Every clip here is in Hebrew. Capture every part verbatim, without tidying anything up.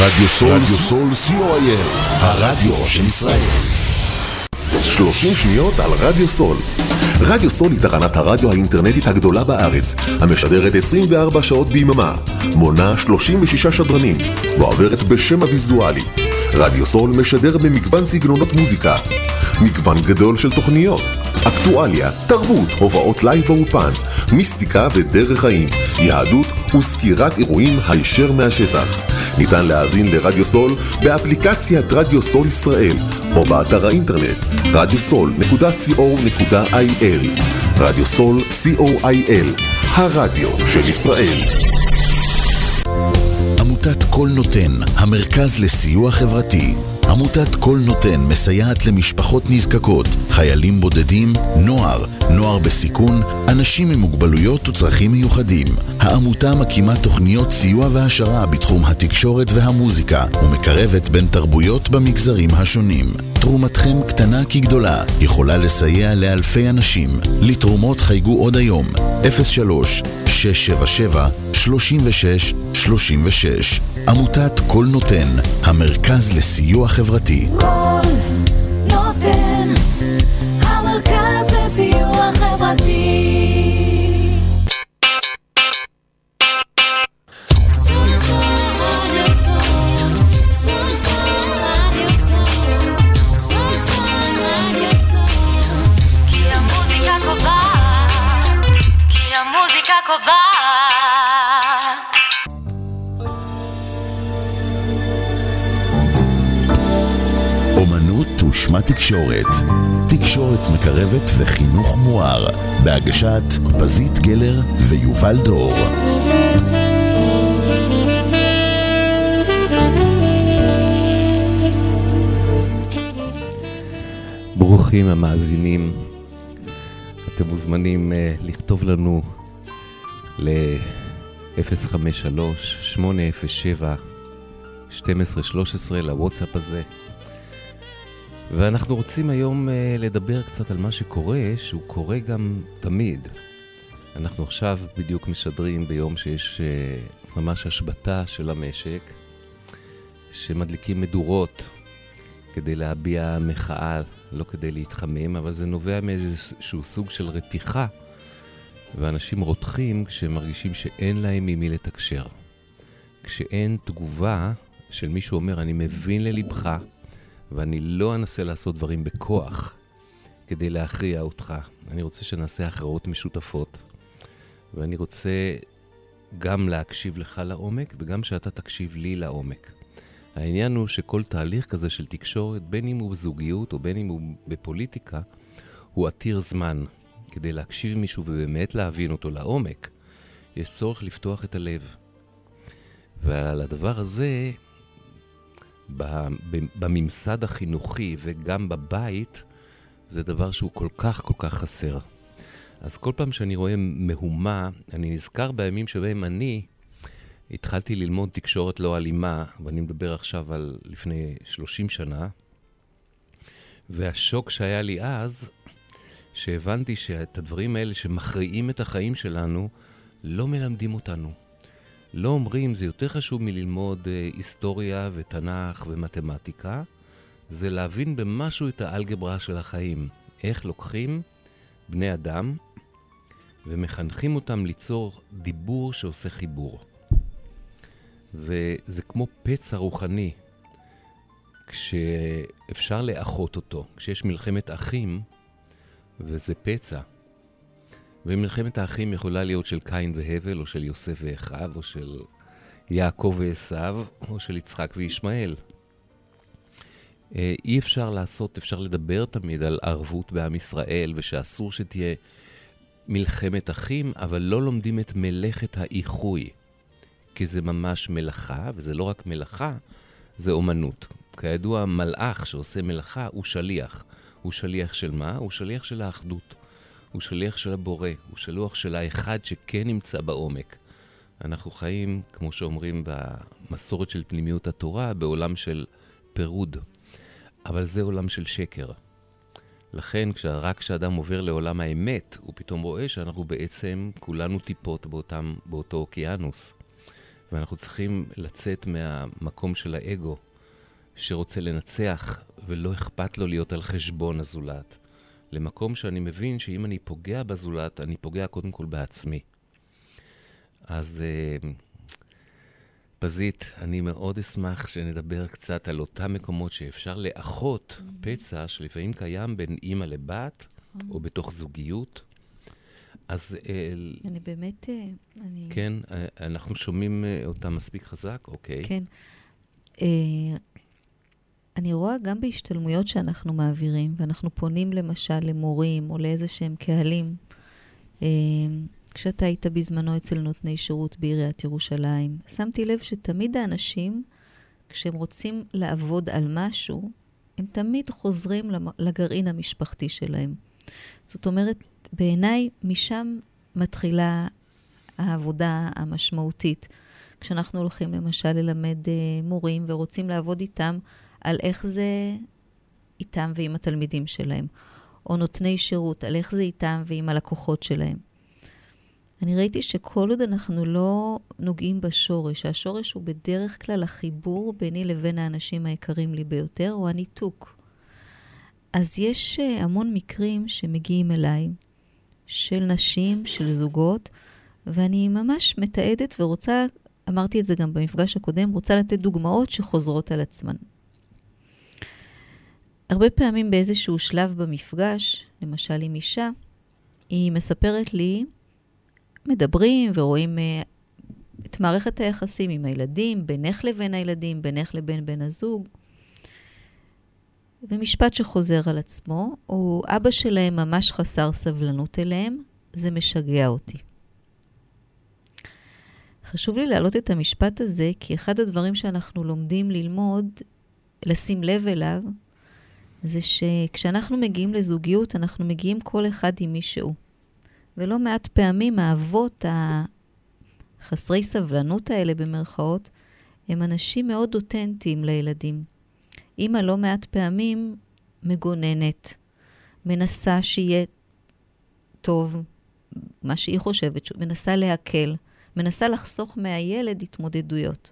רדיו סול, רדיו סול סי או איי אל, הרדיו של ישראל. שלושים שניות על רדיו סול. רדיו סול היא תחנת הרדיו האינטרנטית הגדולה בארץ, המשדרת עשרים וארבע שעות ביממה, מונה שלושים ושישה שדרנים, ועוברת בשם הוויזואלי. רדיו סול משדר במגוון סגנונות מוזיקה, מגוון גדול של תוכניות, אקטואליה, תרבות, הובאות לייב באופן, מיסטיקה ודרך חיים, יהדות וסקירת אירועים הישר מהשטח. ניתן להאזין לרדיו סול באפליקציית רדיו סול ישראל או באתר האינטרנט רדיו סול נקודה סי או נקודה איי אל. רדיו סול סי או איי אל, הרדיו של ישראל. עמותת כל נותן, המרכז לסיוע חברתי. עמותת כל נותן מסייעת למשפחות נזקקות, חיילים בודדים, נוער, נוער בסיכון, אנשים עם מוגבלויות וצרכים מיוחדים. העמותה מקימה תוכניות סיוע והשרה בתחום התקשורת והמוזיקה, ומקרבת בין תרבויות במגזרים השונים. תרומתכם קטנה כגדולה, יכולה לסייע לאלפי אנשים. לתרומות חייגו עוד היום, אפס שלוש שש שבע שבע שלושים ושש שלושים ושש. עמותת כל נותן, המרכז לסיוע חברתי. כל נותן, המרכז לסיוע חברתי. אומנות ושמה תקשורת, תקשורת מקרבת וחינוך מואר, בהגשת בזית גלר ויובל דור. ברוכים המאזינים, אתם מוזמנים uh, לכתוב לנו ל-אפס חמש שלוש שמונה אפס שבע שתים עשרה שלוש עשרה לוואטסאפ הזה. ואנחנו רוצים היום uh, לדבר קצת על מה שקורה, שהוא קורה גם תמיד. אנחנו עכשיו בדיוק משדרים ביום שיש uh, ממש השבתה של המשק, שמדליקים מדורות כדי להביע מחאה, לא כדי להתחמם, אבל זה נובע מאיזשהו סוג של רתיחה, ואנשים רותחים כשהם מרגישים שאין להם ממי לתקשר. כשאין תגובה של מישהו אומר, אני מבין ללבך, ואני לא אנסה לעשות דברים בכוח כדי להכריע אותך. אני רוצה שנעשה הכרעות משותפות, ואני רוצה גם להקשיב לך לעומק, וגם שאתה תקשיב לי לעומק. העניין הוא שכל תהליך כזה של תקשורת, בין אם הוא בזוגיות או בין אם הוא בפוליטיקה, הוא עתיר זמן. כדי להקשיב מישהו ובאמת להבין אותו לעומק, יש צורך לפתוח את הלב. ועל הדבר הזה, בממסד החינוכי וגם בבית, זה דבר שהוא כל כך כל כך חסר. אז כל פעם שאני רואה מהומה, אני נזכר בימים שבהם אני התחלתי ללמוד תקשורת לא אלימה, ואני מדבר עכשיו על לפני שלושים שנה, והשוק שהיה לי אז, שהבנתי שאת הדברים האלה שמכריעים את החיים שלנו, לא מלמדים אותנו. לא אומרים, זה יותר חשוב מללמוד uh, היסטוריה ותנ"ך ומתמטיקה, זה להבין במשהו את האלגברה של החיים. איך לוקחים בני אדם ומחנכים אותם ליצור דיבור שעושה חיבור. וזה כמו פצע רוחני, כשאפשר לאחות אותו, כשיש מלחמת אחים, וזה פצע. ומלחמת האחים יכולה להיות של קין והבל, או של יוסף ואחיו, או של יעקב ועשיו, או של יצחק וישמעאל. אי אפשר לעשות, אפשר לדבר תמיד על ערבות בעם ישראל, ושאסור שתהיה מלחמת אחים, אבל לא לומדים את מלאכת האיחוי. כי זה ממש מלאכה, וזה לא רק מלאכה, זה אומנות. כידוע, מלאך שעושה מלאכה הוא שליח. הוא שליח של מה? הוא שליח של האחדות. הוא שליח של הבורא. הוא שליח של האחד שכן נמצא בעומק. אנחנו חיים, כמו שאומרים במסורת של פנימיות התורה, בעולם של פירוד. אבל זה עולם של שקר. לכן, רק כשאדם עובר לעולם האמת, הוא פתאום רואה שאנחנו בעצם כולנו טיפות באותם, באותו אוקיינוס. ואנחנו צריכים לצאת מהמקום של האגו, שרוצה לנצח ולא אכפת לו להיות על חשבון הזולת. למקום שאני מבין שאם אני פוגע בזולת, אני פוגע קודם כל בעצמי. אז uh, פזית, אני מאוד אשמח שנדבר קצת על אותם מקומות שאפשר לאחות mm-hmm. פצע שלפעמים קיים בין אימא לבת, mm-hmm. או בתוך זוגיות. אז... Uh, אני באמת... Uh, אני... כן, uh, אנחנו שומעים uh, אותם מספיק חזק, אוקיי. כן. Uh, אני רואה גם בהשתלמויות שאנחנו מעבירים, ואנחנו פונים למשל למורים או לאיזה שהם קהלים. Uh, כשאתה היית בזמנו אצל נותני שירות בעיריית ירושלים, שמתי לב שתמיד האנשים, כשהם רוצים לעבוד על משהו, הם תמיד חוזרים לגרעין המשפחתי שלהם. זאת אומרת, בעיניי משם מתחילה העבודה המשמעותית. כשאנחנו הולכים למשל ללמד uh, מורים ורוצים לעבוד איתם על איך זה איתם ועם התלמידים שלהם, או נותני שירות, על איך זה איתם ועם הלקוחות שלהם. אני ראיתי שכל עוד אנחנו לא נוגעים בשורש, השורש הוא בדרך כלל החיבור ביני לבין האנשים היקרים לי ביותר, או הניתוק. אז יש המון מקרים שמגיעים אליי, של נשים, של זוגות, ואני ממש מתעדת ורוצה, אמרתי את זה גם במפגש הקודם, רוצה לתת דוגמאות שחוזרות על עצמן. הרבה פעמים באיזשהו שלב במפגש, למשל עם אישה, היא מספרת לי, מדברים ורואים uh, את מערכת היחסים עם הילדים, בינך לבין הילדים, בינך לבין בן הזוג. ומשפט שחוזר על עצמו, או אבא שלהם ממש חסר סבלנות אליהם, זה משגע אותי. חשוב לי להעלות את המשפט הזה, כי אחד הדברים שאנחנו לומדים ללמוד, לשים לב אליו, זה שכשאנחנו מגיעים לזוגיות, אנחנו מגיעים כל אחד עם מישהו. ולא מעט פעמים האבות החסרי סבלנות האלה במרכאות, הם אנשים מאוד אותנטיים לילדים. אמא לא מעט פעמים מגוננת, מנסה שיהיה טוב, מה שהיא חושבת, מנסה להקל, מנסה לחסוך מהילד התמודדויות.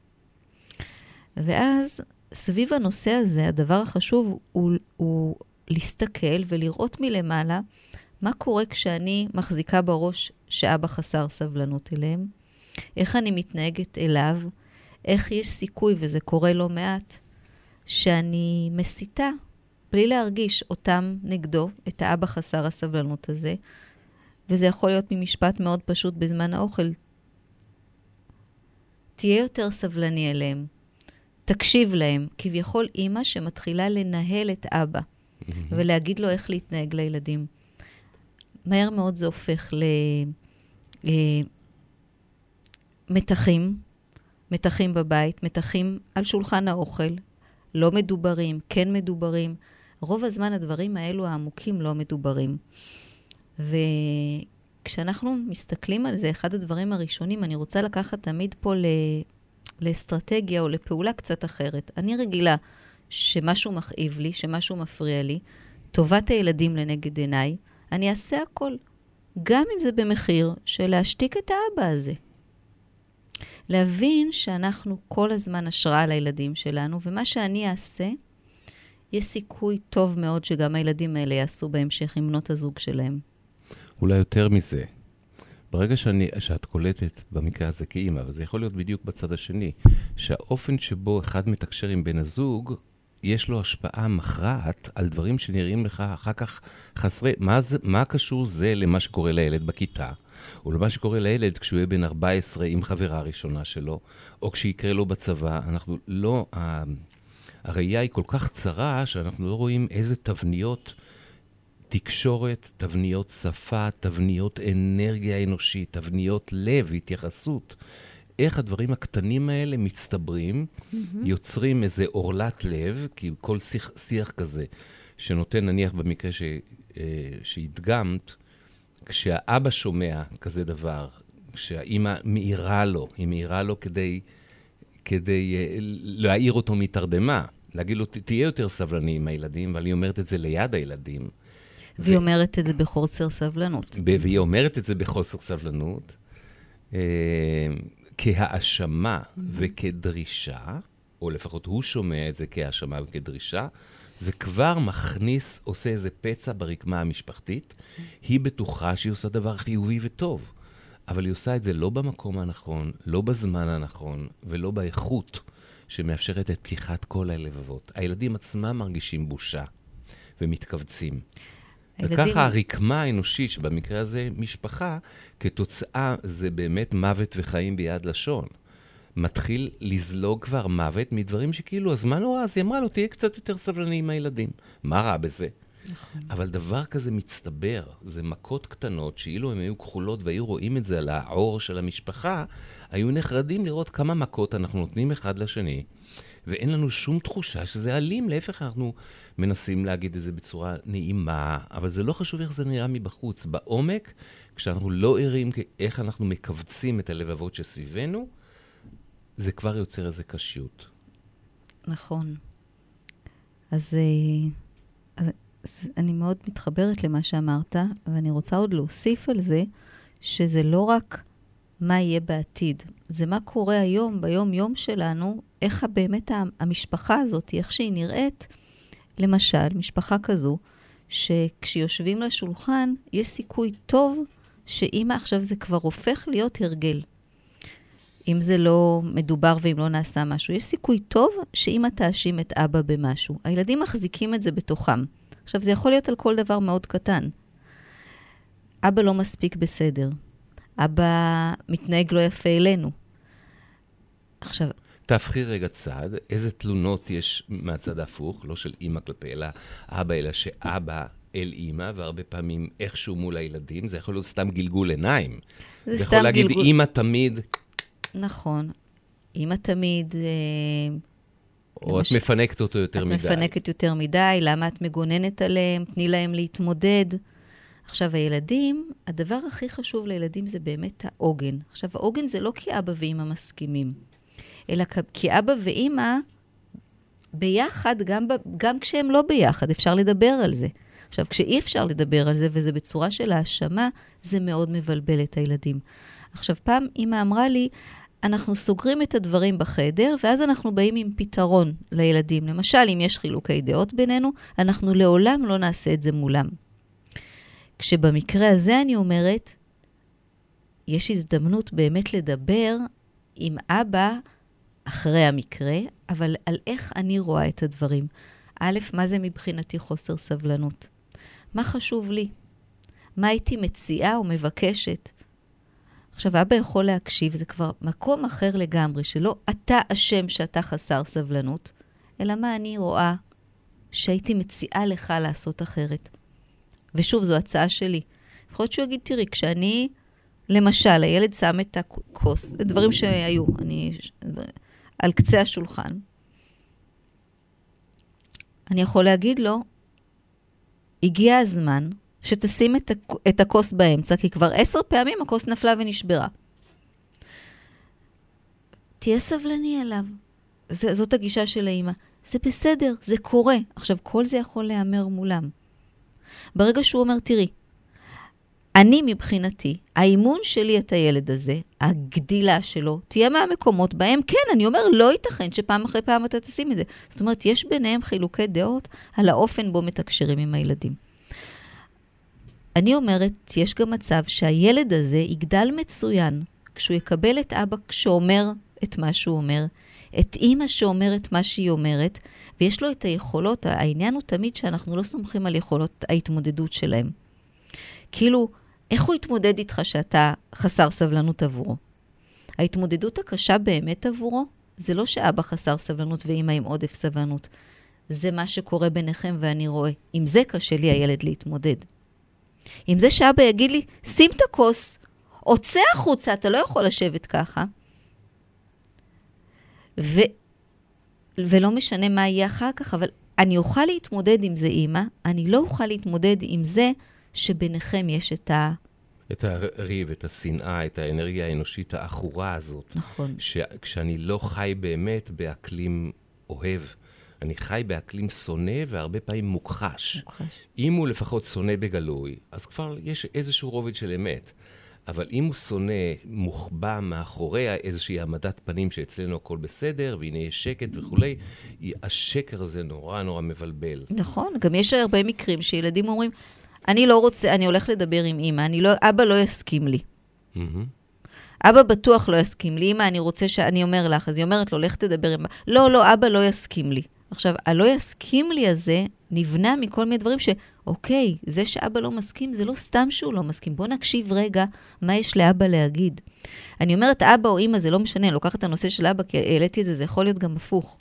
ואז סביב הנושא הזה, הדבר החשוב הוא, הוא להסתכל ולראות מלמעלה, מה קורה כשאני מחזיקה בראש שאבא חסר סבלנות אליהם? איך אני מתנהגת אליו? איך יש סיכוי, וזה קורה לא מעט, שאני מסיתה, בלי להרגיש אותם נגדו, את האבא חסר הסבלנות הזה, וזה יכול להיות ממשפט מאוד פשוט בזמן האוכל. תהיה יותר סבלני אליהם, תקשיב להם, כביכול אימא שמתחילה לנהל את אבא, ולהגיד לו איך להתנהג לילדים. מהר מאוד זה הופך למתחים, מתחים בבית, מתחים על שולחן האוכל, לא מדוברים, כן מדוברים. רוב הזמן הדברים האלו העמוקים לא מדוברים. וכשאנחנו מסתכלים על זה, אחד הדברים הראשונים, אני רוצה לקחת תמיד פה לאסטרטגיה או לפעולה קצת אחרת. אני רגילה שמשהו מכאיב לי, שמשהו מפריע לי, טובת הילדים לנגד עיניי, אני אעשה הכל, גם אם זה במחיר של להשתיק את האבא הזה. להבין שאנחנו כל הזמן השראה לילדים שלנו, ומה שאני אעשה, יש סיכוי טוב מאוד שגם הילדים האלה יעשו בהמשך עם בנות הזוג שלהם. אולי יותר מזה. ברגע שאני, שאת קולטת במקרה הזה כאימא, וזה יכול להיות בדיוק בצד השני, שהאופן שבו אחד מתקשר עם בן הזוג, יש לו השפעה מכרעת על דברים שנראים לך אחר כך חסרי. מה, זה, מה קשור זה למה שקורה לילד בכיתה, או למה שקורה לילד כשהוא יהיה בן ארבע עשרה עם חברה הראשונה שלו, או כשיקרה לו בצבא? אנחנו לא, הראייה היא כל כך צרה שאנחנו לא רואים איזה תבניות תקשורת, תבניות שפה, תבניות אנרגיה אנושית, תבניות לב, התייחסות. איך הדברים הקטנים האלה מצטברים, mm-hmm. יוצרים איזה אורלת לב, כי כל שיח, שיח כזה, שנותן נניח במקרה ש, שהדגמת, כשהאבא שומע כזה דבר, כשהאמא מאירה לו, היא מאירה לו כדי, כדי להעיר אותו מתרדמה, להגיד לו, תהיה יותר סבלני עם הילדים, אבל היא אומרת את זה ליד הילדים. והיא ו... אומרת את זה בחוסר סבלנות. ב- והיא אומרת את זה בחוסר סבלנות. כהאשמה וכדרישה, או לפחות הוא שומע את זה כהאשמה וכדרישה, זה כבר מכניס, עושה איזה פצע ברקמה המשפחתית. היא בטוחה שהיא עושה דבר חיובי וטוב, אבל היא עושה את זה לא במקום הנכון, לא בזמן הנכון, ולא באיכות שמאפשרת את פתיחת כל הלבבות. הילדים עצמם מרגישים בושה ומתכווצים. הילדים... וככה הרקמה האנושית, שבמקרה הזה משפחה, כתוצאה זה באמת מוות וחיים ביד לשון. מתחיל לזלוג כבר מוות מדברים שכאילו, אז מה לא רע? אז היא אמרה לו, תהיה קצת יותר סבלני עם הילדים. מה רע בזה? נכון. אבל דבר כזה מצטבר, זה מכות קטנות, שאילו הם היו כחולות והיו רואים את זה על העור של המשפחה, היו נחרדים לראות כמה מכות אנחנו נותנים אחד לשני, ואין לנו שום תחושה שזה אלים, להפך אנחנו מנסים להגיד את זה בצורה נעימה, אבל זה לא חשוב איך זה נראה מבחוץ. בעומק, כשאנחנו לא ערים איך אנחנו מקבצים את הלבבות שסביבנו, זה כבר יוצר איזה קשיות. נכון. אז, אז, אז אני מאוד מתחברת למה שאמרת, ואני רוצה עוד להוסיף על זה, שזה לא רק מה יהיה בעתיד, זה מה קורה היום, ביום יום שלנו, איך באמת המשפחה הזאת, איך שהיא נראית, למשל, משפחה כזו, שכשיושבים לשולחן, יש סיכוי טוב שאמא עכשיו זה כבר הופך להיות הרגל. אם זה לא מדובר ואם לא נעשה משהו, יש סיכוי טוב שאמא תאשים את אבא במשהו. הילדים מחזיקים את זה בתוכם. עכשיו, זה יכול להיות על כל דבר מאוד קטן. אבא לא מספיק בסדר. אבא מתנהג לא יפה אלינו. עכשיו... תהפכי רגע צד, איזה תלונות יש מהצד ההפוך, לא של אמא כלפי אלא אבא, אלא שאבא אל אמא, והרבה פעמים איכשהו מול הילדים, זה יכול להיות סתם גלגול עיניים. זה, זה יכול להגיד גלגול... אמא תמיד... נכון. אמא תמיד... או למש... את מפנקת אותו יותר את מדי. את מפנקת יותר מדי, למה את מגוננת עליהם, תני להם להתמודד. עכשיו, הילדים, הדבר הכי חשוב לילדים זה באמת העוגן. עכשיו, העוגן זה לא כי אבא ואמא מסכימים, אלא כי אבא ואמא ביחד, גם, גם כשהם לא ביחד, אפשר לדבר על זה. עכשיו, כשאי אפשר לדבר על זה, וזה בצורה של האשמה, זה מאוד מבלבל את הילדים. עכשיו, פעם אמא אמרה לי, אנחנו סוגרים את הדברים בחדר, ואז אנחנו באים עם פתרון לילדים. למשל, אם יש חילוקי דעות בינינו, אנחנו לעולם לא נעשה את זה מולם. כשבמקרה הזה אני אומרת, יש הזדמנות באמת לדבר עם אבא אחרי המקרה, אבל על איך אני רואה את הדברים. א', מה זה מבחינתי חוסר סבלנות? מה חשוב לי? מה הייתי מציעה או מבקשת? עכשיו, אבא יכול להקשיב, זה כבר מקום אחר לגמרי, שלא אתה אשם שאתה חסר סבלנות, אלא מה אני רואה שהייתי מציעה לך לעשות אחרת. ושוב, זו הצעה שלי. יכול להיות שהוא יגיד, תראי, כשאני, למשל, הילד שם את הכוס, דברים שהיו, אני, על קצה השולחן, אני יכול להגיד לו, הגיע הזמן שתשים את, את הכוס באמצע, כי כבר עשר פעמים הכוס נפלה ונשברה. תהיה סבלני עליו. זה, זאת הגישה של האמא. זה בסדר, זה קורה. עכשיו, כל זה יכול להיאמר מולם. ברגע שהוא אומר, תראי, אני מבחינתי, האימון שלי את הילד הזה, הגדילה שלו, תהיה מהמקומות בהם, כן, אני אומר, לא ייתכן שפעם אחרי פעם אתה תשים את זה. זאת אומרת, יש ביניהם חילוקי דעות על האופן בו מתקשרים עם הילדים. אני אומרת, יש גם מצב שהילד הזה יגדל מצוין, כשהוא יקבל את אבא שאומר את מה שהוא אומר, את אמא שאומרת מה שהיא אומרת, ויש לו את היכולות, העניין הוא תמיד שאנחנו לא סומכים על יכולות ההתמודדות שלהם. כאילו, איך הוא יתמודד איתך שאתה חסר סבלנות עבורו? ההתמודדות הקשה באמת עבורו, זה לא שאבא חסר סבלנות ואמא עם עודף סבלנות. זה מה שקורה ביניכם ואני רואה. עם זה קשה לי הילד להתמודד. עם זה שאבא יגיד לי, שים את הכוס, הוצא החוצה, אתה לא יכול לשבת ככה. ו... ולא משנה מה יהיה אחר כך, אבל אני אוכל להתמודד עם זה, אמא, אני לא אוכל להתמודד עם זה שביניכם יש את ה... את הריב, את השנאה, את האנרגיה האנושית האחורה הזאת. נכון. שכשאני לא חי באמת באקלים אוהב, אני חי באקלים שונא והרבה פעמים מוכחש. מוכחש. אם הוא לפחות שונא בגלוי, אז כבר יש איזשהו רובד של אמת. אבל אם הוא שונא מוחבא מאחורי איזושהי העמדת פנים שאצלנו הכל בסדר, והנה יש שקט וכולי, השקר הזה נורא נורא מבלבל. נכון, גם יש הרבה מקרים שילדים אומרים, אני לא רוצה, אני הולך לדבר עם אמא, אני לא, אבא לא יסכים לי. Mm-hmm. אבא בטוח לא יסכים לי, אמא, אני רוצה שאני אומר לך, אז היא אומרת לו, לך תדבר עם... לא, לא, אבא לא יסכים לי. עכשיו, הלא יסכים לי הזה נבנה מכל מיני דברים שאוקיי, זה שאבא לא מסכים, זה לא סתם שהוא לא מסכים. בוא נקשיב רגע מה יש לאבא להגיד. אני אומרת, אבא או אמא, זה לא משנה, אני לוקחת את הנושא של אבא, כי העליתי את זה, זה יכול להיות גם הפוך.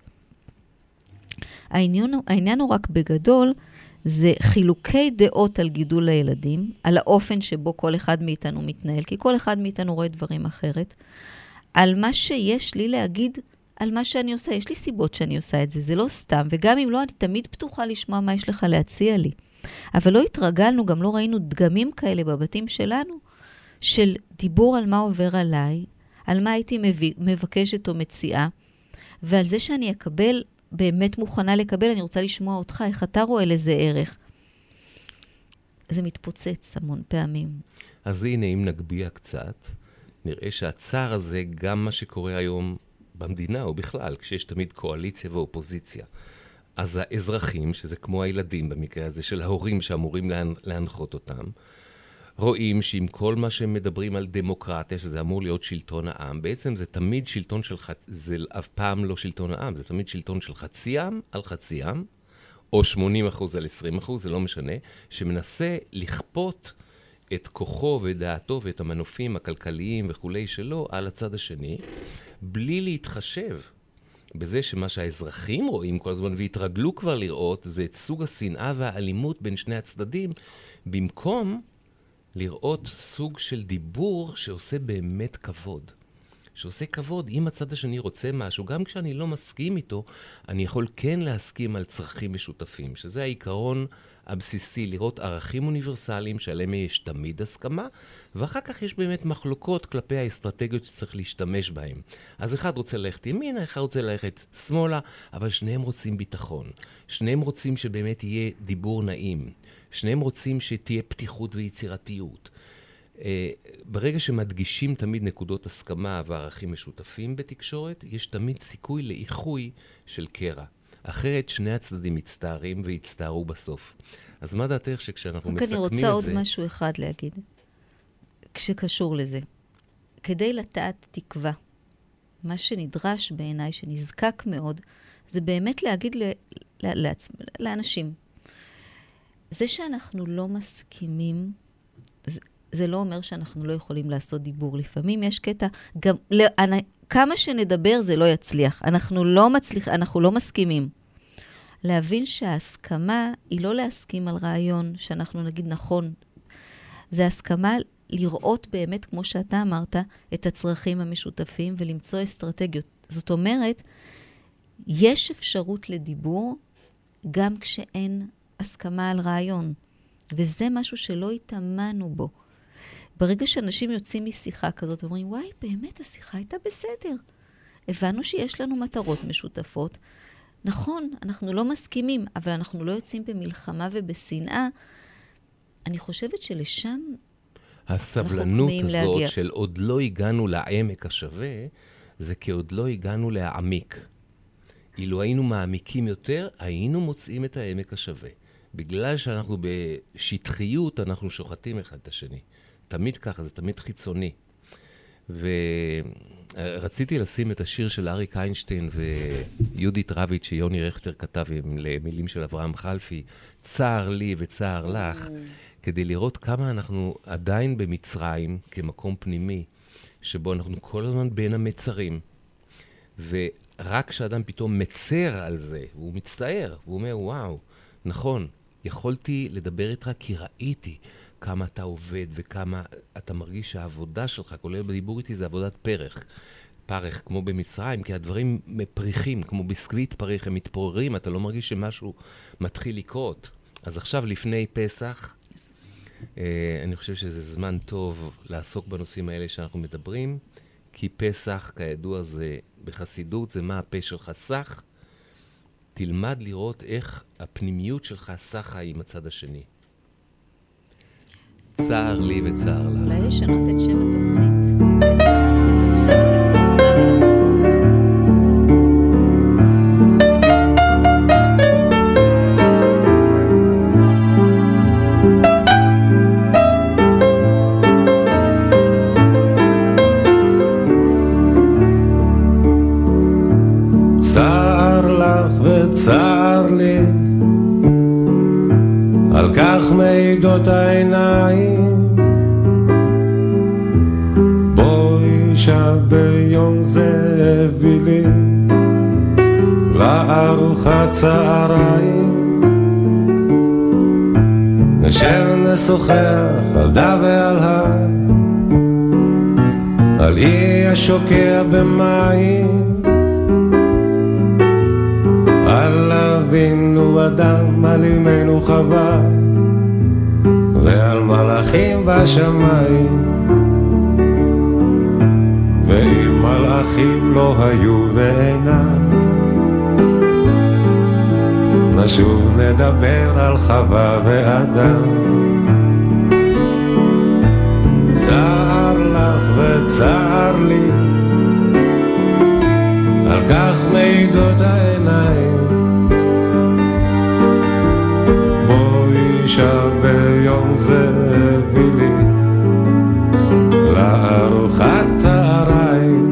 העניין, העניין הוא רק בגדול, זה חילוקי דעות על גידול הילדים, על האופן שבו כל אחד מאיתנו מתנהל, כי כל אחד מאיתנו רואה דברים אחרת, על מה שיש לי להגיד, על מה שאני עושה. יש לי סיבות שאני עושה את זה, זה לא סתם, וגם אם לא, אני תמיד פתוחה לשמוע מה יש לך להציע לי. אבל לא התרגלנו, גם לא ראינו דגמים כאלה בבתים שלנו, של דיבור על מה עובר עליי, על מה הייתי מבקשת או מציעה, ועל זה שאני אקבל, באמת מוכנה לקבל, אני רוצה לשמוע אותך, איך אתה רואה לזה ערך. זה מתפוצץ המון פעמים. אז הנה, אם נגביע קצת, נראה שהצער הזה, גם מה שקורה היום במדינה או בכלל, כשיש תמיד קואליציה ואופוזיציה. אז האזרחים, שזה כמו הילדים במקרה הזה, של ההורים שאמורים להנחות אותם, רואים שעם כל מה שהם מדברים על דמוקרטיה, שזה אמור להיות שלטון העם, בעצם זה תמיד שלטון של חצי, זה אף פעם לא שלטון העם, זה תמיד שלטון של חצי עם על חצי עם, או שמונים אחוז על עשרים אחוז, זה לא משנה, שמנסה לכפות את כוחו ודעתו ואת המנופים הכלכליים וכולי שלו על הצד השני, בלי להתחשב בזה שמה שהאזרחים רואים כל הזמן והתרגלו כבר לראות, זה את סוג השנאה והאלימות בין שני הצדדים, במקום לראות סוג של דיבור שעושה באמת כבוד. שעושה כבוד, אם הצד השני רוצה משהו, גם כשאני לא מסכים איתו, אני יכול כן להסכים על צרכים משותפים, שזה העיקרון הבסיסי, לראות ערכים אוניברסליים שעליהם יש תמיד הסכמה, ואחר כך יש באמת מחלוקות כלפי האסטרטגיות שצריך להשתמש בהן. אז אחד רוצה ללכת ימינה, אחד רוצה ללכת שמאלה, אבל שניהם רוצים ביטחון. שניהם רוצים שבאמת יהיה דיבור נעים. שניהם רוצים שתהיה פתיחות ויצירתיות. Uh, ברגע שמדגישים תמיד נקודות הסכמה וערכים משותפים בתקשורת, יש תמיד סיכוי לאיחוי של קרע. אחרת שני הצדדים מצטערים ויצטערו בסוף. אז מה דעתך שכשאנחנו מסכמים את זה... אני רוצה עוד משהו אחד להגיד, כשקשור לזה. כדי לטעת תקווה, מה שנדרש בעיניי, שנזקק מאוד, זה באמת להגיד ל... לעצמם, לאנשים. זה שאנחנו לא מסכימים, זה, זה לא אומר שאנחנו לא יכולים לעשות דיבור. לפעמים יש קטע, גם, כמה שנדבר זה לא יצליח. אנחנו לא מצליח, אנחנו לא מסכימים. להבין שההסכמה היא לא להסכים על רעיון שאנחנו נגיד נכון. זה הסכמה לראות באמת, כמו שאתה אמרת, את הצרכים המשותפים ולמצוא אסטרטגיות. זאת אומרת, יש אפשרות לדיבור גם כשאין הסכמה על רעיון. וזה משהו שלא התאמנו בו. ברגע שאנשים יוצאים משיחה כזאת ואומרים, וואי, באמת השיחה הייתה בסדר. הבנו שיש לנו מטרות משותפות. נכון, אנחנו לא מסכימים, אבל אנחנו לא יוצאים במלחמה ובשנאה. אני חושבת שלשם הסבלנות הזאת להגיע. של עוד לא הגענו לעמק השווה, זה כי עוד לא הגענו להעמיק. אילו היינו מעמיקים יותר, היינו מוצאים את העמק השווה. בגלל שאנחנו בשטחיות, אנחנו שוחטים אחד את השני. תמיד ככה, זה תמיד חיצוני. ורציתי לשים את השיר של אריק איינשטיין ויהודית רביץ, שיוני רכטר כתב למילים של אברהם חלפי, צער לי וצער לך, כדי לראות כמה אנחנו עדיין במצרים, כמקום פנימי, שבו אנחנו כל הזמן בין המצרים. ורק כשאדם פתאום מצר על זה, הוא מצטער, הוא אומר, וואו, נכון, יכולתי לדבר איתך כי ראיתי כמה אתה עובד וכמה אתה מרגיש שהעבודה שלך, כולל בדיבור איתי, זה עבודת פרח. פרח, כמו במצרים, כי הדברים מפריחים, כמו ביסקוויט פריח, הם מתפוררים, אתה לא מרגיש שמשהו מתחיל לקרות. אז עכשיו, לפני פסח, אה, אני חושב שזה זמן טוב לעסוק בנושאים האלה שאנחנו מדברים, כי פסח, כידוע, זה בחסידות, זה מה הפה שלך סך, תלמד לראות איך הפנימיות שלך סחה עם הצד השני. צער לי וצער לך. אולי לשנות את שם התוכנית. צער לך וצער לי, על כך מעידות העיניים. בואי שביום זה הביא לי לארוחת צהריים, נשב נשוחח על דה ועל הר, על אי השוקע במים, על אבינו אדם, על אמנו חווה, ועל מלאכים בשמיים. ואם מלאכים לא היו ואינם, נשוב נדבר על חווה ואדם. צער לך וצער לי, על כך מעידות העיניים. בואי שביום זה הביא לי לארוחת צהריים.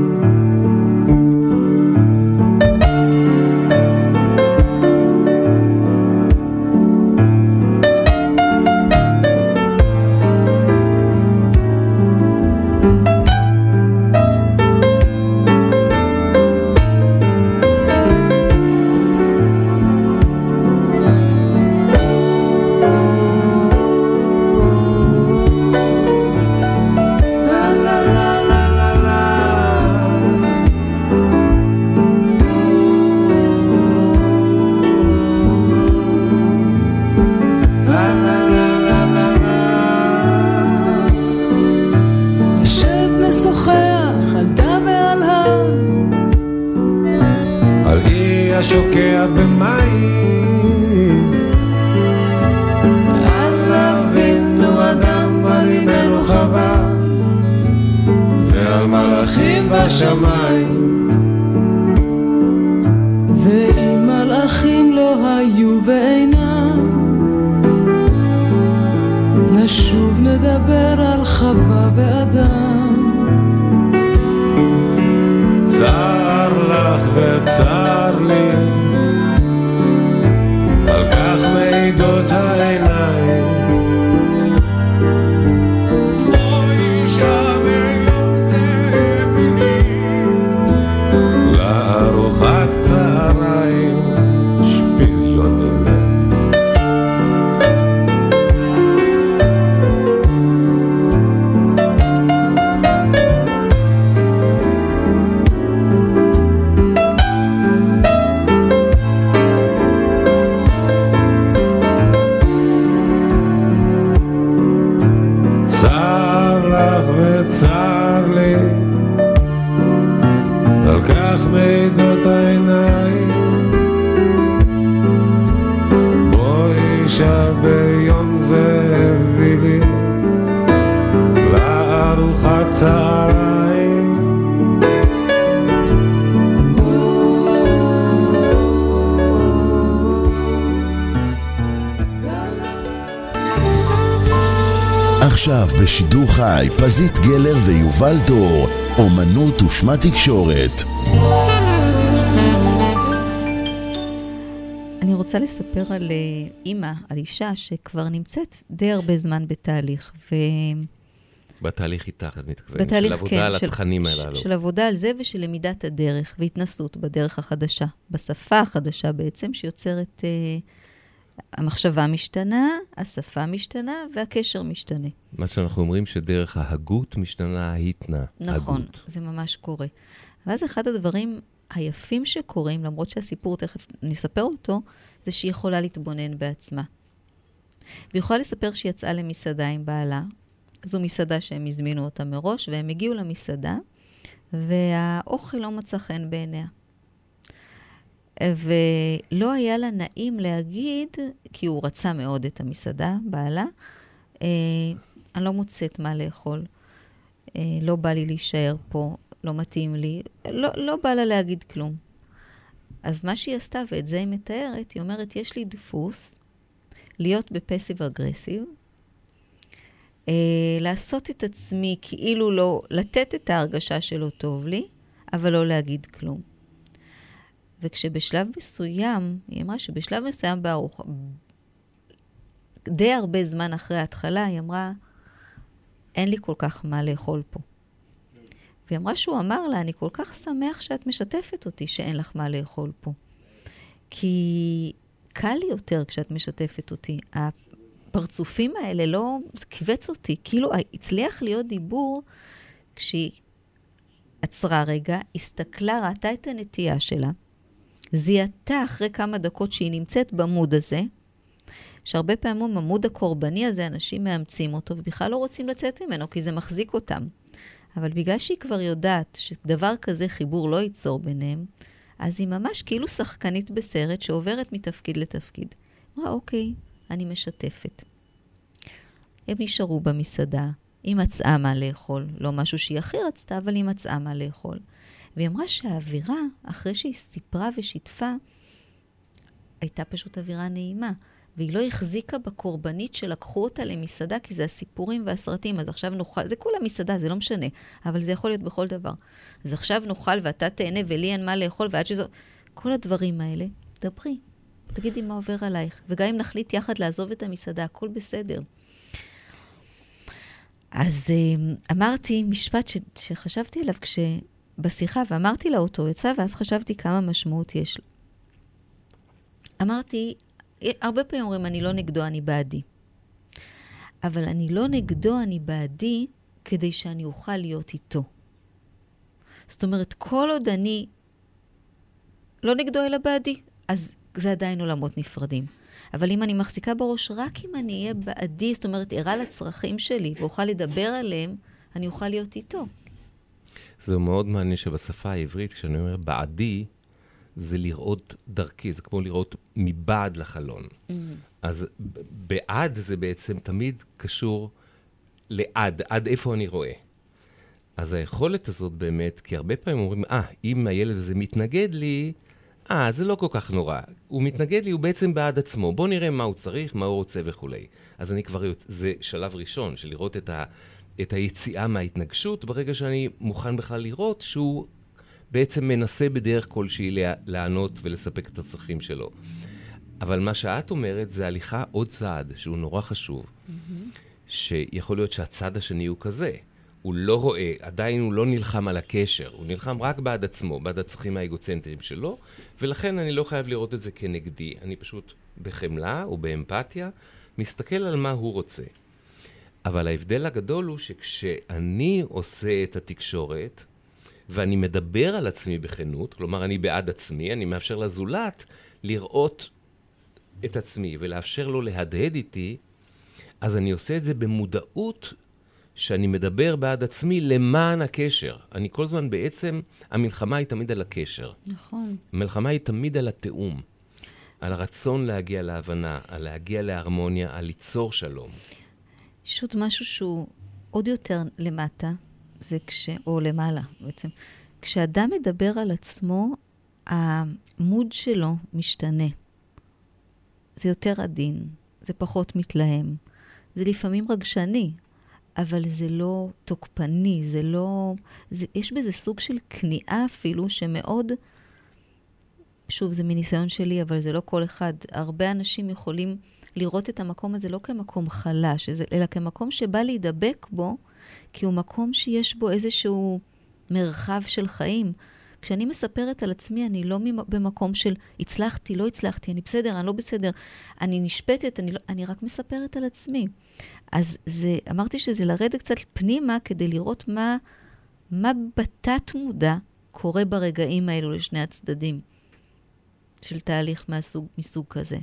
שוקע במים, על אבינו אדם, על אמנו חווה, ועל מלאכים בשמיים. ואם מלאכים לא היו ואינם, נשוב נדבר על חווה ואדם. צער לך וצער לי, על כך מעידות העיניים. בואי שביום זה הביא לי לארוחת צהריים. שפיליונים צער לי, על כך מעידות העיניים. בואי שביום זה הביא לי לארוחת צהריים. עכשיו בשידור חי, פזית גלר ויובל דור, אומנות ושמה תקשורת. אני רוצה לספר על אימא, על אישה שכבר נמצאת די הרבה זמן בתהליך. ו... בתהליך איתך, את מתכוונת, בתהליך, של עבודה כן, על של, התכנים הללו. של עבודה על זה ושל למידת הדרך והתנסות בדרך החדשה, בשפה החדשה בעצם, שיוצרת... המחשבה משתנה, השפה משתנה, והקשר משתנה. מה שאנחנו אומרים שדרך ההגות משתנה, ההתנה. נכון, הגות. זה ממש קורה. ואז אחד הדברים היפים שקורים, למרות שהסיפור תכף נספר אותו, זה שהיא יכולה להתבונן בעצמה. והיא יכולה לספר שהיא יצאה למסעדה עם בעלה. זו מסעדה שהם הזמינו אותה מראש, והם הגיעו למסעדה, והאוכל לא מצא חן בעיניה. ולא היה לה נעים להגיד, כי הוא רצה מאוד את המסעדה, בעלה, אני לא מוצאת מה לאכול, אה, לא בא לי להישאר פה, לא מתאים לי, לא, לא בא לה להגיד כלום. אז מה שהיא עשתה, ואת זה היא מתארת, היא אומרת, יש לי דפוס להיות בפסיב אגרסיב, אה, לעשות את עצמי כאילו לא, לתת את ההרגשה שלא טוב לי, אבל לא להגיד כלום. וכשבשלב מסוים, היא אמרה שבשלב מסוים בארוחה, די הרבה זמן אחרי ההתחלה, היא אמרה, אין לי כל כך מה לאכול פה. והיא אמרה שהוא אמר לה, אני כל כך שמח שאת משתפת אותי שאין לך מה לאכול פה. כי קל לי יותר כשאת משתפת אותי. הפרצופים האלה לא, זה קיבץ אותי. כאילו הצליח להיות דיבור כשהיא עצרה רגע, הסתכלה, ראתה את הנטייה שלה, זיהתה אחרי כמה דקות שהיא נמצאת במוד הזה, שהרבה פעמים המוד הקורבני הזה, אנשים מאמצים אותו, ובכלל לא רוצים לצאת ממנו, כי זה מחזיק אותם. אבל בגלל שהיא כבר יודעת שדבר כזה חיבור לא ייצור ביניהם, אז היא ממש כאילו שחקנית בסרט שעוברת מתפקיד לתפקיד. אמרה, אוקיי, אני משתפת. הם נשארו במסעדה, היא מצאה מה לאכול, לא משהו שהיא הכי רצתה, אבל היא מצאה מה לאכול. והיא אמרה שהאווירה, אחרי שהיא סיפרה ושיתפה, הייתה פשוט אווירה נעימה. והיא לא החזיקה בקורבנית שלקחו אותה למסעדה, כי זה הסיפורים והסרטים, אז עכשיו נאכל, זה כולה מסעדה, זה לא משנה, אבל זה יכול להיות בכל דבר. אז עכשיו נאכל ואתה תהנה ולי אין מה לאכול, ועד שזו, כל הדברים האלה, דברי, תגידי מה עובר עלייך, וגם אם נחליט יחד לעזוב את המסעדה, הכל בסדר. אז אמרתי משפט ש, שחשבתי עליו כשבשיחה, ואמרתי לה אותו, יצא, ואז חשבתי כמה משמעות יש לו. אמרתי, הרבה פעמים אומרים, אני לא נגדו, אני בעדי. אבל אני לא נגדו, אני בעדי, כדי שאני אוכל להיות איתו. זאת אומרת, כל עוד אני לא נגדו אלא בעדי, אז זה עדיין עולמות נפרדים. אבל אם אני מחזיקה בראש, רק אם אני אהיה בעדי, זאת אומרת, ערה לצרכים שלי, ואוכל לדבר עליהם, אני אוכל להיות איתו. זה מאוד מעניין שבשפה העברית, כשאני אומר בעדי, זה לראות דרכי, זה כמו לראות מבעד לחלון. Mm-hmm. אז בעד זה בעצם תמיד קשור לעד, עד איפה אני רואה. אז היכולת הזאת באמת, כי הרבה פעמים אומרים, אה, אם הילד הזה מתנגד לי, אה, זה לא כל כך נורא. הוא מתנגד לי, הוא בעצם בעד עצמו. בוא נראה מה הוא צריך, מה הוא רוצה וכו'. אז אני כבר, זה שלב ראשון, של לראות את, ה, את היציאה מההתנגשות, ברגע שאני מוכן בכלל לראות שהוא בעצם מנסה בדרך כלשהי לענות ולספק את הצרכים שלו. אבל מה שאת אומרת זה הליכה עוד צעד, שהוא נורא חשוב, mm-hmm. שיכול להיות שהצד השני הוא כזה. הוא לא רואה, עדיין הוא לא נלחם על הקשר, הוא נלחם רק בעד עצמו, בעד הצרכים האגוצנטריים שלו, ולכן אני לא חייב לראות את זה כנגדי. אני פשוט בחמלה או באמפתיה, מסתכל על מה הוא רוצה. אבל ההבדל הגדול הוא שכשאני עושה את התקשורת, ואני מדבר על עצמי בכנות, כלומר אני בעד עצמי, אני מאפשר לזולת לראות את עצמי ולאפשר לו להדהד איתי, אז אני עושה את זה במודעות שאני מדבר בעד עצמי למען הקשר. אני כל זמן בעצם, המלחמה היא תמיד על הקשר. נכון. המלחמה היא תמיד על התאום, על הרצון להגיע להבנה, על להגיע להרמוניה, על ליצור שלום. יש עוד משהו שהוא עוד יותר למטה, זה כש... או למעלה בעצם. כשאדם מדבר על עצמו, המוד שלו משתנה. זה יותר עדין, זה פחות מתלהם. זה לפעמים רגשני, אבל זה לא תוקפני, זה לא... זה... יש בזה סוג של כניעה אפילו שמאוד... שוב, זה מניסיון שלי, אבל זה לא כל אחד. הרבה אנשים יכולים לראות את המקום הזה לא כמקום חלש, אלא כמקום שבא להידבק בו, כי הוא מקום שיש בו איזשהו מרחב של חיים. כשאני מספרת על עצמי, אני לא במקום של הצלחתי, לא הצלחתי, אני בסדר, אני לא בסדר, אני נשפטת, אני, לא, אני רק מספרת על עצמי. אז זה, אמרתי שזה לרדת קצת פנימה כדי לראות מה, מה בתת מודע קורה ברגעים האלו לשני הצדדים של תהליך מהסוג, מסוג כזה.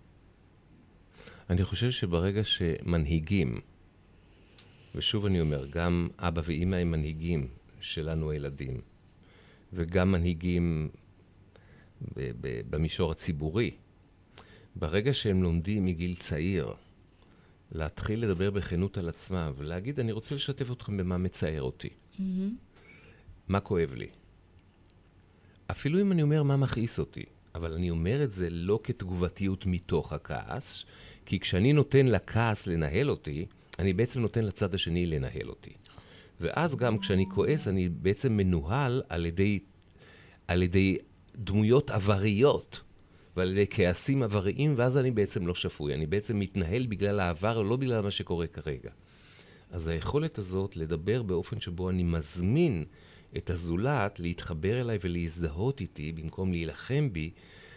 אני חושב שברגע שמנהיגים, ושוב אני אומר, גם אבא ואמא הם מנהיגים שלנו הילדים, וגם מנהיגים ב- ב- במישור הציבורי, ברגע שהם לומדים מגיל צעיר להתחיל לדבר בכנות על עצמה, ולהגיד, אני רוצה לשתף אתכם במה מצער אותי. Mm-hmm. מה כואב לי. אפילו אם אני אומר מה מכעיס אותי, אבל אני אומר את זה לא כתגובתיות מתוך הכעס, כי כשאני נותן לכעס לנהל אותי, אני בעצם נותן לצד השני לנהל אותי. ואז גם כשאני כועס, אני בעצם מנוהל על ידי, על ידי דמויות עבריות, ועל ידי כעסים עבריים, ואז אני בעצם לא שפוי. אני בעצם מתנהל בגלל העבר, לא בגלל מה שקורה כרגע. אז היכולת הזאת לדבר באופן שבו אני מזמין את הזולת להתחבר אליי ולהזדהות איתי, במקום להילחם בי,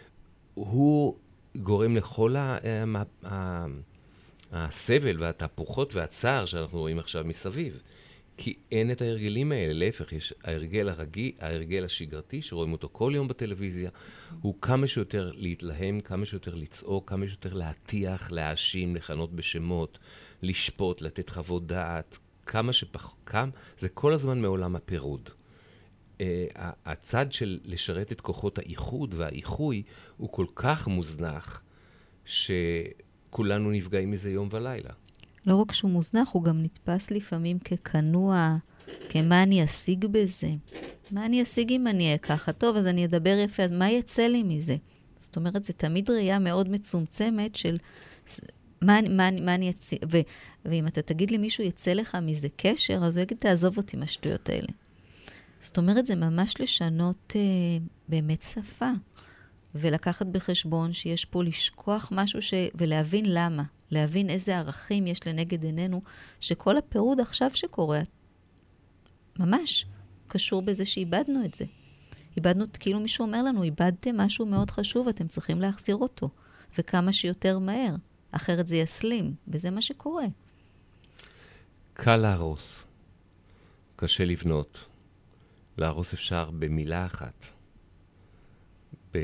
הוא גורם לכל ה- ה- ה- הסבל והתהפוכות והצער שאנחנו רואים עכשיו מסביב. כי אין את ההרגלים האלה, להפך, יש ההרגל הרגיל, ההרגל השגרתי, שרואים אותו כל יום בטלוויזיה, הוא כמה שיותר להתלהם, כמה שיותר לצעוק, כמה שיותר להטיח, להאשים, לכנות בשמות, לשפוט, לתת חוות דעת, כמה שפח... כמה, זה כל הזמן מעולם הפירוד. Uh, הצד של לשרת את כוחות האיחוד והאיחוי הוא כל כך מוזנח, שכולנו נפגעים מזה יום ולילה. לא רק שהוא מוזנח, הוא גם נתפס לפעמים ככנוע, כמה אני אשיג בזה. מה אני אשיג אם אני אהיה ככה? טוב, אז אני אדבר יפה, אז מה יצא לי מזה? זאת אומרת, זה תמיד ראייה מאוד מצומצמת של מה, מה, מה אני אציג. ו, ואם אתה תגיד לי מישהו יצא לך מזה קשר, אז הוא יגיד, תעזוב אותי מהשטויות האלה. זאת אומרת, זה ממש לשנות אה, באמת שפה, ולקחת בחשבון שיש פה לשכוח משהו ש... ולהבין למה. להבין איזה ערכים יש לנגד עינינו, שכל הפירוד עכשיו שקורה, ממש קשור בזה שאיבדנו את זה. איבדנו, כאילו מישהו אומר לנו, איבדתם משהו מאוד חשוב, אתם צריכים להחזיר אותו, וכמה שיותר מהר, אחרת זה יסלים, וזה מה שקורה. קל להרוס, קשה לבנות. להרוס אפשר במילה אחת, ב...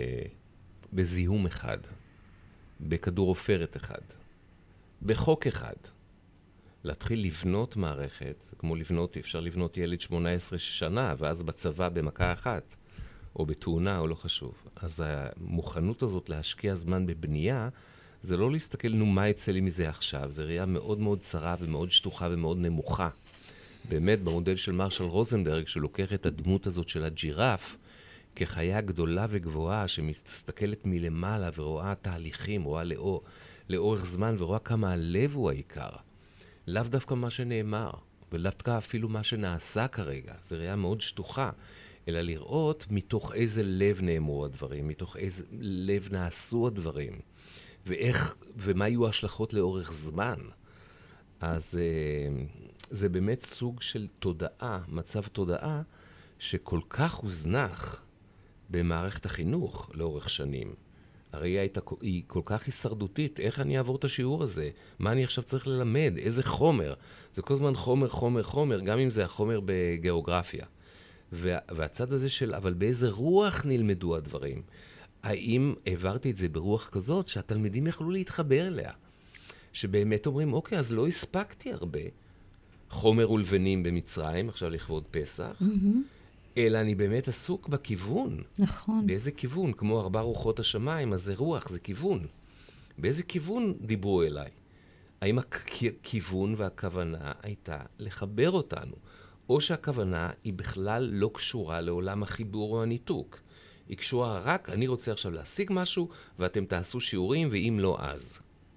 בזיהום אחד, בכדור עופרת אחד, בחוק אחד. להתחיל לבנות מערכת, זה כמו לבנות, אפשר לבנות ילד שמונה עשרה שנה, ואז בצבא במכה אחת, או בתאונה, או לא חשוב. אז המוכנות הזאת להשקיע זמן בבנייה, זה לא להסתכל, נו, מה יצא לי מזה עכשיו? זה ראייה מאוד מאוד צרה ומאוד שטוחה ומאוד נמוכה. באמת, במודל של מרשל רוזנברג, שלוקח את הדמות הזאת של הג'ירף, כחיה גדולה וגבוהה, שמסתכלת מלמעלה ורואה תהליכים, רואה לאור, לאורך זמן, ורואה כמה הלב הוא העיקר. לאו דווקא מה שנאמר, ולאו דווקא אפילו מה שנעשה כרגע. זה ראייה מאוד שטוחה, אלא לראות מתוך איזה לב נאמרו הדברים, מתוך איזה לב נעשו הדברים, ואיך, ומה יהיו ההשלכות לאורך זמן. אז זה באמת סוג של תודעה, מצב תודעה, שכל כך הוזנח במערכת החינוך לאורך שנים. הרי היא, היא כל כך הישרדותית, איך אני אעבור את השיעור הזה? מה אני עכשיו צריך ללמד? איזה חומר? זה כל הזמן חומר, חומר, חומר, גם אם זה החומר בגיאוגרפיה. וה, והצד הזה של, אבל באיזה רוח נלמדו הדברים? האם העברתי את זה ברוח כזאת שהתלמידים יכלו להתחבר אליה? שבאמת אומרים, אוקיי, אז לא הספקתי הרבה חומר ולבנים במצרים, עכשיו לכבוד פסח, mm-hmm. אלא אני באמת עסוק בכיוון. נכון. באיזה כיוון? כמו ארבע רוחות השמיים, אז זה רוח, זה כיוון. באיזה כיוון דיברו אליי? האם הכיוון והכוונה הייתה לחבר אותנו? או שהכוונה היא בכלל לא קשורה לעולם החיבור או הניתוק? היא קשורה רק, אני רוצה עכשיו להשיג משהו, ואתם תעשו שיעורים, ואם לא, אז.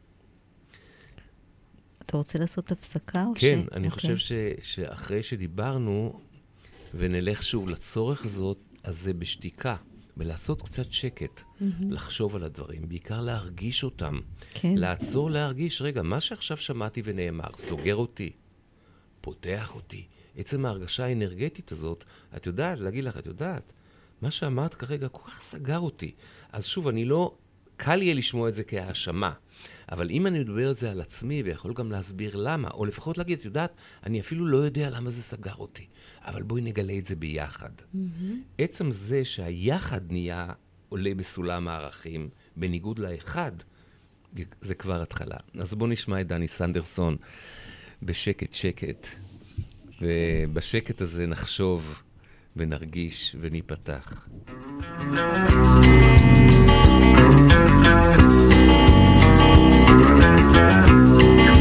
אתה רוצה לעשות הפסקה? כן, ש... אני okay. חושב ש... שאחרי שדיברנו, ונלך שוב לצורך הזאת, אז זה בשתיקה, ולעשות קצת שקט, mm-hmm. לחשוב על הדברים, בעיקר להרגיש אותם. כן. לעצור להרגיש, רגע, מה שעכשיו שמעתי ונאמר, סוגר אותי, פותח אותי. עצם ההרגשה האנרגטית הזאת, את יודעת, להגיד לך, את יודעת, מה שאמרת כרגע כל כך סגר אותי. אז שוב, אני לא, קל יהיה לשמוע את זה כהאשמה, אבל אם אני מדבר את זה על עצמי, ויכול גם להסביר למה, או לפחות להגיד, את יודעת, אני אפילו לא יודע למה זה סגר אותי, אבל בואי נגלה את זה ביחד. Mm-hmm. עצם זה שהיחד נהיה עולה בסולם הערכים, בניגוד לאחד, זה כבר התחלה. אז בואו נשמע את דני סנדרסון בשקט שקט, ובשקט הזה נחשוב ונרגיש וניפתח. Thank you.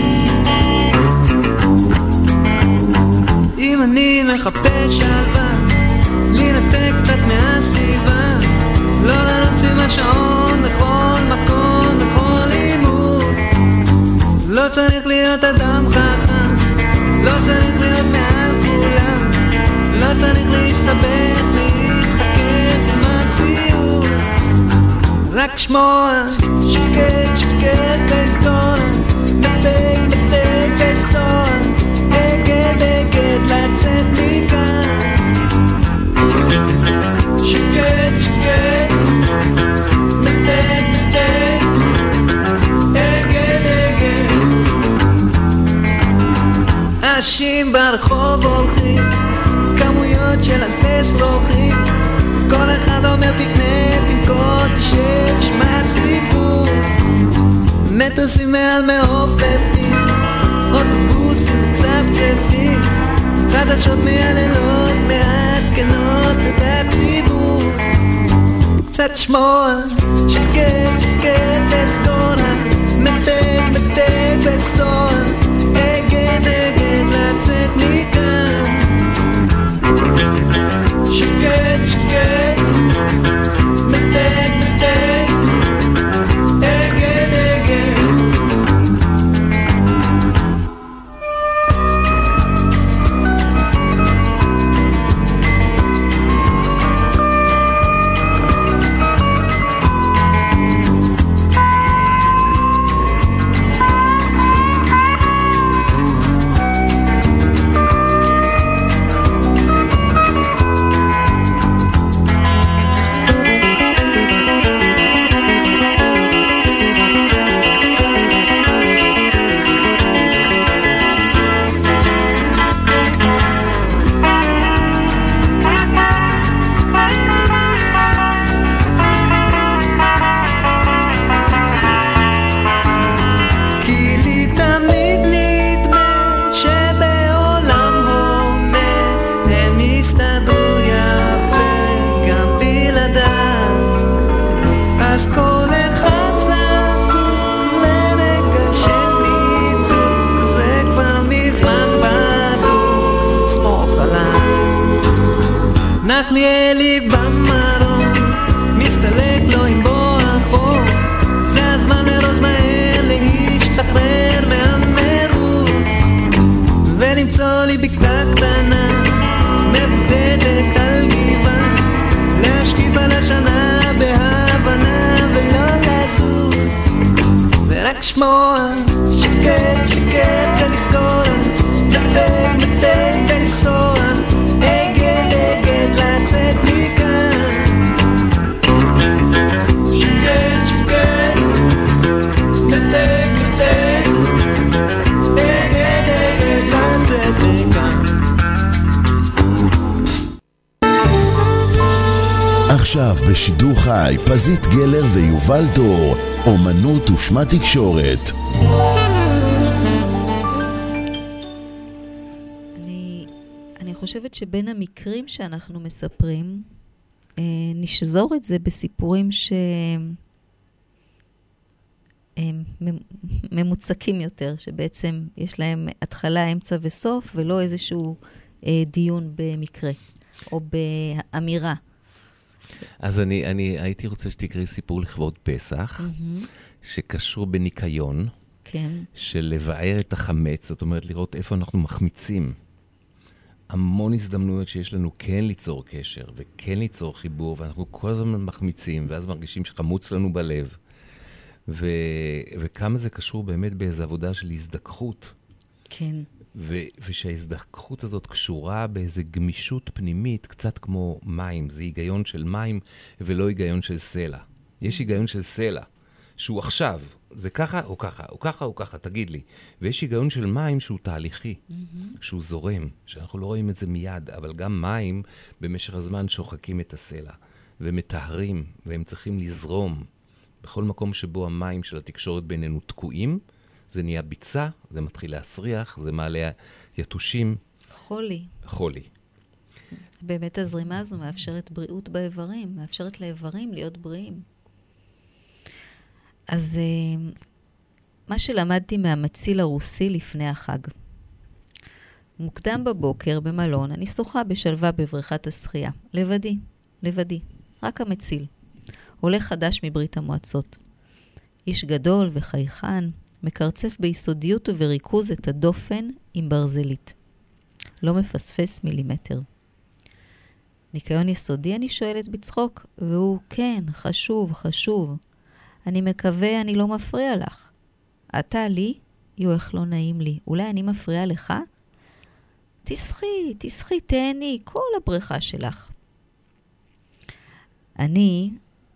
לחפש שלווה, להינתק קצת מהסביבה, לא לעלות עם השעון לכל מקום, לכל אימות. לא צריך להיות אדם חכם, לא צריך להיות מעל כולם, לא צריך להסתבך, להתחכך עם המציאות, רק שמוע שקט שקט בהיסטוריה, נתק נתק בסוהר, אגד אגד לצאת מכאן, שקט שקט נתק נתק אגד אגד. אנשים ברחוב הולכים, כמויות של אלפי שרוכים, כל אחד אומר תקנה, תנקוט, תשב, שמע סיפור, מטוסים מעל מעופפים, אוטובוסים מצפצפים, חדשות מהלילות מעדכנות את הציבור. קצת שמוע שקט שקט אסקונה, מתק מתק בסוהר, אגד אגד לצאת מכאן, שקט שקט מתק מתק אגד אגד. נחליאלי במרום, מסתלק לו עם בוא החור, זה הזמן לרוז מהר להשתחרר מהמרוץ, ולמצוא לי בקתה קטנה, מבודדת על גבעה, להשקיף על השנה בהבנה ולא לזוז, ורק שמוע שקט שקט ולזכור, נתק נתק ולסוע, אגד אגד לצאת מכאן, שקט שקט נתק נתק אגד אגד לצאת מכאן. עכשיו בשידור חי פזית גלר ויובל טור, אומנות ושמה תקשורת. אני חושבת שבין המקרים שאנחנו מספרים, נשזור את זה בסיפורים שהם ממוצקים יותר, שבעצם יש להם התחלה, אמצע וסוף, ולא איזשהו דיון במקרה, או באמירה. אז אני, אני הייתי רוצה שתקראי סיפור לכבוד פסח, mm-hmm. שקשור בניקיון, כן. של לבאר את החמץ, זאת אומרת לראות איפה אנחנו מחמיצים. המון הזדמנויות שיש לנו כן ליצור קשר, וכן ליצור חיבור, ואנחנו כל הזמן מחמיצים, ואז מרגישים שחמוץ לנו בלב. ו... וכמה זה קשור באמת באיזו עבודה של הזדככות. כן. ו... ושההזדככות הזאת קשורה באיזו גמישות פנימית, קצת כמו מים. זה היגיון של מים ולא היגיון של סלע. יש היגיון של סלע, שהוא עכשיו, זה ככה או ככה, או ככה או ככה, תגיד לי. ויש היגיון של מים שהוא תהליכי, mm-hmm. שהוא זורם, שאנחנו לא רואים את זה מיד, אבל גם מים במשך הזמן שוחקים את הסלע, ומטהרים, והם צריכים לזרום. בכל מקום שבו המים של התקשורת בינינו תקועים, זה נהיה ביצה, זה מתחיל להסריח, זה מעלה יתושים. חולי. חולי. באמת הזרימה הזו מאפשרת בריאות באיברים, מאפשרת לאיברים להיות בריאים. אז מה שלמדתי מהמציל הרוסי לפני החג, מוקדם בבוקר במלון, אני שוחה בשלווה בבריכת השחייה. לבדי, לבדי, רק המציל. עולה חדש מברית המועצות. איש גדול וחייכן, מקרצף ביסודיות ובריכוז את הדופן עם ברזלית. לא מפספס מילימטר. ניקיון יסודי אני שואלת בצחוק, והוא כן, חשוב, חשוב. אני מקווה אני לא מפריע לך. אתה לי? יו, איך לא נעים לי. אולי אני מפריע לך? תשחי, תשחי, תהני, כל הבריכה שלך. אני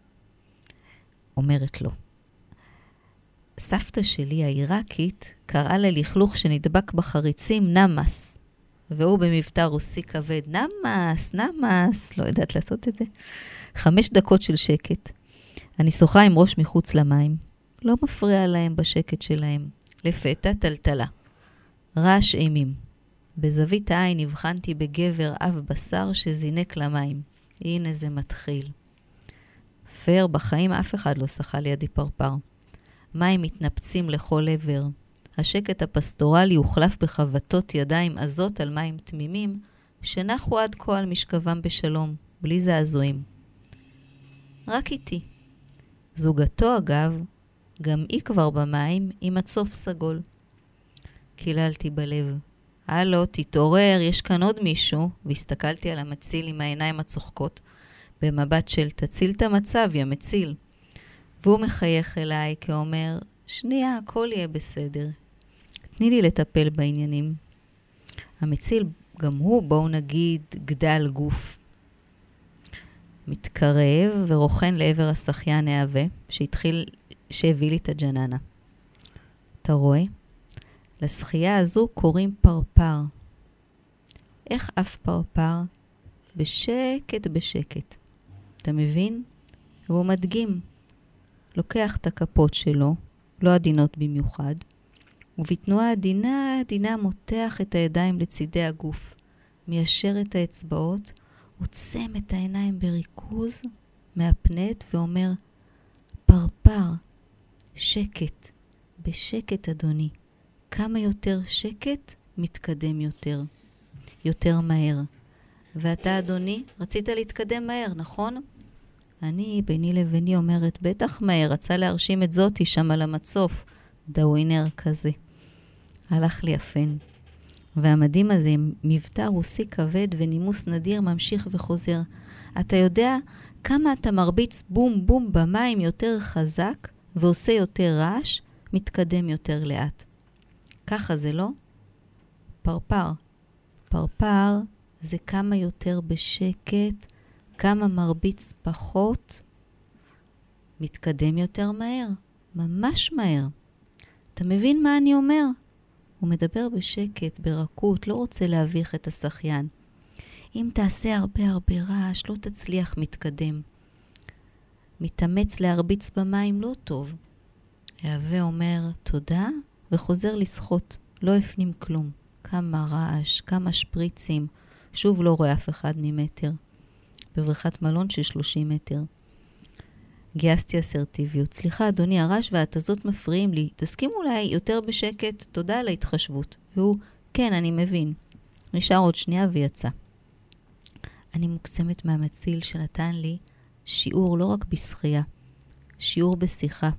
אומרת לו, סבתא שלי העיראקית קראה ללכלוך שנדבק בחריצים נמס, והוא במבטא רוסי כבד, נמס, נמס, לא יודעת לעשות את זה. חמש דקות של שקט. אני שוחה עם ראש מחוץ למים. לא מפריע להם בשקט שלהם. לפתע טלטלה. רעש אימים. בזווית העין הבחנתי בגבר אב בשר שזינק למים. הנה זה מתחיל. פר, בחיים אף אחד לא שחה לידי פרפר. מים מתנפצים לכל עבר. השקט הפסטורלי הוחלף בחבטות ידיים עזות על מים תמימים, שנחו עד כה על משכבם בשלום, בלי זעזועים. רק איתי. זוגתו אגב, גם היא כבר במים עם הצוף סגול. קיללתי בלב. הלו, תתעורר, יש כאן עוד מישהו, והסתכלתי על המציל עם העיניים הצוחקות, במבט של תציל את המצב, יא מציל. והוא מחייך אליי כאומר, שנייה, הכל יהיה בסדר. תני לי לטפל בעניינים. המציל, גם הוא, בואו נגיד, גדל גוף. מתקרב ורוכן לעבר השחיין העווה, שהתחיל, שהביא לי את הג'ננה. אתה רואה? לשחייה הזו קוראים פרפר. איך אף פרפר? בשקט בשקט. אתה מבין? והוא מדגים. לוקח את הכפות שלו, לא עדינות במיוחד, ובתנועה עדינה עדינה מותח את הידיים לצידי הגוף, מיישר את האצבעות, עוצם את העיניים בריכוז, מהפנט ואומר, פרפר, שקט, בשקט אדוני. כמה יותר שקט, מתקדם יותר. יותר מהר. ואתה אדוני, רצית להתקדם מהר, נכון? אני ביני לביני אומרת, בטח מהר, רצה להרשים את זאתי שם על המצוף, דאווינר כזה. הלך לי אפן. והמדהים הזה, מבטא רוסי כבד ונימוס נדיר ממשיך וחוזר. אתה יודע כמה אתה מרביץ בום בום במים יותר חזק ועושה יותר רעש, מתקדם יותר לאט. ככה זה לא? פרפר. פרפר זה כמה יותר בשקט, כמה מרביץ פחות, מתקדם יותר מהר, ממש מהר. אתה מבין מה אני אומר? הוא מדבר בשקט, ברכות, לא רוצה להביך את השחיין. אם תעשה הרבה הרבה רעש, לא תצליח מתקדם. מתאמץ להרביץ במים לא טוב. העווה אומר תודה וחוזר לשחות, לא הפנים כלום. כמה רעש, כמה שפריצים, שוב לא רואה אף אחד ממטר. בבריכת מלון של שלושים מטר. גייסתי אסרטיביות. סליחה אדוני, הרעש וההתזות מפריעים לי. תסכים אולי יותר בשקט, תודה על ההתחשבות. והוא, כן, אני מבין. נשאר עוד שנייה ויצא. אני מוקסמת מהמציל שנתן לי שיעור לא רק בשחייה, שיעור בשיחה.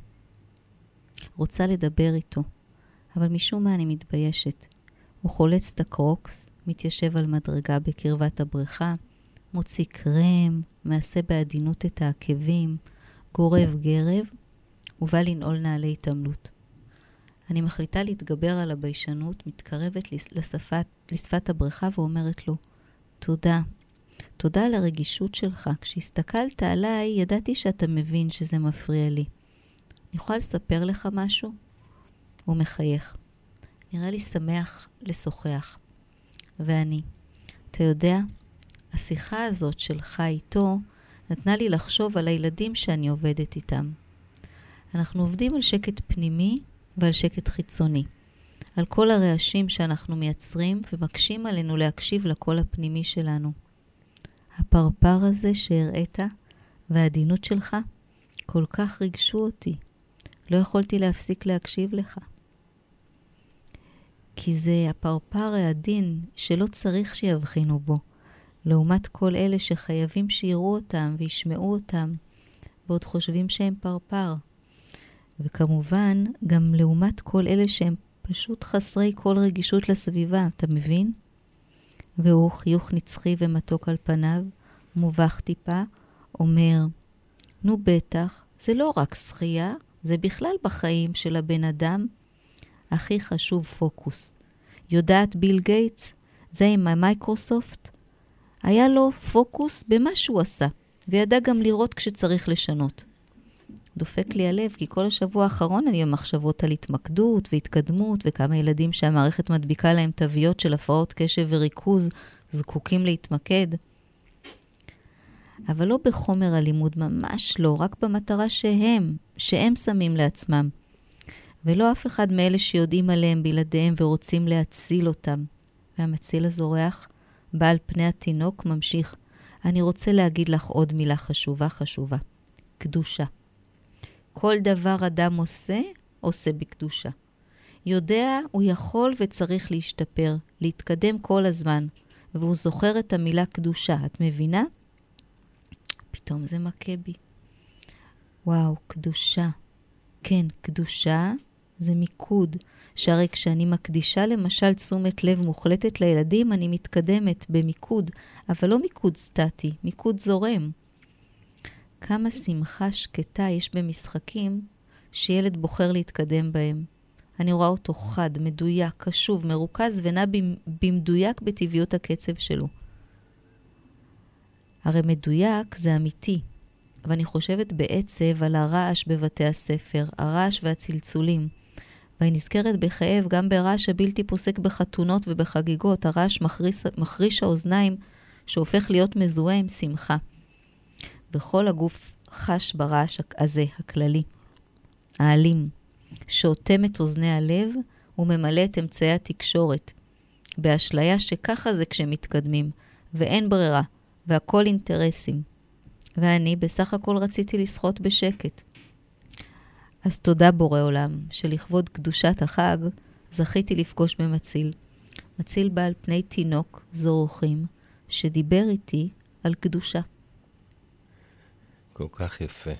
רוצה לדבר איתו, אבל משום מה אני מתביישת. הוא חולץ את הקרוקס, מתיישב על מדרגה בקרבת הבריכה, מוציא קרם, מעשה בעדינות את העקבים, גורב גרב, ובא לנעול נעלי התעמלות. אני מחליטה להתגבר על הביישנות, מתקרבת לשפת, לשפת הבריכה ואומרת לו, תודה. תודה על הרגישות שלך. כשהסתכלת עליי, ידעתי שאתה מבין שזה מפריע לי. אני יכולה לספר לך משהו? הוא מחייך. נראה לי שמח לשוחח. ואני, אתה יודע, השיחה הזאת שלך איתו נתנה לי לחשוב על הילדים שאני עובדת איתם. אנחנו עובדים על שקט פנימי ועל שקט חיצוני. על כל הרעשים שאנחנו מייצרים ומקשים עלינו להקשיב לקול הפנימי שלנו. הפרפר הזה שהראית והעדינות שלך כל כך ריגשו אותי. לא יכולתי להפסיק להקשיב לך. כי זה הפרפר העדין שלא צריך שיבחינו בו, לעומת כל אלה שחייבים שיראו אותם וישמעו אותם, ועוד חושבים שהם פרפר. וכמובן, גם לעומת כל אלה שהם פשוט חסרי כל רגישות לסביבה, אתה מבין? והוא חיוך נצחי ומתוק על פניו, מובך טיפה, אומר, נו בטח, זה לא רק שחייה, זה בכלל בחיים של הבן אדם. הכי חשוב פוקוס. יודעת ביל גייטס, זה עם המייקרוסופט, היה לו פוקוס במה שהוא עשה, וידע גם לראות כשצריך לשנות. דופק לי הלב, כי כל השבוע האחרון אני במחשבות על התמקדות והתקדמות, וכמה ילדים שהמערכת מדביקה להם תוויות של הפרעות קשב וריכוז, זקוקים להתמקד. אבל לא בחומר הלימוד, ממש לא, רק במטרה שהם, שהם שמים לעצמם. ולא אף אחד מאלה שיודעים עליהם בלעדיהם ורוצים להציל אותם. והמציל הזורח, בעל פני התינוק, ממשיך. אני רוצה להגיד לך עוד מילה חשובה חשובה. קדושה. כל דבר אדם עושה, עושה בקדושה. יודע, הוא יכול וצריך להשתפר, להתקדם כל הזמן. והוא זוכר את המילה קדושה. את מבינה? פתאום זה מכה בי. וואו, קדושה. כן, קדושה זה מיקוד. שהרי כשאני מקדישה למשל תשומת לב מוחלטת לילדים, אני מתקדמת במיקוד, אבל לא מיקוד סטטי, מיקוד זורם. כמה שמחה שקטה יש במשחקים שילד בוחר להתקדם בהם. אני רואה אותו חד, מדויק, קשוב, מרוכז ונע במדויק בטבעיות הקצב שלו. הרי מדויק זה אמיתי, אבל אני חושבת בעצב על הרעש בבתי הספר, הרעש והצלצולים. ואני נזכרת בכאב גם ברעש הבלתי פוסק בחתונות ובחגיגות, הרעש מחריש, מחריש האוזניים שהופך להיות מזוהה עם שמחה. בכל הגוף חש ברעש הזה הכללי, האלים, שאותם את אוזני הלב וממלא את אמצעי התקשורת, באשליה שככה זה כשמתקדמים, ואין ברירה, והכל אינטרסים. ואני בסך הכל רציתי לשחות בשקט. אז תודה בורא עולם, שלכבוד קדושת החג זכיתי לפגוש במציל. מציל בעל פני תינוק זורחים, שדיבר איתי על קדושה. כל כך יפה.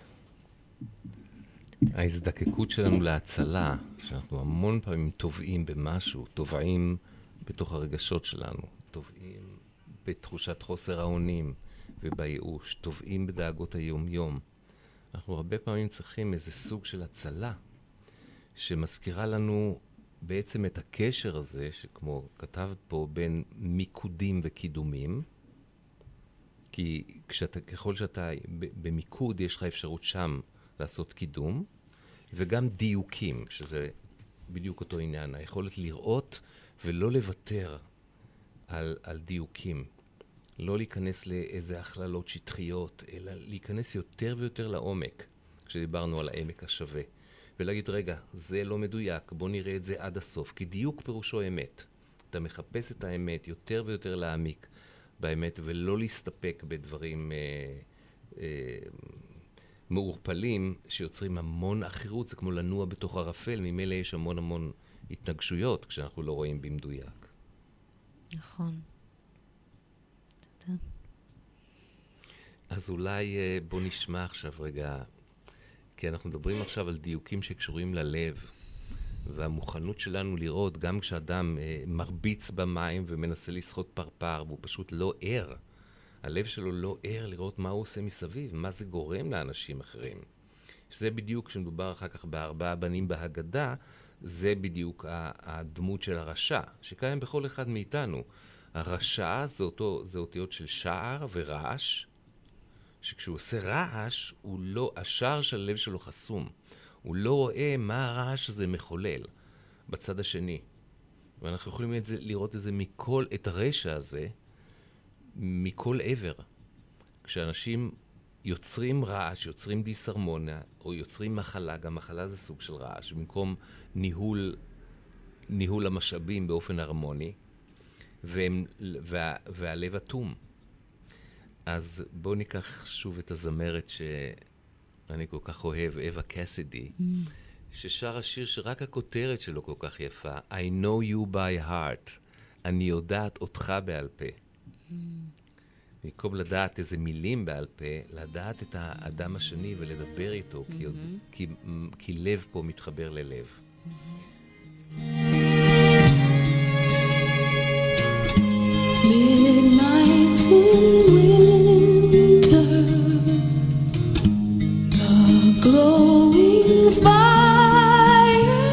ההזדקקות שלנו להצלה, שאנחנו המון פעמים טובעים במשהו, טובעים בתוך הרגשות שלנו, טובעים בתחושת חוסר האונים ובייאוש, טובעים בדאגות היום-יום. אנחנו הרבה פעמים צריכים איזה סוג של הצלה, שמזכירה לנו בעצם את הקשר הזה, שכמו כתבת פה, בין מיקודים וקידומים, כי כשאתה, ככל שאתה במיקוד, יש לך אפשרות שם לעשות קידום, וגם דיוקים, שזה בדיוק אותו עניין, היכולת לראות ולא לוותר על, על דיוקים. לא להיכנס לאיזה הכללות שטחיות, אלא להיכנס יותר ויותר לעומק, כשדיברנו על העמק השווה. ולהגיד, רגע, זה לא מדויק, בוא נראה את זה עד הסוף, כי דיוק פירושו אמת. אתה מחפש את האמת יותר ויותר להעמיק באמת, ולא להסתפק בדברים אה, אה, מעורפלים, שיוצרים המון אחרות, זה כמו לנוע בתוך ערפל, ממילא יש המון המון התנגשויות, כשאנחנו לא רואים במדויק. נכון. תודה. אז אולי בוא נשמע עכשיו רגע, כי אנחנו מדברים עכשיו על דיוקים שקשורים ללב, והמוכנות שלנו לראות, גם כשאדם אה, מרביץ במים ומנסה לשחות פרפר, והוא פשוט לא ער, הלב שלו לא ער לראות מה הוא עושה מסביב, מה זה גורם לאנשים אחרים. שזה בדיוק, כשמדובר אחר כך בארבעה בנים בהגדה, זה בדיוק הדמות של הרשע, שקיים בכל אחד מאיתנו. הרשע זה, אותו, זה אותיות של שער ורעש, שכשהוא עושה רעש, הוא לא, השער של הלב שלו חסום. הוא לא רואה מה הרעש הזה מחולל בצד השני. ואנחנו יכולים את זה, לראות את זה מכל, את הרשע הזה, מכל עבר. כשאנשים יוצרים רעש, יוצרים דיסהרמוניה, או יוצרים מחלה, גם מחלה זה סוג של רעש, במקום ניהול, ניהול המשאבים באופן הרמוני, והם, וה, והלב אטום. אז בואו ניקח שוב את הזמרת שאני כל כך אוהב, אווה קסידי, mm. ששר השיר שרק הכותרת שלו כל כך יפה, I know you by heart, אני יודעת אותך בעל פה. Mm. במקום לדעת איזה מילים בעל פה, לדעת את האדם השני ולדבר איתו, mm-hmm. כי, עוד, כי, כי לב פה מתחבר ללב. Mm-hmm. Midnights in winter, the glowing fire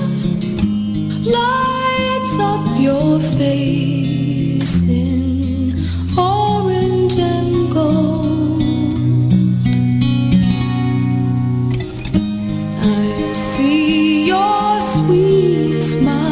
lights up your face in orange and gold. I see your sweet smile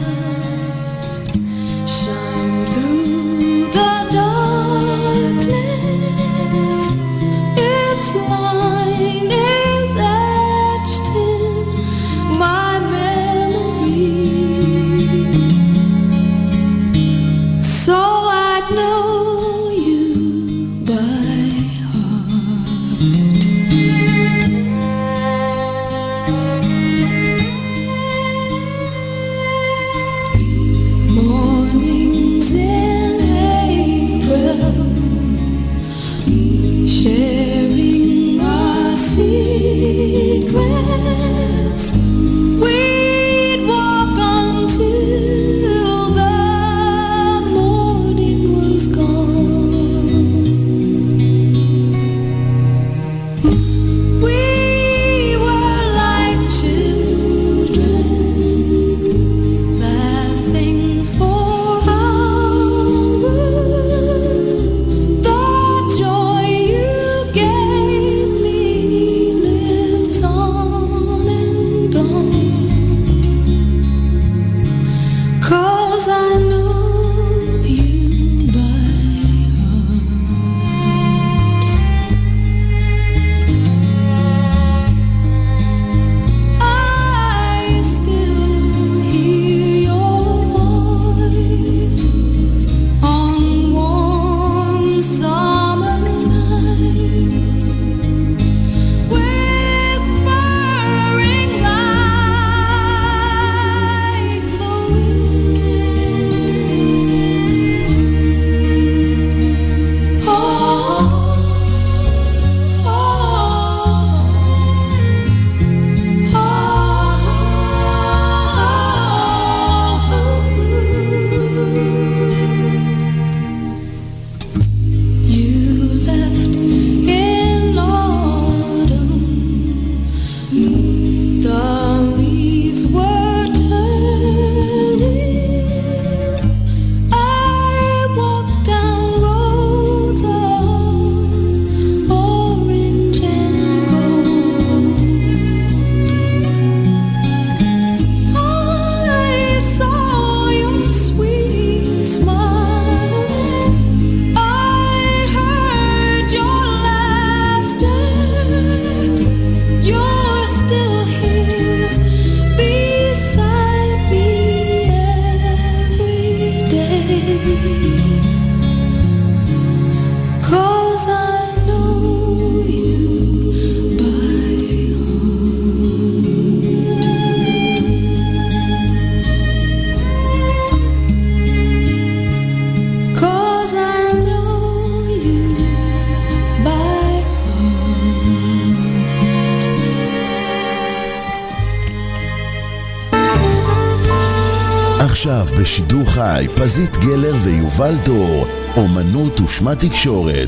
עכשיו בשידור חי, פזית גלר ויובל דור, אומנות ושמה תקשורת.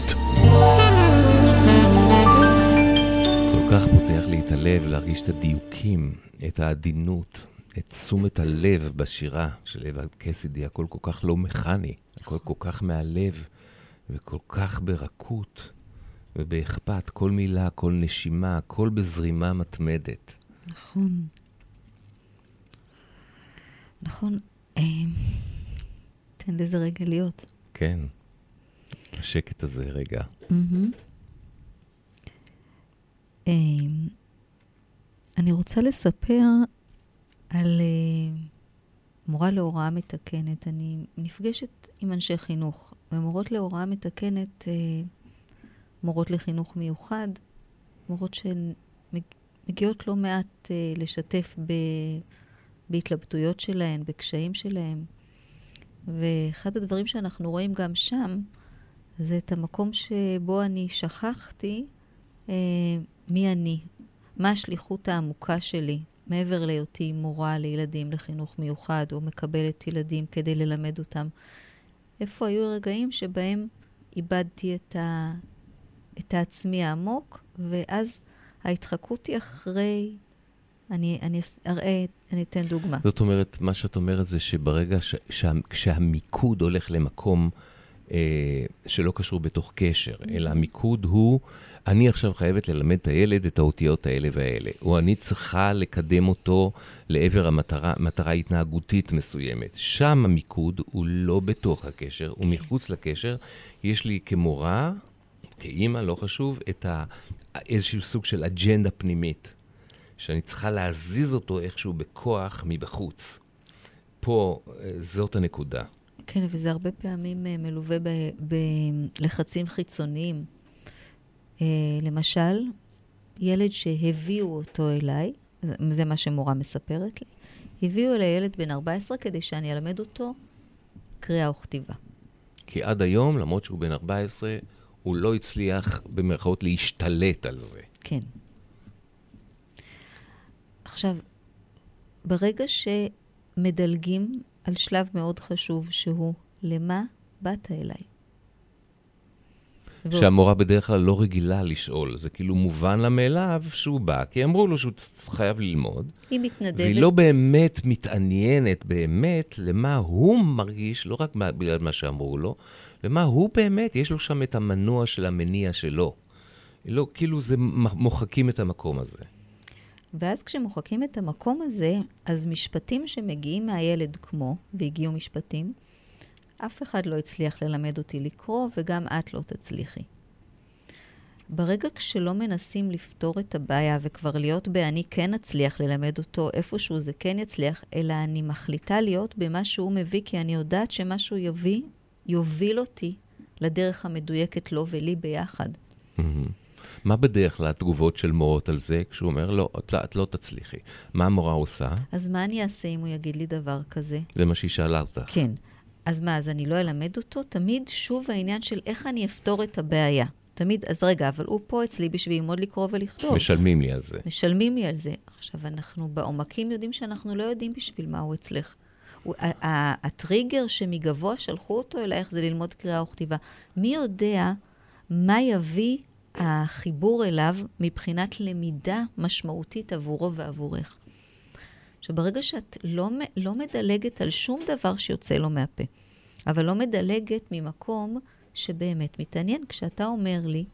כל כך פותח לי את הלב להרגיש את הדיוקים, את העדינות, את תשומת הלב בשירה של אווה קסידי. הכל כל כך לא מכני, הכל כל כך מהלב וכל כך ברכות ובאכפת, כל מילה, כל נשימה, הכל בזרימה מתמדת. נכון. נכון. תן לזה רגע להיות. כן. השקט הזה רגע. אני רוצה לספר על מורה להוראה מתקנת. אני נפגשת עם אנשי חינוך, ומורות להוראה מתקנת, מורות לחינוך מיוחד, מורות מגיעות לא מעט אה, לשתף ב, בהתלבטויות שלהן, בקשיים שלהן. ואחד הדברים שאנחנו רואים גם שם, זה את המקום שבו אני שכחתי אה, מי אני, מה השליחות העמוקה שלי, מעבר להיותי מורה לילדים לחינוך מיוחד, או מקבלת ילדים כדי ללמד אותם. איפה היו רגעים שבהם איבדתי את, ה, את העצמי העמוק, ואז ההתחקות היא אחרי, אני, אני אראה, אני אתן דוגמה. זאת אומרת, מה שאת אומרת זה שברגע ש, שה, כשהמיקוד הולך למקום אה, שלא קשור בתוך קשר, אלא המיקוד הוא, אני עכשיו חייבת ללמד את הילד את האותיות האלה והאלה, או אני צריכה לקדם אותו לעבר המטרה, מטרה התנהגותית מסוימת. שם המיקוד הוא לא בתוך הקשר, הוא מחוץ לקשר. יש לי כמורה, כאימא, לא חשוב, את ה, איזשהו סוג של אג'נדה פנימית, שאני צריכה להזיז אותו איכשהו בכוח מבחוץ. פה, זאת הנקודה. כן, וזה הרבה פעמים מלווה בלחצים חיצוניים. למשל, ילד שהביאו אותו אליי, זה מה שמורה מספרת לי, הביאו אליי ילד בן ארבע עשרה כדי שאני אלמד אותו קריאה וכתיבה. כי עד היום, למרות שהוא בן ארבע עשרה, הוא לא הצליח במרכאות להשתלט על זה. כן. עכשיו, ברגע שמדלגים על שלב מאוד חשוב שהוא למה באת אליי? שהמורה בדרך כלל לא רגילה לשאול. זה כאילו מובן לה מאליו שהוא בא, כי אמרו לו שהוא חייב ללמוד. היא מתנדבת. והיא לא באמת מתעניינת באמת למה הוא מרגיש, לא רק בגלל מה שאמרו לו, למה הוא באמת, יש לו שם את המנוע של המניע שלו. לא, כאילו זה מוחקים את המקום הזה. ואז כשמוחקים את המקום הזה, אז משפטים שמגיעים מהילד כמו, והגיעו משפטים, אף אחד לא הצליח ללמד אותי לקרוא, וגם את לא תצליחי. ברגע כשלא מנסים לפתור את הבעיה, וכבר להיות באני כן אצליח ללמד אותו, איפשהו זה כן יצליח, אלא אני מחליטה להיות במה שהוא מביא, כי אני יודעת שמה שהוא יביא, יוביל אותי לדרך המדויקת לו ולי ביחד. מה בדרך כלל התגובות של מורות על זה, כשהוא אומר, לא, את, את לא תצליחי? מה המורה עושה? אז מה אני אעשה אם הוא יגיד לי דבר כזה? זה מה שהיא שאלה אותך. כן. אז מה, אז אני לא אלמד אותו? תמיד שוב העניין של איך אני אפתור את הבעיה. תמיד, אז רגע, אבל הוא פה אצלי בשביל ללמוד לקרוא ולכתוב. משלמים לי על זה. משלמים לי על זה. עכשיו, אנחנו בעומקים יודעים שאנחנו לא יודעים בשביל מה הוא אצלך. הוא, הטריגר שמגבוה שלחו אותו אלייך זה ללמוד קריאה וכתיבה. מי יודע מה יביא החיבור אליו מבחינת למידה משמעותית עבורו ועבורך? שברגע שאת לא, לא מדלגת על שום דבר שיוצא לו מהפה, אבל לא מדלגת ממקום שבאמת מתעניין, כשאתה אומר לי,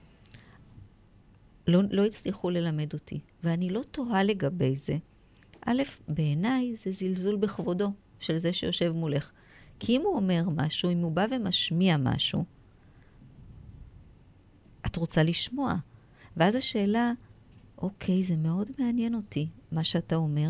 לא, לא הצליחו ללמד אותי, ואני לא תוהה לגבי זה. א', בעיניי זה זלזול בכבודו של זה שיושב מולך. כי אם הוא אומר משהו, אם הוא בא ומשמיע משהו, את רוצה לשמוע. ואז השאלה, אוקיי, זה מאוד מעניין אותי, מה שאתה אומר,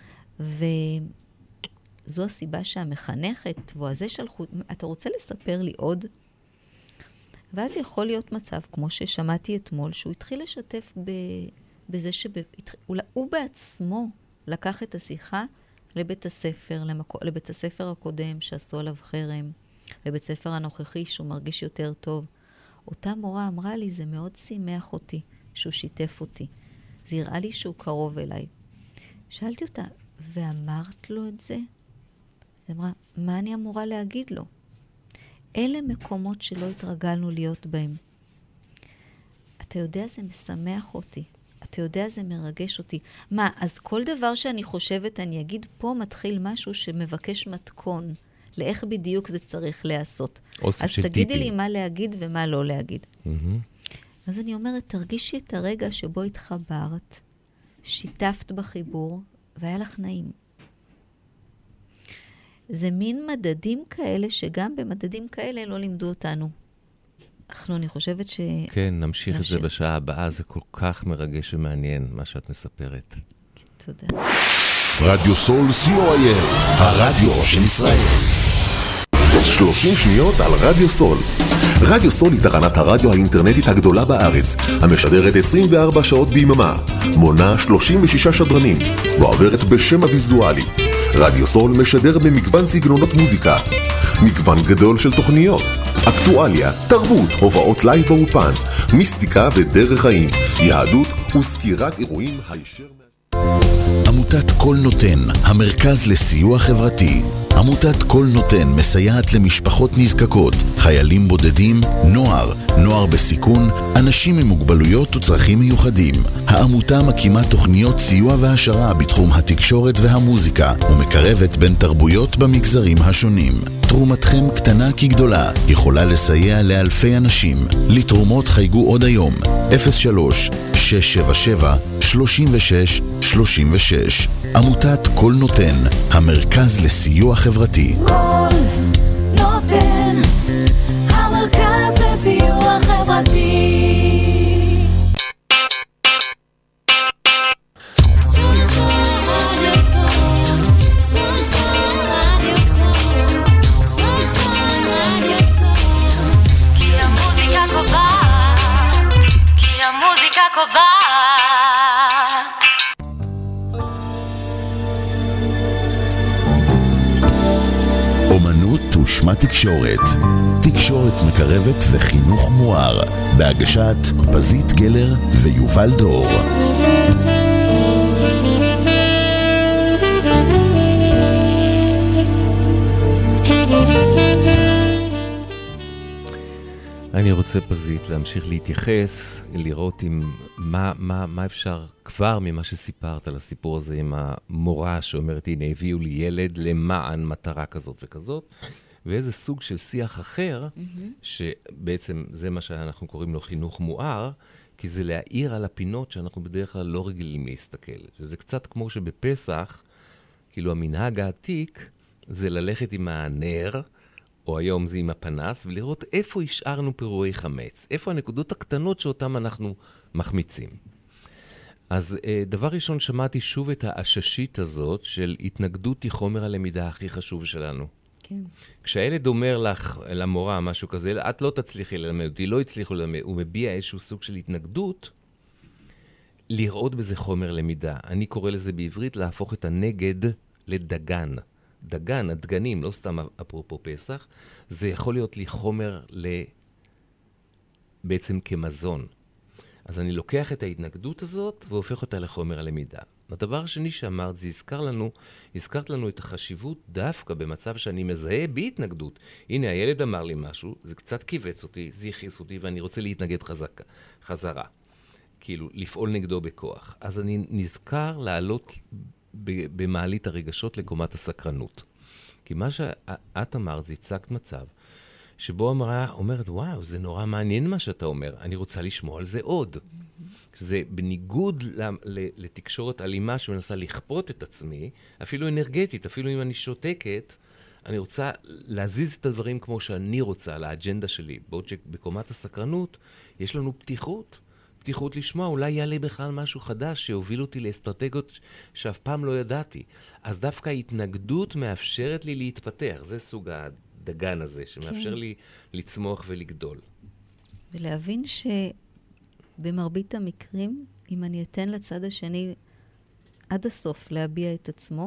וזו הסיבה שהמחנכת, והזה שלחו, אתה רוצה לספר לי עוד? ואז יכול להיות מצב, כמו ששמעתי אתמול, שהוא התחיל לשתף ב, בזה שהוא בעצמו לקח את השיחה לבית הספר, למקו, לבית הספר הקודם שעשו עליו חרם, לבית הספר הנוכחי שהוא מרגיש יותר טוב. אותה מורה אמרה לי, זה מאוד שימח אותי שהוא שיתף אותי. זה הראה לי שהוא קרוב אליי. שאלתי אותה, ואמרת לו את זה? היא אמרה, מה אני אמורה להגיד לו? אלה מקומות שלא התרגלנו להיות בהם. אתה יודע, זה משמח אותי. אתה יודע, זה מרגש אותי. מה, אז כל דבר שאני חושבת, אני אגיד, פה מתחיל משהו שמבקש מתכון, לאיך בדיוק זה צריך לעשות. אז תגידי לי מה להגיד ומה לא להגיד. אז אני אומרת, תרגישי את הרגע שבו התחברת, שיתפת בחיבור, והיה לך נעים. זה מין מדדים כאלה, שגם במדדים כאלה לא לימדו אותנו. אנחנו, אני חושבת ש... כן, נמשיך את זה בשעה הבאה, זה כל כך מרגש ומעניין, מה שאת מספרת. תודה. רדיו סול סי או איי אל, הרדיו של ישראל. שלושים שניות על רדיו סול. רדיו סול היא תחנת הרדיו האינטרנטית הגדולה בארץ, המשדרת עשרים וארבע שעות ביממה, מונה שלושים ושישה שדרנים, ועוברת בשם הוויזואלי. רדיו סול משדר במגוון סגנונות מוזיקה, מגוון גדול של תוכניות, אקטואליה, תרבות, הובאות לייב באופן, מיסטיקה ודרך חיים, יהדות וסקירת אירועים הישר. עמותת כל נותן, המרכז לסיוע חברתי. עמותת כל נותן מסייעת למשפחות נזקקות, חיילים בודדים, נוער, נוער בסיכון, אנשים עם מוגבלויות וצרכים מיוחדים. העמותה מקימה תוכניות סיוע והשרה בתחום התקשורת והמוזיקה, ומקרבת בין תרבויות במגזרים השונים. תרומתכם קטנה כגדולה, יכולה לסייע לאלפי אנשים. לתרומות חייגו עוד היום, אפס שלוש שש שבע שבע שלושים ושש שלושים ושש. עמותת כל נותן, המרכז לסיוע חברתי. כל נותן, המרכז לסיוע חברתי. אומנות ושמה תקשורת. תקשורת מקרבת וחינוך מואר. בהגשת פזית גלר ויובל דור. אני רוצה פזית להמשיך להתייחס, לראות עם מה, מה, מה אפשר כבר ממה שסיפרת על הסיפור הזה עם המורה שאומרת, הנה, הביאו לי ילד למען מטרה כזאת וכזאת, ואיזה סוג של שיח אחר, mm-hmm. שבעצם זה מה שאנחנו קוראים לו חינוך מואר, כי זה להעיר על הפינות שאנחנו בדרך כלל לא רגילים להסתכל. וזה קצת כמו שבפסח, כאילו המנהג העתיק, זה ללכת עם הנר, או היום זה עם הפנס, ולראות איפה השארנו פירועי חמץ, איפה הנקודות הקטנות שאותם אנחנו מחמיצים. אז דבר ראשון, שמעתי שוב את העששית הזאת של התנגדות היא חומר הלמידה הכי חשוב שלנו. כן. כשהילד אומר לך, למורה, משהו כזה, את לא תצליחי ללמד אותי, לא הצליחו ללמד, הוא מביע איזשהו סוג של התנגדות, לראות בזה חומר למידה. אני קורא לזה בעברית להפוך את הנגד לדגן. דגן, הדגנים, לא סתם אפרופו פסח, זה יכול להיות לי חומר ל... בעצם כמזון. אז אני לוקח את ההתנגדות הזאת והופך אותה לחומר הלמידה. הדבר השני שאמרת, זה הזכר לנו, הזכרת לנו את החשיבות דווקא במצב שאני מזהה בהתנגדות. הנה, הילד אמר לי משהו, זה קצת קיבץ אותי, זה הכיס אותי, ואני רוצה להתנגד חזק, חזרה. כאילו, לפעול נגדו בכוח. אז אני נזכר לעלות במעלית הרגשות לקומת הסקרנות. כי מה שאת אמרת, זה הצגת מצב, שבו אמרה, אומרת, וואו, זה נורא מעניין מה שאתה אומר, אני רוצה לשמוע על זה עוד. זה בניגוד לתקשורת אלימה שמנסה לכפות את עצמי, אפילו אנרגטית, אפילו אם אני שותקת, אני רוצה להזיז את הדברים כמו שאני רוצה, לאג'נדה שלי. בעוד שבקומת הסקרנות יש לנו פתיחות, פתיחות לשמוע, אולי יעלה בכלל משהו חדש שיוביל אותי לאסטרטגיות שאף פעם לא ידעתי. אז דווקא ההתנגדות מאפשרת לי להתפתח, זה סוג הדגן הזה, שמאפשר כן. לי לצמוח ולגדול. ולהבין שבמרבית המקרים, אם אני אתן לצד השני עד הסוף להביע את עצמו,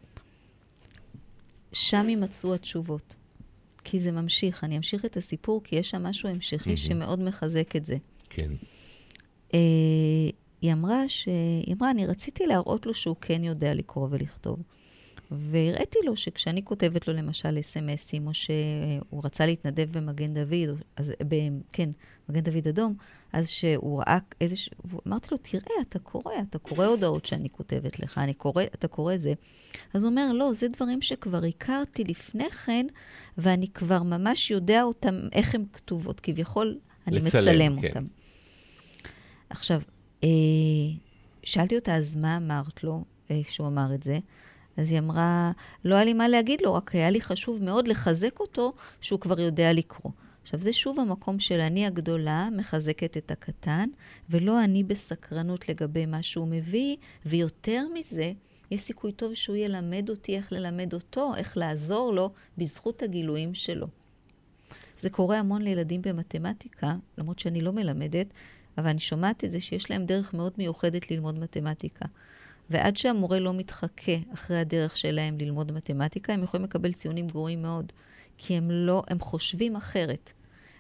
שם יימצאו התשובות. כי זה ממשיך, אני אמשיך את הסיפור, כי יש שם משהו המשכי שמאוד מחזק את זה. כן. Uh, היא אמרה ש... היא אמרה, אני רציתי להראות לו שהוא כן יודע לקרוא ולכתוב. והראיתי לו שכשאני כותבת לו למשל אס-אם-אסים, או שהוא רצה להתנדב במגן דוד, אז, ב... כן, מגן דוד אדום, אז שהוא ראה איזה... אמרתי לו, תראה, אתה קורא, אתה קורא הודעות שאני כותבת לך, אני קורא, אתה קורא את זה. אז הוא אומר, לא, זה דברים שכבר הכרתי לפני כן, ואני כבר ממש יודע אותם, איך הן כתובות, כביכול אני לצלם, מצלם כן. אותם. עכשיו, שאלתי אותה, אז מה אמרת לו כשהוא אמר את זה? אז היא אמרה, לא היה לי מה להגיד לו, רק היה לי חשוב מאוד לחזק אותו שהוא כבר יודע לקרוא. עכשיו, זה שוב המקום של אני הגדולה מחזקת את הקטן, ולא אני בסקרנות לגבי מה שהוא מביא, ויותר מזה, יש סיכוי טוב שהוא ילמד אותי איך ללמד אותו, איך לעזור לו בזכות הגילויים שלו. זה קורה המון לילדים במתמטיקה, למרות שאני לא מלמדת, אבל אני שומעת את זה שיש להם דרך מאוד מיוחדת ללמוד מתמטיקה. ועד שהמורה לא מתחכה אחרי הדרך שלהם ללמוד מתמטיקה, הם יכולים לקבל ציונים גרועים מאוד, כי הם לא, הם חושבים אחרת.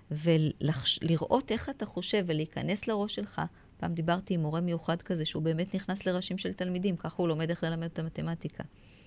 ולראות איך אתה חושב ולהיכנס לראש שלך, פעם דיברתי עם מורה מיוחד כזה, שהוא באמת נכנס לראשים של תלמידים, ככה הוא לומד איך ללמד את המתמטיקה.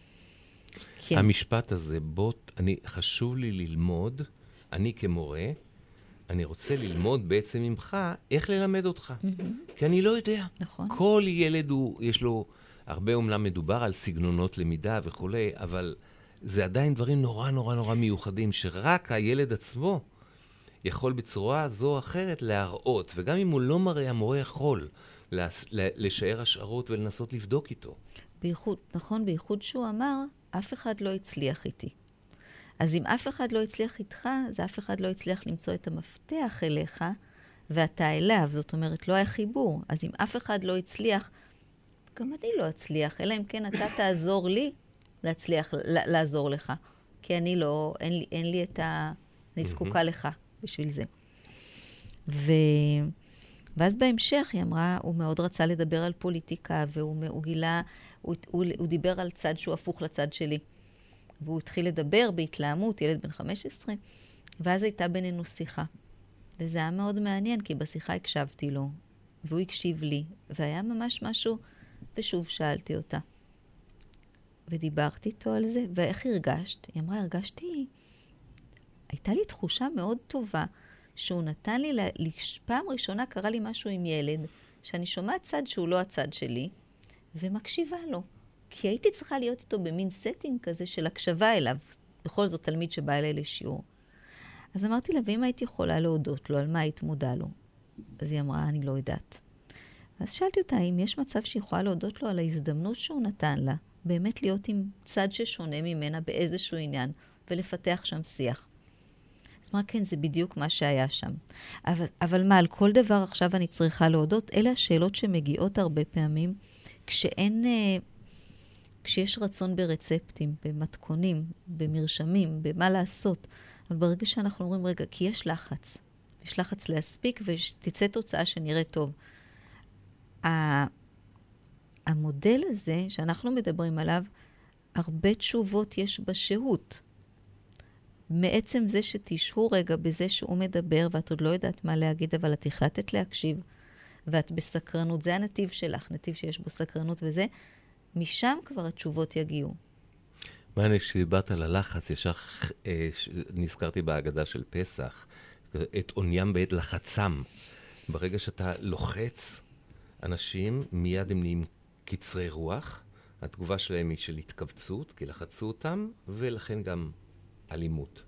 כן. המשפט הזה, בוא, אני, חשוב לי ללמוד, אני כמורה, אני רוצה ללמוד בעצם ממך איך ללמד אותך. Mm-hmm. כי אני לא יודע. נכון. כל ילד הוא, יש לו, הרבה אומנם מדובר על סגנונות למידה וכולי, אבל זה עדיין דברים נורא נורא נורא מיוחדים, שרק הילד עצמו יכול בצורה זו או אחרת להראות, וגם אם הוא לא מראה, המורה יכול לשער השערות ולנסות לבדוק איתו. בייחוד, נכון, בייחוד שהוא אמר, אף אחד לא הצליח איתי. אז אם אף אחד לא הצליח איתך, אז אף אחד לא הצליח למצוא את המפתח אליך, ואתה אליו, זאת אומרת, לא היה חיבור. אז אם אף אחד לא הצליח, גם אני לא אצליח, אלא אם כן אתה תעזור לי להצליח, לעזור לך. כי אני לא, אין לי, אין לי את ה... אני זקוקה לך בשביל זה. ו... ואז בהמשך היא אמרה, הוא מאוד רצה לדבר על פוליטיקה, והוא הוא גילה, הוא, הוא, הוא דיבר על צד שהוא הפוך לצד שלי. והוא התחיל לדבר בהתלהמות, ילד בן חמש עשרה, ואז הייתה בינינו שיחה. וזה היה מאוד מעניין, כי בשיחה הקשבתי לו, והוא הקשיב לי, והיה ממש משהו, ושוב שאלתי אותה. ודיברתי איתו על זה, ואיך הרגשת? היא אמרה, הרגשתי, הייתה לי תחושה מאוד טובה, שהוא נתן לי, פעם ראשונה קרה לי משהו עם ילד, שאני שומעת צד שהוא לא הצד שלי, ומקשיבה לו. כי הייתי צריכה להיות איתו במין סטינג כזה של הקשבה אליו, בכל זאת תלמיד שבא אליי לשיעור. אז אמרתי לה, ואם הייתי יכולה להודות לו, על מה היית מודע לו? אז היא אמרה, אני לא יודעת. אז שאלתי אותה, אם יש מצב שהיא יכולה להודות לו על ההזדמנות שהוא נתן לה, באמת להיות עם צד ששונה ממנה באיזשהו עניין, ולפתח שם שיח. אז אמרה, כן, זה בדיוק מה שהיה שם. אבל, אבל מה, על כל דבר עכשיו אני צריכה להודות? אלה השאלות שמגיעות הרבה פעמים, כשאין... כשיש רצון ברצפטים, במתכונים, במרשמים, במה לעשות. אבל ברגע שאנחנו אומרים, רגע, כי יש לחץ. יש לחץ להספיק ותצא תוצאה שנראה טוב. המודל הזה שאנחנו מדברים עליו, הרבה תשובות יש בשהות. מעצם זה שתשהו רגע בזה שהוא מדבר, ואת עוד לא יודעת מה להגיד, אבל את החלטת להקשיב, ואת בסקרנות, זה הנתיב שלך, נתיב שיש בו סקרנות וזה, משם כבר התשובות יגיעו. מעניין, כשדיברת על הלחץ, ישר אה, נזכרתי בהגדה של פסח, את עוניים בעת לחצם. ברגע שאתה לוחץ אנשים, מיד הם נהיים קצרי רוח. התגובה שלהם היא של התכווצות, כי לחצו אותם, ולכן גם אלימות.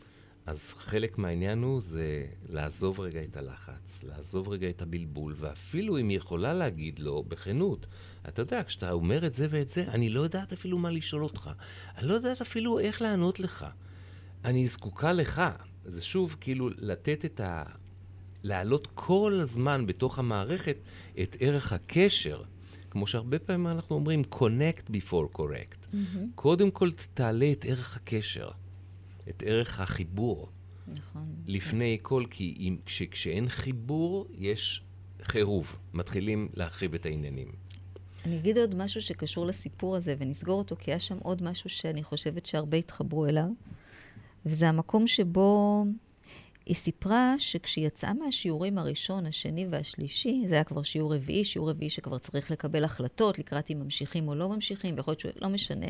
אז חלק מהעניין הוא זה לעזוב רגע את הלחץ, לעזוב רגע את הבלבול, ואפילו אם היא יכולה להגיד לו בכנות, אתה יודע, כשאתה אומר את זה ואת זה, אני לא יודעת אפילו מה לשאול אותך. אני לא יודעת אפילו איך לענות לך. אני זקוקה לך. זה שוב כאילו לתת את ה... להעלות כל הזמן בתוך המערכת את ערך הקשר. כמו שהרבה פעמים אנחנו אומרים, connect before correct. Mm-hmm. קודם כל תעלה את ערך הקשר. את ערך החיבור. נכון. לפני כל, כי אם, כש, כשאין חיבור, יש חירוב. מתחילים להרחיב את העניינים. אני אגיד עוד משהו שקשור לסיפור הזה, ונסגור אותו, כי היה שם עוד משהו שאני חושבת שהרבה התחברו אליו, וזה המקום שבו היא סיפרה שכשהיא יצאה מהשיעורים הראשון, השני והשלישי, זה היה כבר שיעור רביעי, שיעור רביעי שכבר צריך לקבל החלטות, לקראת אם ממשיכים או לא ממשיכים, ויכול להיות שלא משנה,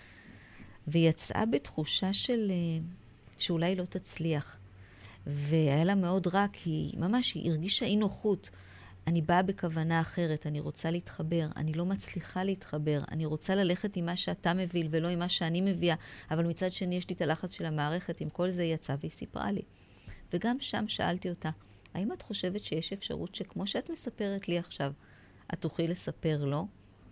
והיא יצאה בתחושה של שאולי לא תצליח. והיה לה מאוד רע, כי ממש היא הרגישה אי נוחות. אני באה בכוונה אחרת, אני רוצה להתחבר, אני לא מצליחה להתחבר, אני רוצה ללכת עם מה שאתה מביל ולא עם מה שאני מביאה, אבל מצד שני יש לי את הלחץ של המערכת, עם כל זה יצא והיא סיפרה לי. וגם שם שאלתי אותה, האם את חושבת שיש אפשרות שכמו שאת מספרת לי עכשיו, את תוכלי לספר לו?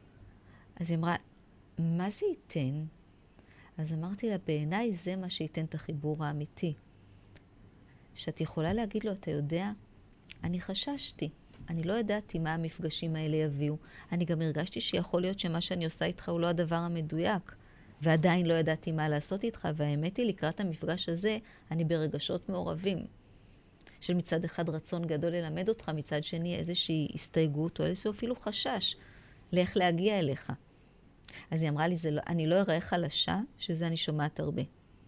אז היא אמרה, מה זה ייתן? אז אמרתי לה, בעיניי זה מה שייתן את החיבור האמיתי. שאת יכולה להגיד לו, אתה יודע, אני חששתי. אני לא ידעתי מה המפגשים האלה יביאו. אני גם הרגשתי שיכול להיות שמה שאני עושה איתך הוא לא הדבר המדויק, ועדיין לא ידעתי מה לעשות איתך, והאמת היא, לקראת המפגש הזה, אני ברגשות מעורבים. של מצד אחד רצון גדול ללמד אותך, מצד שני איזושהי הסתייגות, או איזשהו אפילו חשש, לאיך להגיע אליך. אז היא אמרה לי, זה לא, אני לא אראה חלשה, שזה אני שומעת הרבה.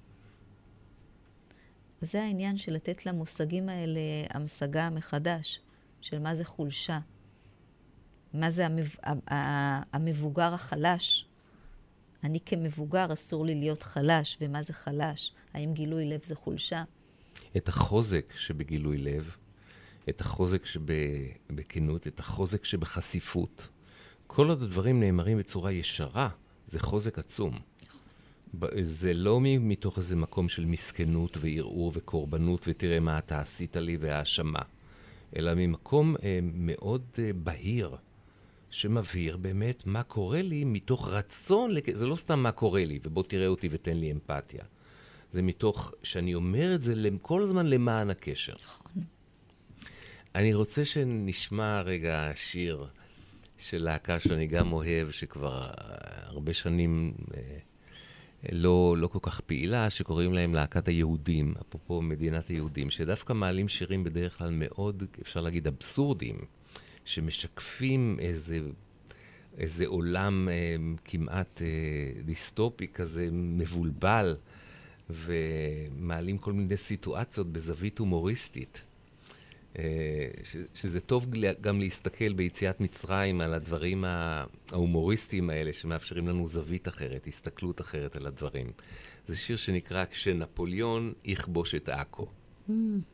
זה העניין של לתת למושגים האלה המשגה מחדש, של מה זה חולשה, מה זה המב... המבוגר החלש. אני כמבוגר אסור לי להיות חלש, ומה זה חלש? האם גילוי לב זה חולשה? את החוזק שבגילוי לב, את החוזק שבכנות, את החוזק שבחשיפות. כל עוד הדברים נאמרים בצורה ישרה, זה חוזק עצום. זה לא מתוך איזה מקום של מסכנות וערעור וקורבנות, ותראה מה אתה עשית לי והאשמה, אלא ממקום אה, מאוד אה, בהיר, שמבהיר באמת מה קורה לי מתוך רצון, לק... זה לא סתם מה קורה לי, ובוא תראה אותי ותן לי אמפתיה. זה מתוך שאני אומר את זה כל הזמן למען הקשר. נכון. אני רוצה שנשמע רגע שיר של להקה שאני גם אוהב, שכבר הרבה שנים אה, לא, לא כל כך פעילה, שקוראים להם להקת היהודים, אפרופו מדינת היהודים, שדווקא מעלים שירים בדרך כלל מאוד, אפשר להגיד, אבסורדים, שמשקפים איזה, איזה עולם אה, כמעט אה, דיסטופי כזה, מבולבל, ומעלים כל מיני סיטואציות בזווית הומוריסטית. ש, שזה טוב גם להסתכל ביציאת מצרים על הדברים ההומוריסטיים האלה, שמאפשרים לנו זווית אחרת, הסתכלות אחרת על הדברים. זה שיר שנקרא כשנפוליאון יכבוש את עכו. את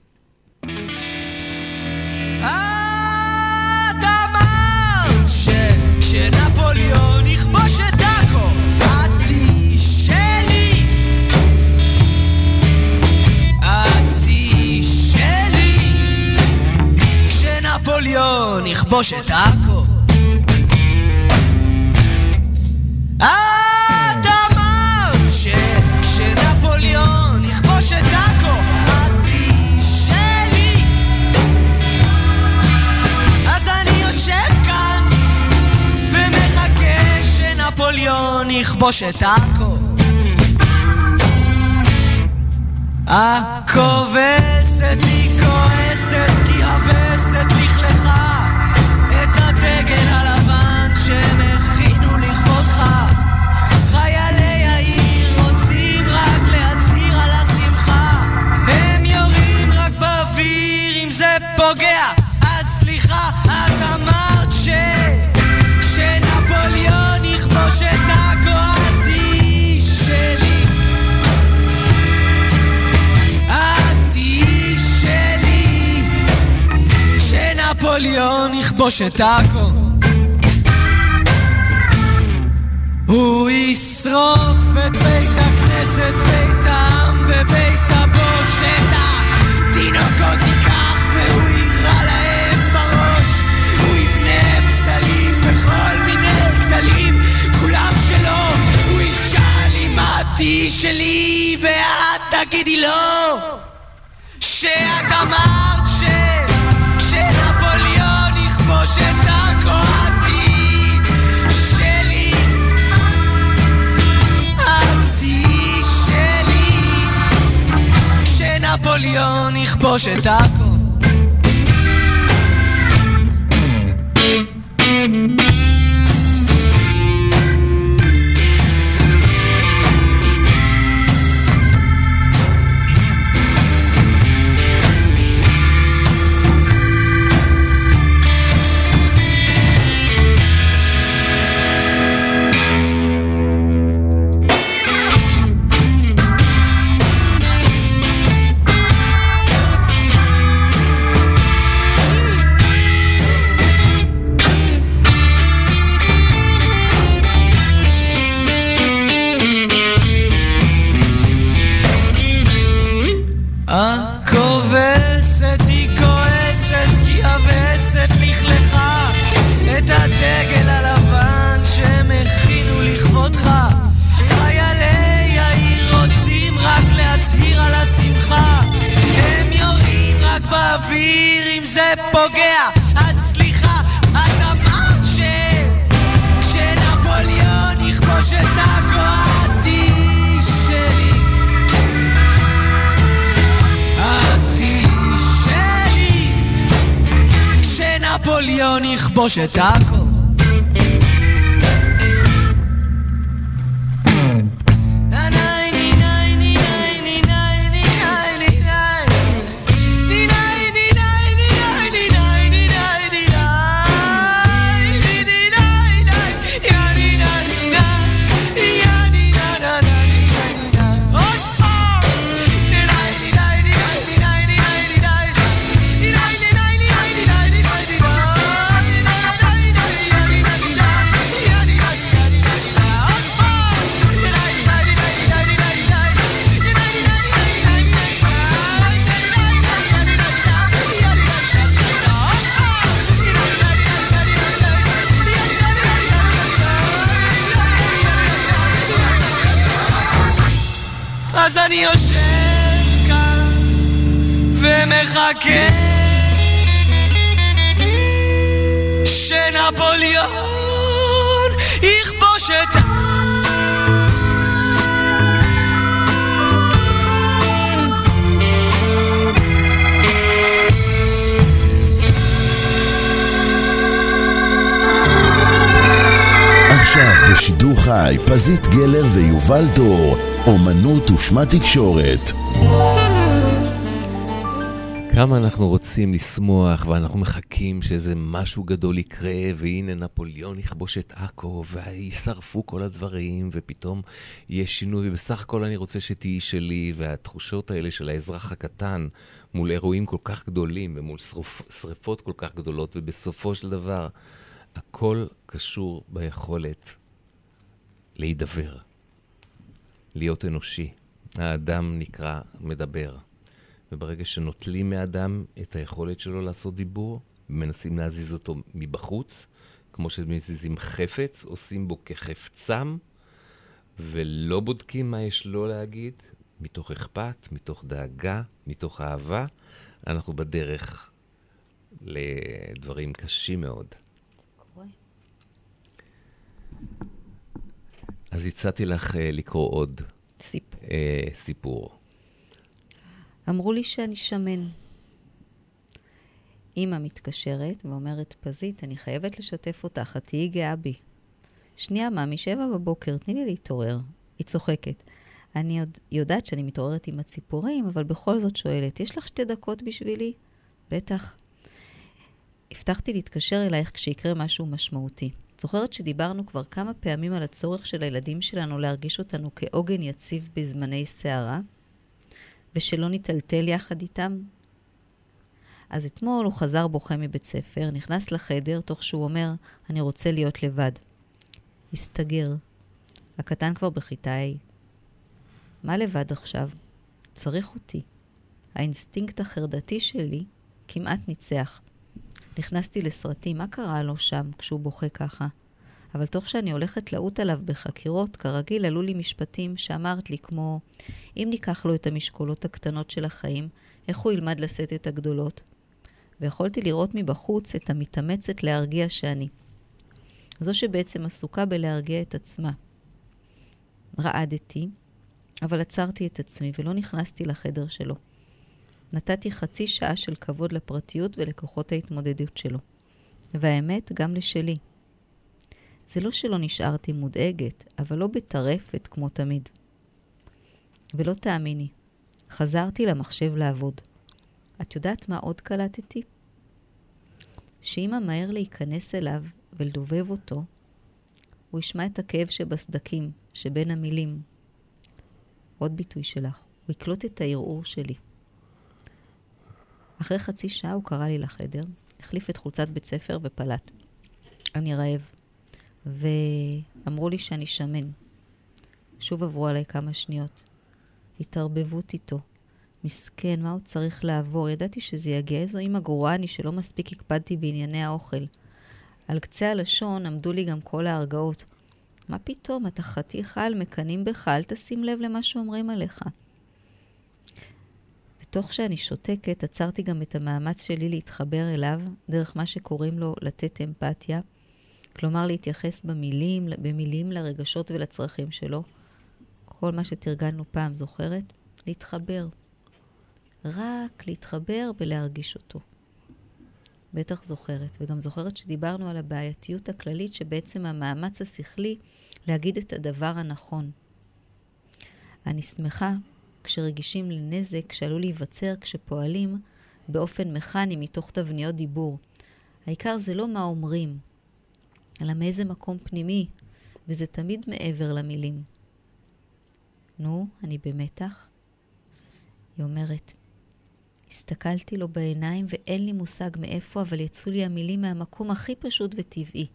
אמרת שכשנפוליאון יכבוש את עכו את תשאלי, את תשאלי כשנפוליאון יכבוש את עכו. את אמרת שכשנפוליאון יכבוש את עכו את תשאלי, אז אני יושב כאן ומחכה שנפוליאון יכבוש את עכו. הכובסת היא כועסת כי הווסת לכלכה את הדגל הלבן שהם הכינו לכבודך. חיילי העיר רוצים רק להצהיר על השמחה, הם יורים רק באוויר אם זה פוגע. אז סליחה, את אמרת ש... כשנפוליאון יכבוש את עכו את תשאלי, כשנפוליאון יכבוש את עכו הוא ישרוף את בית הכנסת, בית העם ובית הבושת. התינוקות ייקח והוא יירה להם בראש, הוא יבנה פסלים בכל מיני גדלים, כולם שלו. הוא ישאל אם עתי שלי ואת תגידי לו שאת אמרת ש... כשנפוליאון יכבוש את עכו את תשאלי, את תשאלי כשנפוליאון יכבוש את עכו. הכובסת היא כועסת כי הווסת לכלכה את הדגל הלבן שהם הכינו לכבודך. חיילי העיר רוצים רק להצהיר על השמחה, הם יורים רק באוויר אם זה פוגע. אז יכבוש את הכל. אז אני יושב כאן ומחכה שנפוליאון יכבוש את ה... עכשיו בשידור חי, פזית גלר ויובל דור, אומנות ושמה תקשורת. כמה אנחנו רוצים לשמוח ואנחנו מחכים שאיזה משהו גדול יקרה, והנה נפוליאון יכבוש את עכו וישרפו כל הדברים ופתאום יהיה שינוי, ובסך הכל אני רוצה שתהי שלי. והתחושות האלה של האזרח הקטן מול אירועים כל כך גדולים ומול שרופ, שריפות כל כך גדולות, ובסופו של דבר הכל קשור ביכולת להידבר, להיות אנושי. האדם נקרא מדבר, וברגע שנוטלים מאדם את היכולת שלו לעשות דיבור, מנסים להזיז אותו מבחוץ, כמו שמזיזים חפץ, עושים בו כחפצם, ולא בודקים מה יש לו להגיד, מתוך אכפת, מתוך דאגה, מתוך אהבה, אנחנו בדרך לדברים קשים מאוד. אז הצעתי לך לקרוא עוד סיפור. אה, סיפור. אמרו לי שאני שמן. אמא מתקשרת ואומרת, פזית, אני חייבת לשתף אותך, את תהיי גאה בי. שנייה, מאמי, שבע בבוקר, תני לי להתעורר. היא צוחקת. אני יודע, יודעת שאני מתעוררת עם הציפורים, אבל בכל זאת שואלת, יש לך שתי דקות בשבילי? בטח. הבטחתי להתקשר אלייך כשיקרה משהו משמעותי. זוכרת שדיברנו כבר כמה פעמים על הצורך של הילדים שלנו להרגיש אותנו כעוגן יציב בזמני שערה, ושלא נטלטל יחד איתם? אז אתמול הוא חזר בוכה מבית ספר, נכנס לחדר תוך שהוא אומר, אני רוצה להיות לבד. הסתגר. הקטן כבר בכיתה A. מה לבד עכשיו? צריך אותי. האינסטינקט החרדתי שלי כמעט ניצח. נכנסתי לסרטים, מה קרה לו שם כשהוא בוכה ככה? אבל תוך שאני הולכת לעוט עליו בחקירות, כרגיל עלו לי משפטים שאמרת לי כמו, אם ניקח לו את המשקולות הקטנות של החיים, איך הוא ילמד לשאת את הגדולות? ויכולתי לראות מבחוץ את המתאמצת להרגיע שאני. זו שבעצם עסוקה בלהרגיע את עצמה. רעדתי, אבל עצרתי את עצמי ולא נכנסתי לחדר שלו. נתתי חצי שעה של כבוד לפרטיות ולכוחות ההתמודדות שלו. והאמת, גם לשלי. זה לא שלא נשארתי מודאגת, אבל לא בטרפת כמו תמיד. ולא תאמיני, חזרתי למחשב לעבוד. את יודעת מה עוד קלטתי? שאמא מהר להיכנס אליו ולדובב אותו, הוא ישמע את הכאב שבסדקים, שבין המילים. עוד ביטוי שלך, הוא יקלוט את הערעור שלי. אחרי חצי שעה הוא קרא לי לחדר, החליף את חולצת בית ספר ופלט. אני רעב. ואמרו לי שאני שמן. שוב עברו עליי כמה שניות. התערבבות איתו. מסכן, מה הוא צריך לעבור? ידעתי שזה יגיע. איזו אמא גרועה אני שלא מספיק הקפדתי בענייני האוכל. על קצה הלשון עמדו לי גם כל ההרגעות. מה פתאום? אתה חתיך על מקנים בך, אל תשים לב למה שאומרים עליך. ותוך שאני שותקת, עצרתי גם את המאמץ שלי להתחבר אליו, דרך מה שקוראים לו לתת אמפתיה, כלומר להתייחס במילים, במילים לרגשות ולצרכים שלו. כל מה שתרגלנו פעם, זוכרת? להתחבר. רק להתחבר ולהרגיש אותו. בטח זוכרת, וגם זוכרת שדיברנו על הבעייתיות הכללית שבעצם המאמץ השכלי להגיד את הדבר הנכון. אני שמחה כשרגישים לנזק שעלול להיווצר כשפועלים באופן מכני מתוך תבניות דיבור. העיקר זה לא מה אומרים, אלא מאיזה מקום פנימי, וזה תמיד מעבר למילים. נו, אני במתח. היא אומרת, הסתכלתי לו בעיניים ואין לי מושג מאיפה, אבל יצאו לי המילים מהמקום הכי פשוט וטבעי.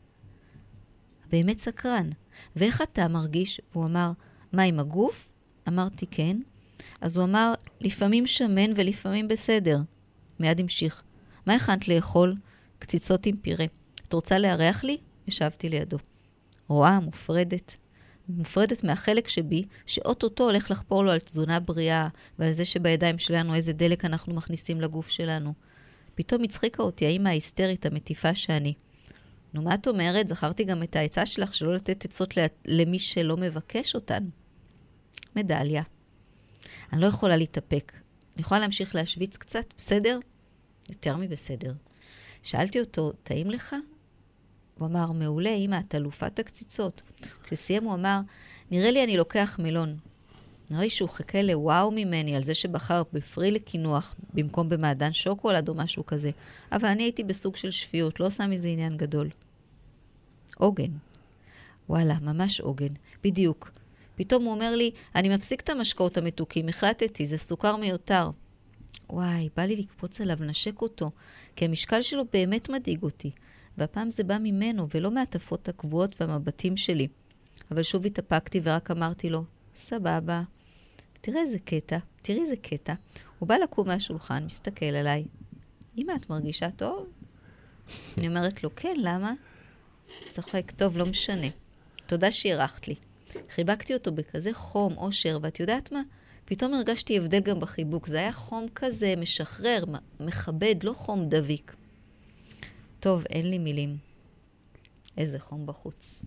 באמת סקרן. ואיך אתה מרגיש? הוא אמר, מה עם הגוף? אמרתי כן. אז הוא אמר, לפעמים שמן ולפעמים בסדר. מיד המשיך. מה הכנת לאכול? קציצות עם פירה. את רוצה להריח לי? ישבתי לידו. רואה, מופרדת. מופרדת מהחלק שבי, שאוטוטו הולך לחפור לו על תזונה בריאה, ועל זה שבידיים שלנו איזה דלק אנחנו מכניסים לגוף שלנו. פתאום הצחיקה אותי האמא ההיסטרית המטיפה שאני. נו, מה את אומרת? זכרתי גם את העצה שלך שלא לתת עצות למי שלא מבקש אותן. מדליה. אני לא יכולה להתאפק. אני יכולה להמשיך להשוויץ קצת, בסדר? יותר מבסדר. שאלתי אותו, טעים לך? הוא אמר, מעולה, אמא, את אלופת הקציצות. כשסיים הוא אמר, נראה לי אני לוקח מלון. נראה לי שהוא חכה לוואו ממני על זה שבחר בפרי לקינוח במקום במעדן שוקולד או משהו כזה. אבל אני הייתי בסוג של שפיות, לא עושה מזה עניין גדול. עוגן. וואלה, ממש עוגן. בדיוק. פתאום הוא אומר לי, אני מפסיק את המשקאות המתוקים, החלטתי, זה סוכר מיותר. וואי, בא לי לקפוץ עליו, נשק אותו, כי המשקל שלו באמת מדאיג אותי. והפעם זה בא ממנו, ולא מהטפות הקבועות והמבטים שלי. אבל שוב התאפקתי ורק אמרתי לו, סבבה. תראה איזה קטע, תראי איזה קטע. הוא בא לקום מהשולחן, מסתכל עליי. אמא, את מרגישה טוב? אני אומרת לו, כן, למה? צוחק, טוב, לא משנה. תודה שהירחת לי. חיבקתי אותו בכזה חום, אושר, ואת יודעת מה? פתאום הרגשתי הבדל גם בחיבוק. זה היה חום כזה, משחרר, מכבד, לא חום דביק. טוב, אין לי מילים. איזה חום בחוץ.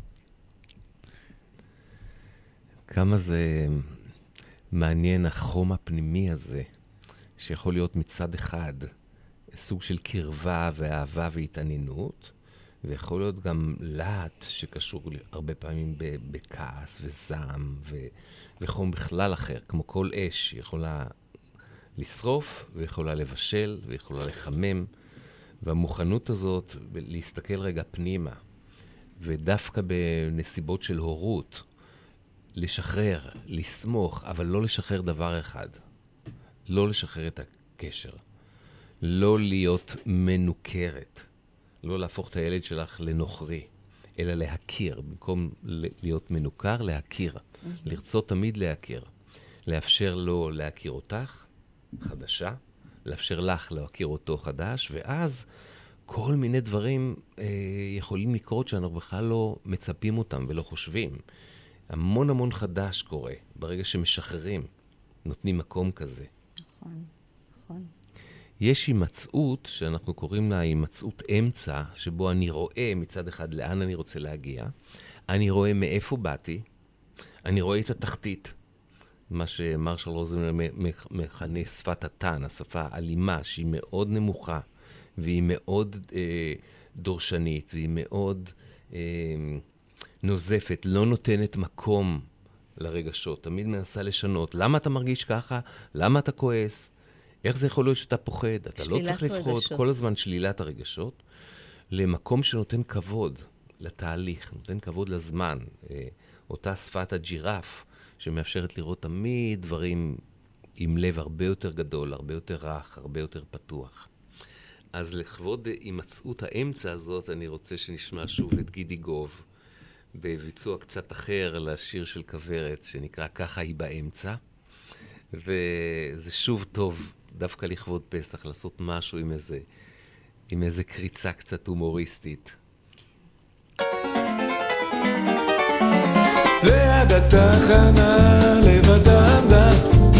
כמה זה מעניין החום הפנימי הזה, שיכול להיות מצד אחד סוג של קרבה ואהבה והתעניינות, ויכול להיות גם להט שקשור הרבה פעמים בכעס וזעם ו- וחום בכלל אחר, כמו כל אש, יכולה לשרוף ויכולה לבשל ויכולה לחמם, והמוכנות הזאת להסתכל רגע פנימה, ודווקא בנסיבות של הורות, לשחרר, לסמוך, אבל לא לשחרר דבר אחד. לא לשחרר את הקשר. לא להיות מנוכרת. לא להפוך את הילד שלך לנוכרי, אלא להכיר. במקום להיות מנוכר, להכיר. Mm-hmm. לרצות תמיד להכיר. לאפשר לו להכיר אותך, חדשה. לאפשר לך להכיר אותו חדש, ואז כל מיני דברים אה, יכולים לקרות שאנחנו בכלל לא מצפים אותם ולא חושבים. המון המון חדש קורה ברגע שמשחררים, נותנים מקום כזה. נכון, נכון. יש הימצאות שאנחנו קוראים לה הימצאות אמצע, שבו אני רואה מצד אחד לאן אני רוצה להגיע, אני רואה מאיפה באתי, אני רואה את התחתית, מה שמרשל רוזנברג מכנה שפת התן, השפה אלימה, שהיא מאוד נמוכה, והיא מאוד אה, דורשנית, והיא מאוד אה, נוזפת, לא נותנת מקום לרגשות, תמיד מנסה לשנות. למה אתה מרגיש ככה? למה אתה כועס? איך זה יכול להיות שאתה פוחד? אתה לא צריך לפחות כל הזמן שלילת הרגשות, למקום שנותן כבוד לתהליך, נותן כבוד לזמן, אה, אותה שפת הג'ירף, שמאפשרת לראות תמיד דברים עם לב הרבה יותר גדול, הרבה יותר רך, הרבה יותר פתוח. אז לכבוד הימצאות האמצע הזאת, אני רוצה שנשמע שוב את גידי גוב, בביצוע קצת אחר לשיר של כברת, שנקרא ככה היא באמצע. וזה שוב טוב, דווקא לכבוד פסח, לעשות משהו עם איזה, עם איזה קריצה קצת הומוריסטית. ליד התחנה לבדה עמדה,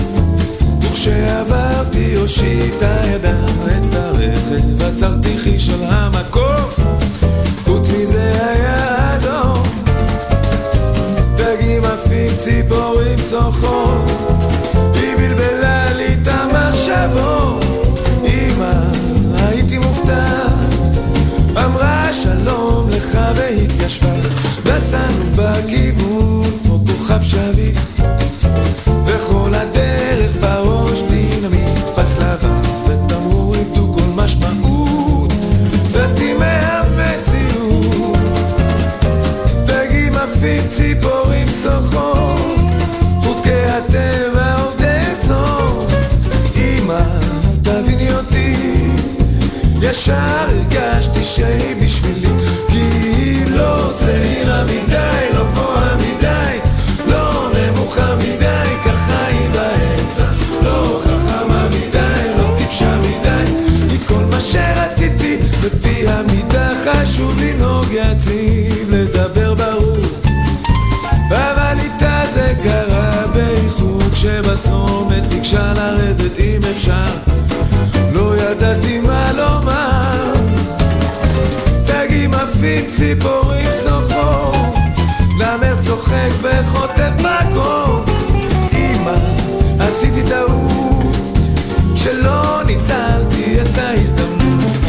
וכשעברתי הושיטה ידה את הרכב, עצרתי חיש על המקום, חוץ מזה היה אדום, דגים עפים ציפורים שוחרות, היא בלבלה לי את המחשבות, אמא הייתי מופתע השוואה, נסענו בכיוון כמו כוכב שביט, וכל הדרך בראש דינמיט, פס לבן ותמרור איבדו כל משמעות, זזתי מהמציאות, דגים עפים ציפורים שוחרות, חוקי הטבע עובדי צור, אמא תביני אותי, ישר הרגשתי שהיא בשבילי, כי היא לא צעירה מדי, לא גבוהה מדי, לא נמוכה מדי, ככה היא באמצע, לא חכמה מדי, לא טיפשה מדי, היא כל מה שרציתי, לפי המידה חשוב לנהוג יציב, לדבר ברור, אבל איתה זה קרה באיחור, כשבצומת ביקשה לרדת אם אפשר, לא ידעתי מה לומר, דגים עפים ציפורים שוחרות, נמר צוחק וחוטף מקום, אמא עשיתי טעות שלא ניצלתי את ההזדמנות,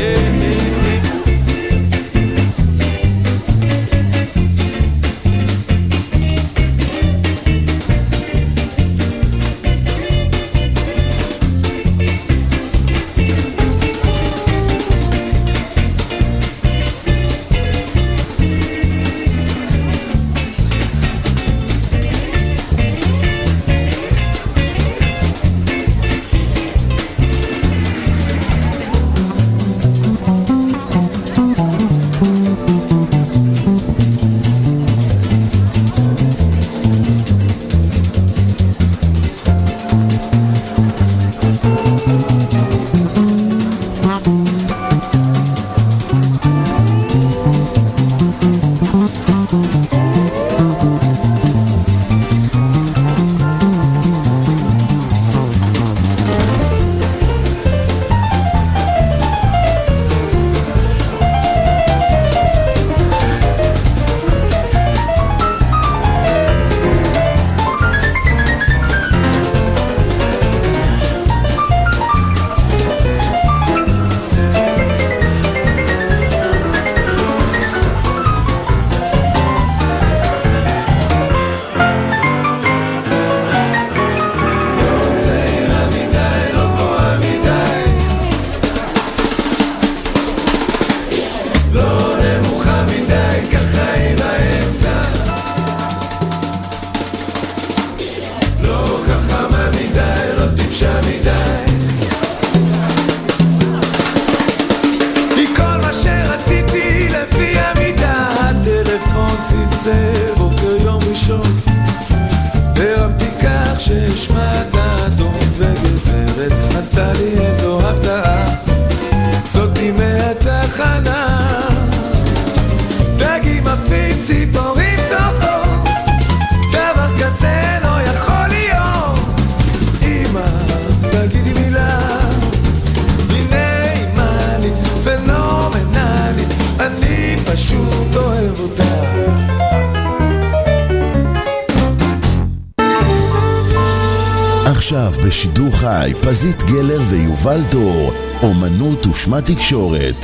עכשיו בשידור חי פזית גלר ויובל דור, אומנות ושמה תקשורת.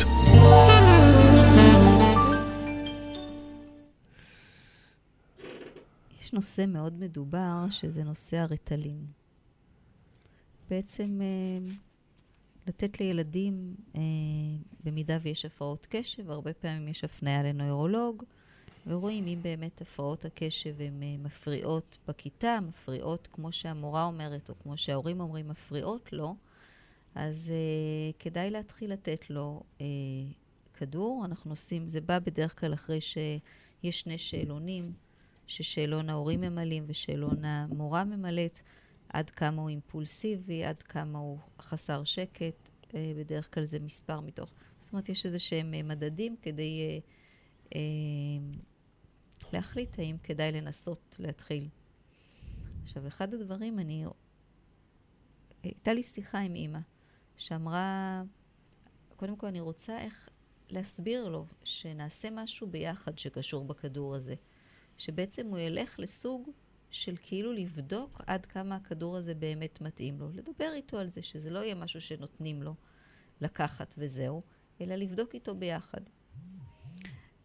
יש נושא מאוד מדובר שזה נושא הריטלין. בעצם אה, לתת לילדים, אה, במידה ויש הפרעות קשב, הרבה פעמים יש הפניה לנוירולוג, ורואים אם באמת הפרעות הקשב הן uh, מפריעות בכיתה, מפריעות כמו שהמורה אומרת, או כמו שההורים אומרים, מפריעות לו, אז uh, כדאי להתחיל לתת לו uh, כדור. אנחנו עושים, זה בא בדרך כלל אחרי שיש שני שאלונים, ששאלון ההורים ממלאים ושאלון המורה ממלאת, עד כמה הוא אימפולסיבי, עד כמה הוא חסר שקט, uh, בדרך כלל זה מספר מתוך. זאת אומרת, יש איזה שהם uh, מדדים כדי... Uh, uh, להחליט האם כדאי לנסות להתחיל. עכשיו, אחד הדברים, אני... הייתה לי שיחה עם אמא, שאמרה, קודם כל אני רוצה איך להסביר לו שנעשה משהו ביחד שקשור בכדור הזה. שבעצם הוא ילך לסוג של כאילו לבדוק עד כמה הכדור הזה באמת מתאים לו. לדבר איתו על זה, שזה לא יהיה משהו שנותנים לו לקחת וזהו, אלא לבדוק איתו ביחד.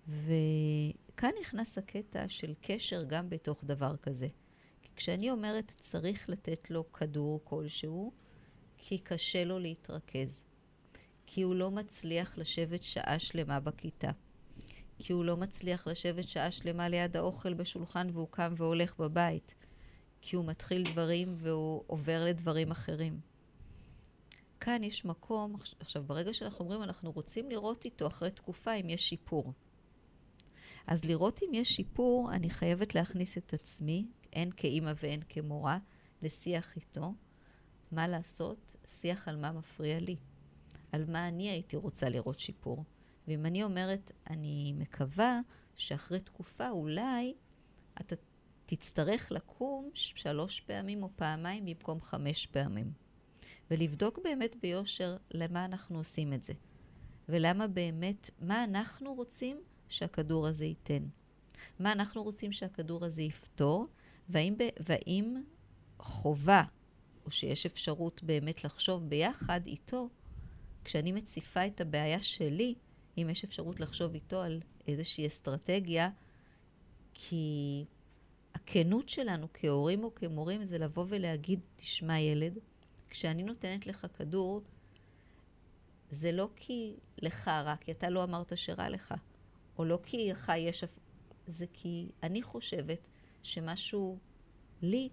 וכאן נכנס הקטע של קשר גם בתוך דבר כזה. כי כשאני אומרת צריך לתת לו כדור כלשהו, כי קשה לו להתרכז. כי הוא לא מצליח לשבת שעה שלמה בכיתה. כי הוא לא מצליח לשבת שעה שלמה ליד האוכל בשולחן והוא קם והולך בבית. כי הוא מתחיל דברים והוא עובר לדברים אחרים. כאן יש מקום, עכשיו ברגע שאנחנו אומרים אנחנו רוצים לראות איתו אחרי תקופה אם יש שיפור. אז לראות אם יש שיפור אני חייבת להכניס את עצמי, הן כאימא והן כמורה, לשיח איתו. מה לעשות? שיח על מה מפריע לי. על מה אני הייתי רוצה לראות שיפור. ואם אני אומרת, אני מקווה שאחרי תקופה אולי אתה תצטרך לקום שלוש פעמים או פעמיים במקום חמש פעמים. ולבדוק באמת ביושר למה אנחנו עושים את זה. ולמה באמת, מה אנחנו רוצים שהכדור הזה ייתן. מה אנחנו רוצים שהכדור הזה יפתור, והאם, והאם חובה, או שיש אפשרות באמת לחשוב ביחד איתו, כשאני מציפה את הבעיה שלי, אם יש אפשרות לחשוב איתו על איזושהי אסטרטגיה, כי הכנות שלנו כהורים או כמורים זה לבוא ולהגיד, תשמע ילד, כשאני נותנת לך כדור, זה לא כי לך רע, כי אתה לא אמרת שרע לך, או לא כי לך יש, זה כי אני חושבת שמשהו לי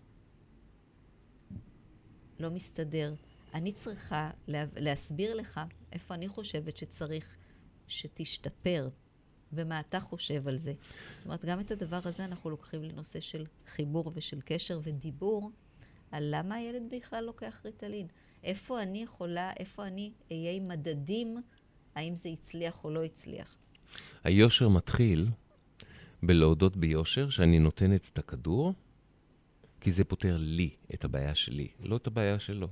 לא מסתדר. אני צריכה לה, להסביר לך איפה אני חושבת שצריך שתשתפר, ומה אתה חושב על זה. זאת אומרת, גם את הדבר הזה אנחנו לוקחים לנושא של חיבור ושל קשר ודיבור, על למה הילד בכלל לוקח ריטלין. איפה אני יכולה, איפה אני אהיה עם מדדים, האם זה הצליח או לא הצליח. היושר מתחיל בלהודות ביושר שאני נותנת את הכדור, כי זה פותר לי את הבעיה שלי, לא את הבעיה שלו.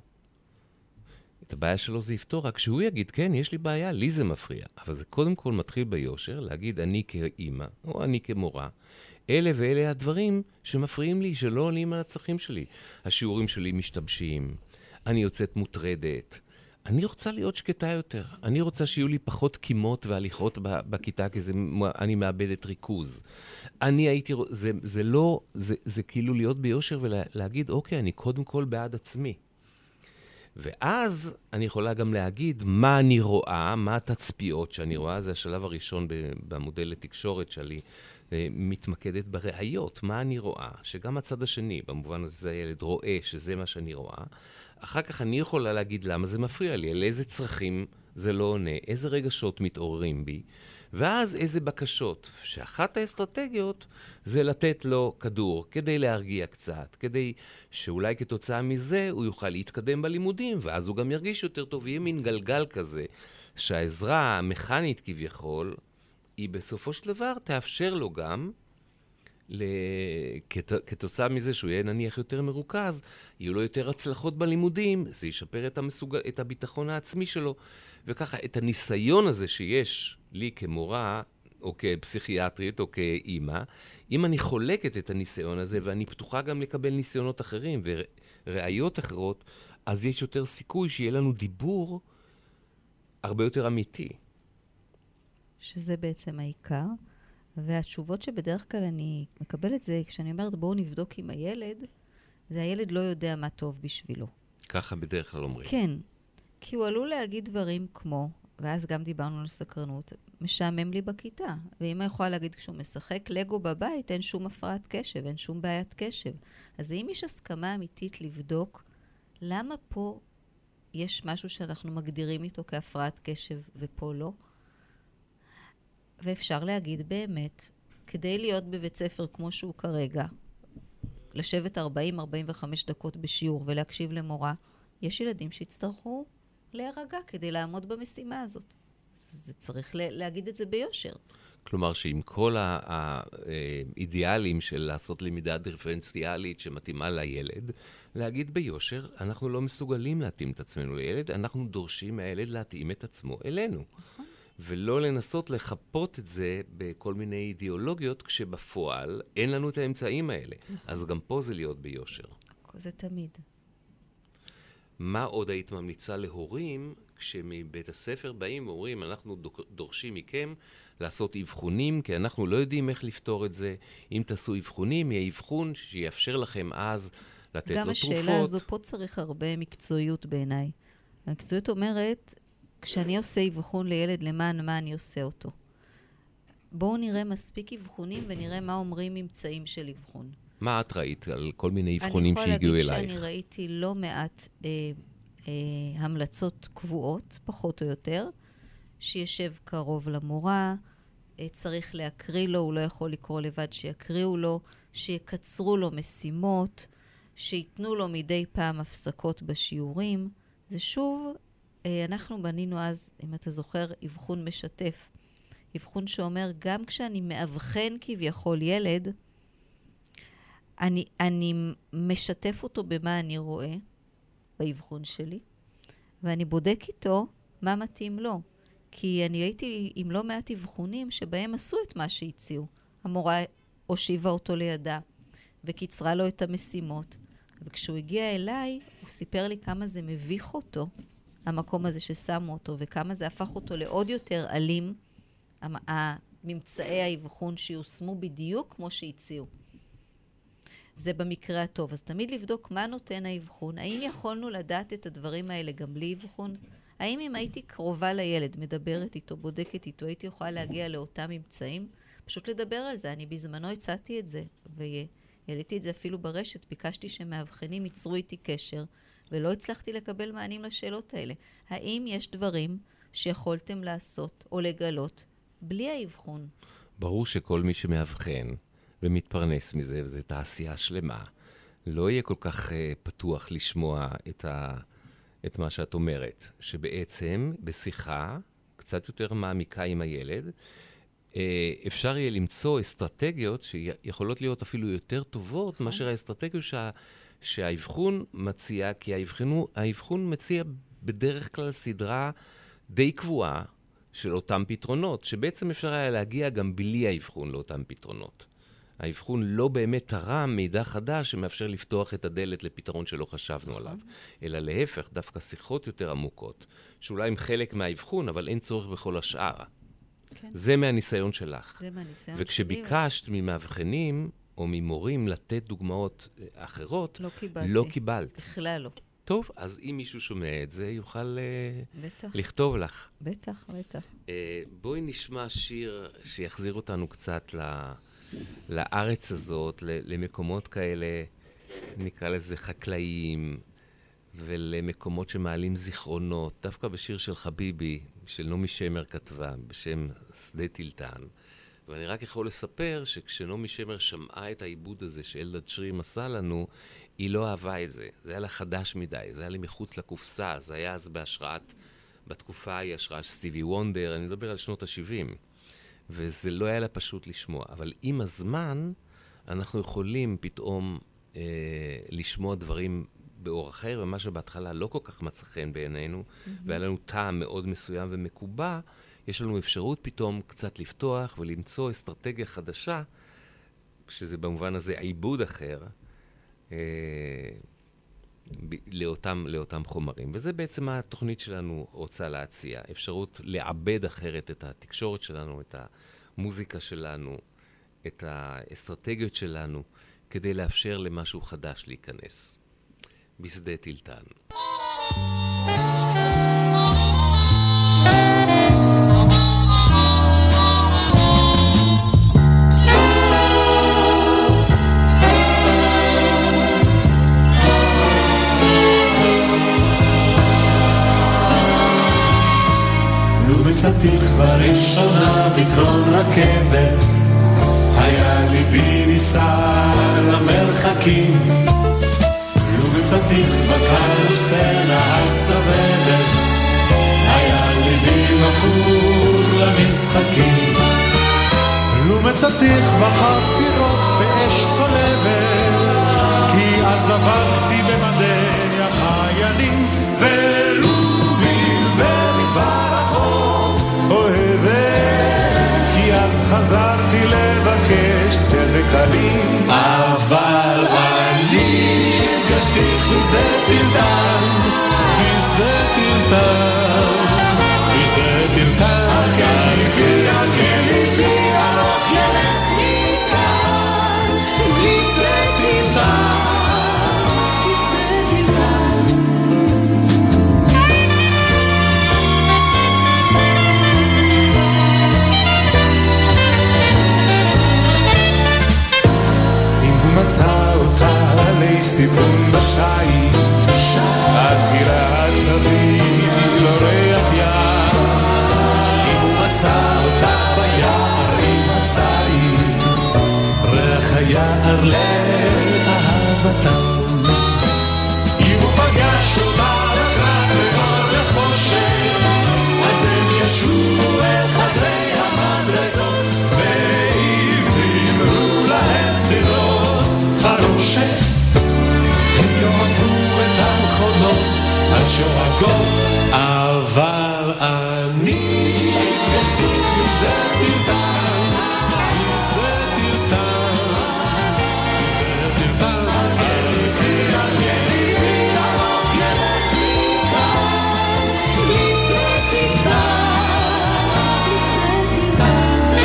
את הבעיה שלו זה יפתור, רק שהוא יגיד, כן, יש לי בעיה, לי זה מפריע. אבל זה קודם כל מתחיל ביושר, להגיד אני כאימא, או אני כמורה, אלה ואלה הדברים שמפריעים לי, שלא עולים על הצרכים שלי. השיעורים שלי משתבשים, אני יוצאת מוטרדת, אני רוצה להיות שקטה יותר, אני רוצה שיהיו לי פחות קימות והליכות בכיתה, כי זה, אני מאבדת ריכוז. אני הייתי, זה, זה לא, זה, זה כאילו להיות ביושר ולהגיד, אוקיי, אני קודם כל בעד עצמי. ואז אני יכולה גם להגיד מה אני רואה, מה התצפיות שאני רואה, זה השלב הראשון במודל לתקשורת שלי, מתמקדת בראיות, מה אני רואה, שגם הצד השני, במובן הזה הילד רואה שזה מה שאני רואה, אחר כך אני יכולה להגיד למה זה מפריע לי, על איזה צרכים זה לא עונה, איזה רגשות מתעוררים בי, ואז איזה בקשות, שאחת האסטרטגיות זה לתת לו כדור, כדי להרגיע קצת, כדי שאולי כתוצאה מזה הוא יוכל להתקדם בלימודים, ואז הוא גם ירגיש יותר טוב, יהיה מין גלגל כזה, שהעזרה המכנית כביכול, היא בסופו של דבר תאפשר לו גם, לכת... כתוצאה מזה שהוא יהיה נניח יותר מרוכז, יהיו לו יותר הצלחות בלימודים, זה ישפר את, המסוג... את הביטחון העצמי שלו, וככה את הניסיון הזה שיש לי כמורה, או כפסיכיאטרית, או כאימא, אם אני חולקת את הניסיון הזה, ואני פתוחה גם לקבל ניסיונות אחרים וראיות אחרות, אז יש יותר סיכוי שיהיה לנו דיבור הרבה יותר אמיתי. שזה בעצם העיקר. והתשובות שבדרך כלל אני מקבלת זה, כשאני אומרת בואו נבדוק עם הילד, זה הילד לא יודע מה טוב בשבילו. ככה בדרך כלל אומרים. כן, כי הוא עלול להגיד דברים כמו, ואז גם דיברנו על סקרנות, משעמם לי בכיתה. ואמא יכולה להגיד, כשהוא משחק לגו בבית, אין שום הפרעת קשב, אין שום בעיית קשב. אז אם יש הסכמה אמיתית לבדוק, למה פה יש משהו שאנחנו מגדירים איתו כהפרעת קשב ופה לא? ואפשר להגיד באמת, כדי להיות בבית ספר כמו שהוא כרגע, לשבת ארבעים עד ארבעים וחמש דקות בשיעור ולהקשיב למורה, יש ילדים שיצטרכו להירגע כדי לעמוד במשימה הזאת. זה צריך להגיד את זה ביושר. כלומר שעם כל האידיאלים של לעשות למידה דיפרנציאלית שמתאימה לילד, להגיד ביושר, אנחנו לא מסוגלים להתאים את עצמנו לילד, אנחנו דורשים מהילד להתאים את עצמו אלינו. נכון. ולא לנסות לחפות את זה בכל מיני אידיאולוגיות, כשבפועל אין לנו את האמצעים האלה. אז גם פה זה להיות ביושר. זה תמיד. מה עוד היית ממליצה להורים, כשמבית הספר באים ואומרים, אנחנו דורשים מכם לעשות אבחונים, כי אנחנו לא יודעים איך לפתור את זה. אם תעשו אבחונים, יהיה אבחון שיאפשר לכם אז לתת לו תרופות. גם השאלה הזו, פה צריך הרבה מקצועיות בעיניי. המקצועיות אומרת, כשאני עושה אבחון לילד, למען מה אני עושה אותו? בואו נראה מספיק אבחונים ונראה מה אומרים ממצאים של אבחון. מה את ראית על כל מיני אבחונים שהגיעו אלייך? אני יכולה להגיד שאני ראיתי לא מעט אה, אה, המלצות קבועות, פחות או יותר, שישב קרוב למורה, אה, צריך להקריא לו, הוא לא יכול לקרוא לבד שיקריאו לו, שיקצרו לו משימות, שיתנו לו מדי פעם הפסקות בשיעורים. זה שוב, אה, אנחנו בנינו אז, אם אתה זוכר, אבחון משתף. אבחון שאומר, גם כשאני מאבחן כביכול ילד, אני, אני משתף אותו במה אני רואה באבחון שלי, ואני בודק איתו מה מתאים לו. כי אני הייתי עם לא מעט אבחונים שבהם עשו את מה שהציעו. המורה הושיבה אותו לידה וקיצרה לו את המשימות. וכשהוא הגיע אליי, הוא סיפר לי כמה זה מביך אותו, המקום הזה ששמו אותו, וכמה זה הפך אותו לעוד יותר אלים, הממצאי האבחון שיושמו בדיוק כמו שהציעו. זה במקרה הטוב. אז תמיד לבדוק מה נותן האבחון. האם יכולנו לדעת את הדברים האלה גם בלי אבחון? האם אם הייתי קרובה לילד, מדברת איתו, בודקת איתו, הייתי יכולה להגיע לאותם ממצאים? פשוט לדבר על זה. אני בזמנו הצעתי את זה, והעליתי את זה אפילו ברשת. ביקשתי שמאבחנים ייצרו איתי קשר, ולא הצלחתי לקבל מענים לשאלות האלה. האם יש דברים שיכולתם לעשות או לגלות בלי האבחון? ברור שכל מי שמאבחן ומתפרנס מזה, וזו תעשייה שלמה, לא יהיה כל כך uh, פתוח לשמוע את, ה, את מה שאת אומרת, שבעצם בשיחה קצת יותר מעמיקה עם הילד, uh, אפשר יהיה למצוא אסטרטגיות שיכולות להיות אפילו יותר טובות, מאשר האסטרטגיות שה, שהאבחון מציע, כי האבחון, האבחון מציע בדרך כלל סדרה די קבועה של אותם פתרונות, שבעצם אפשר היה להגיע גם בלי האבחון לאותם פתרונות. האבחון לא באמת תרם מידע חדש שמאפשר לפתוח את הדלת לפתרון שלא חשבנו עליו, אלא להפך, דווקא שיחות יותר עמוקות, שאולי הם חלק מהאבחון, אבל אין צורך בכל השאר. כן. זה מהניסיון שלך. זה מהניסיון וכשביקשת שלי. ממאבחנים או ממורים לתת דוגמאות אחרות, לא קיבלתי. לא קיבלת. בכלל לא. טוב, אז אם מישהו שומע את זה, יוכל בטח. לכתוב לך. בטח, בטח. בואי נשמע שיר שיחזיר אותנו קצת ל... לארץ הזאת, למקומות כאלה, נקרא לזה חקלאיים, ולמקומות שמעלים זיכרונות, דווקא בשיר של חביבי, של נעמי שמר כתבה, בשם שדה טילטן. ואני רק יכול לספר שכשנעמי שמר שמעה את העיבוד הזה שאלדד שרים עשה לנו, היא לא אהבה את זה. זה היה לה חדש מדי, זה היה לי מחוץ לקופסה, זה היה אז בהשראת, בתקופה ההיא השראת סטיבי וונדר, אני מדבר על שנות ה-שבעים. וזה לא היה לה פשוט לשמוע. אבל עם הזמן, אנחנו יכולים פתאום אה, לשמוע דברים באור אחר, ומה שבהתחלה לא כל כך מצא חן בעינינו, mm-hmm. והיה לנו טעם מאוד מסוים ומקובע, יש לנו אפשרות פתאום קצת לפתוח ולמצוא אסטרטגיה חדשה, שזה במובן הזה עיבוד אחר, אה, ב- לאותם, לאותם חומרים. וזה בעצם התוכנית שלנו רוצה להציע. אפשרות לעבד אחרת את התקשורת שלנו, את המוזיקה שלנו, את האסטרטגיות שלנו, כדי לאפשר למשהו חדש להיכנס. בשדה טילטן. מצאתיך בראשונה בקרון רכבת, היה ליבי ניסה למרחקים. לו מצאתיך בקרוסלה הסובבת, היה ליבי מכור למשחקים. לו מצאתיך בחפירות באש צולבת, כי אז דבקתי במדי החיילים. ולו בלבלי ברחוב אוהבת, כי אז חזרתי לבקש צדק אלים. אבל אני הגשתיך בשדה טילטן, בשדה טילטן, בשדה טילטן. הלכני, הלכני ביער לאהבתם. אם הוא פגש אותה לקראת כבר לחושך, אז הם ישבו אל חדרי המדרגות, ואם זימרו להם צלילות חרושת, הם יאהבו את הרחובות השואגות. אבל אני פגשתי משדה טלטל, משדה טלטל, משדה טלטל, אלכי על יליבי הרוב ילך מכאן, משדה טלטל, משדה טלטל.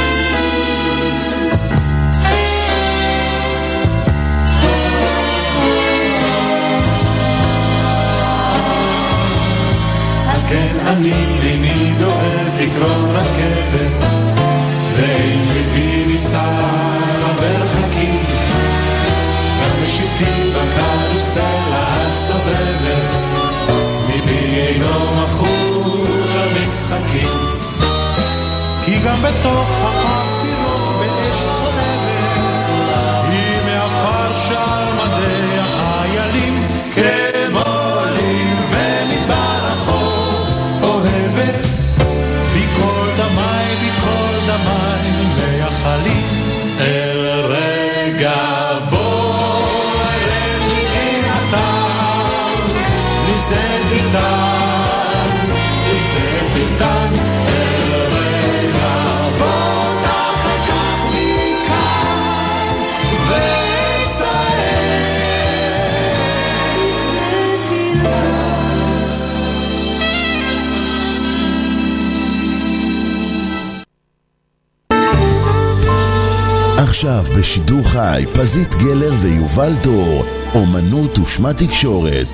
על כן אני איני דואג לקרוא רכבת, ואין ליבי ניסה במרחקים, גם בשבטי בקרוסלה הסובבת, ליבי אינו מכור למשחקים. כי גם בתוך החפירות באש צולבת, היא מעפר שעל מדי החיילים, כמו עולים ומדבר החור אוהבת, בכל דמי, בכל דמי מייחלים אל רגע בו ארם מבינתם, לשדה טלטל, לשדה טלטל, אל רגע בו תחקק מכאן וישראל לשדה טלטל. עכשיו בשידור חי פזית גלר ויובל דור, אומנות ושמה תקשורת.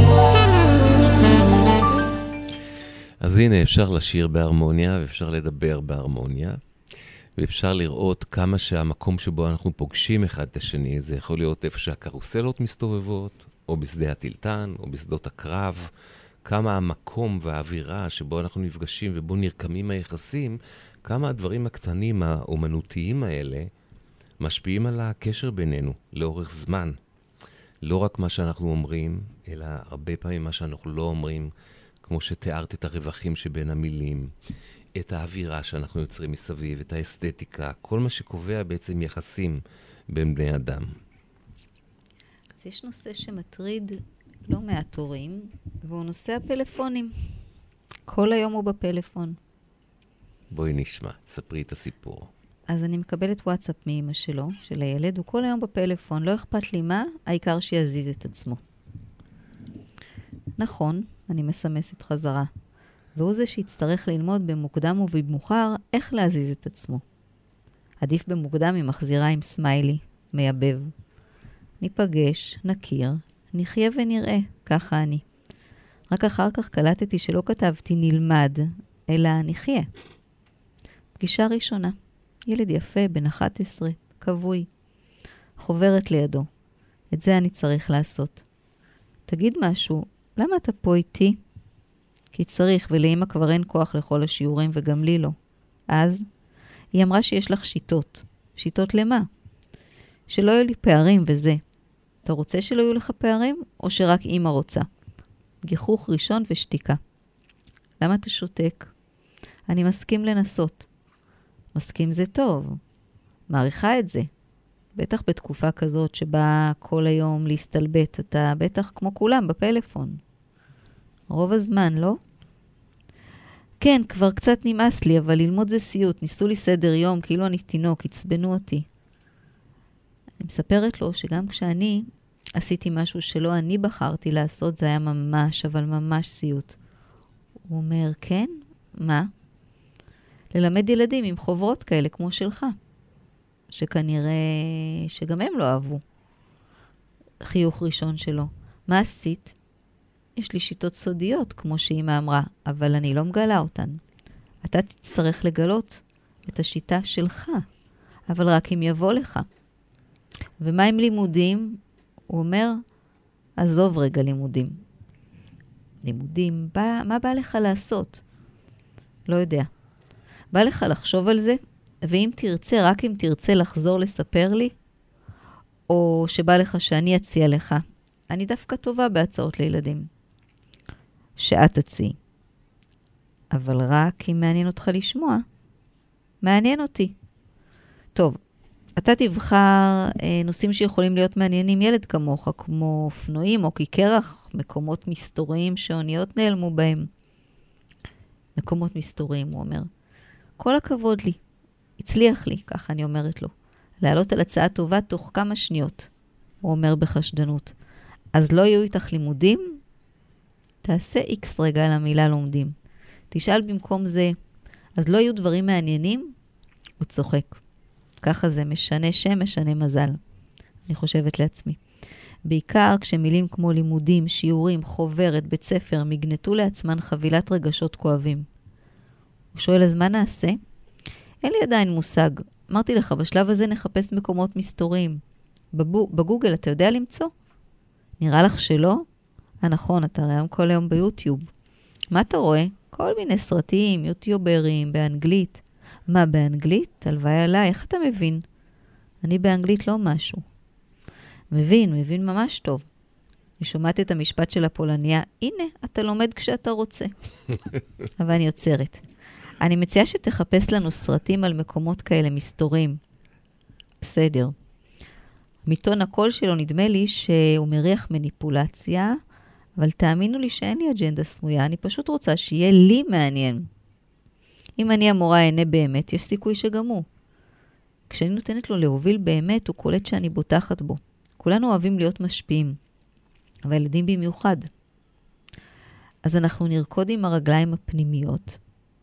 אז הנה, אפשר לשיר בהרמוניה ואפשר לדבר בהרמוניה, ואפשר לראות כמה שהמקום שבו אנחנו פוגשים אחד את השני, זה יכול להיות איפה שהקרוסלות מסתובבות, או בשדה הטלטן, או בשדות הקרב, כמה המקום והאווירה שבו אנחנו נפגשים ובו נרקמים היחסים, כמה הדברים הקטנים האומנותיים האלה משפיעים על הקשר בינינו לאורך זמן. לא רק מה שאנחנו אומרים, אלא הרבה פעמים מה שאנחנו לא אומרים, כמו שתיארת את הרווחים שבין המילים, את האווירה שאנחנו יוצרים מסביב, את האסתטיקה, כל מה שקובע בעצם יחסים בין בני אדם. אז יש נושא שמטריד לא מעט הורים, והוא נושא הפלאפונים. כל היום הוא בפלאפון. בואי נשמע, ספרי את הסיפור. אז אני מקבלת וואטסאפ מאמא שלו, של הילד, הוא כל היום בפלאפון, לא אכפת לי מה, העיקר שיזיז את עצמו. נכון, אני מסמסת חזרה, והוא זה שיצטרך ללמוד במוקדם ובמאוחר איך להזיז את עצמו. עדיף במוקדם היא מחזירה עם סמיילי, מייבב. ניפגש, נכיר, נחיה ונראה, ככה אני. רק אחר כך קלטתי שלא כתבתי נלמד, אלא נחיה. פגישה ראשונה. ילד יפה, בן אחת עשרה, קבוי. חוברת לידו. את זה אני צריך לעשות. תגיד משהו, למה אתה פה איתי? כי צריך, ולאמא כבר אין כוח לכל השיעורים וגם לי לא. אז היא אמרה שיש לך שיטות. שיטות למה? שלא יהיו לי פערים וזה. אתה רוצה שלא יהיו לך פערים, או שרק אמא רוצה? גיחוך ראשון ושתיקה. למה אתה שותק? אני מסכים לנסות. מסכים זה טוב. מעריכה את זה. בטח בתקופה כזאת שבה כל היום להסתלבט, אתה בטח כמו כולם בפלאפון. רוב הזמן, לא? כן, כבר קצת נמאס לי, אבל ללמוד זה סיוט. ניסו לי סדר יום, כאילו אני תינוק, הצבנו אותי. אני מספרת לו שגם כשאני עשיתי משהו שלא אני בחרתי לעשות, זה היה ממש, אבל ממש סיוט. הוא אומר, כן? מה? ללמד ילדים עם חוברות כאלה כמו שלך. שכנראה שגם הם לא אהבו. חיוך ראשון שלו. מה עשית? יש לי שיטות סודיות, כמו שאמא אמרה, אבל אני לא מגלה אותן. אתה תצטרך לגלות את השיטה שלך, אבל רק אם יבוא לך. ומה עם לימודים? הוא אומר, עזוב רגע לימודים. לימודים, בא, מה בא לך לעשות? לא יודע. בא לך לחשוב על זה? ואם תרצה, רק אם תרצה לחזור לספר לי, או שבא לך שאני אציע לך. אני דווקא טובה בהצעות לילדים. שאת תציעי. אבל רק אם מעניין אותך לשמוע. מעניין אותי. טוב, אתה תבחר אה, נושאים שיכולים להיות מעניינים ילד כמוך, כמו אופנועים או כיכרח, מקומות מסתוריים שאוניות נעלמו בהם. מקומות מסתוריים, הוא אומר. כל הכבוד לי. הצליח לי, ככה אני אומרת לו. לעלות על הצעה טובה תוך כמה שניות, הוא אומר בחשדנות. אז לא יהיו איתך לימודים? תעשה איקס רגע על המילה לומדים. תשאל במקום זה, אז לא יהיו דברים מעניינים? הוא צוחק. ככה זה משנה שם, משנה מזל. אני חושבת לעצמי. בעיקר כשמילים כמו לימודים, שיעורים, חוברת, בית ספר, מגנטו לעצמן חבילת רגשות כואבים. הוא שואל, אז מה נעשה? אין לי עדיין מושג. אמרתי לך, בשלב הזה נחפש מקומות מסתוריים. בבו, בגוגל אתה יודע למצוא? נראה לך שלא? הנכון, אתה רואה כל היום ביוטיוב. מה אתה רואה? כל מיני סרטים, יוטיוברים, באנגלית. מה, באנגלית? הלוואי עליי, איך אתה מבין? אני באנגלית לא משהו. מבין, מבין ממש טוב. אני שומעת את המשפט של הפולניה, הנה, אתה לומד כשאתה רוצה. אבל אני יוצרת. אני מציעה שתחפש לנו סרטים על מקומות כאלה מסתורים. בסדר. מטון הקול שלו נדמה לי שהוא מריח מניפולציה, אבל תאמינו לי שאין לי אג'נדה סמויה, אני פשוט רוצה שיהיה לי מעניין. אם אני המורה אענה באמת, יש סיכוי שגם הוא. כשאני נותנת לו להוביל באמת, הוא קולט שאני בוטחת בו. כולנו אוהבים להיות משפיעים, והילדים במיוחד. אז אנחנו נרקוד עם הרגליים הפנימיות.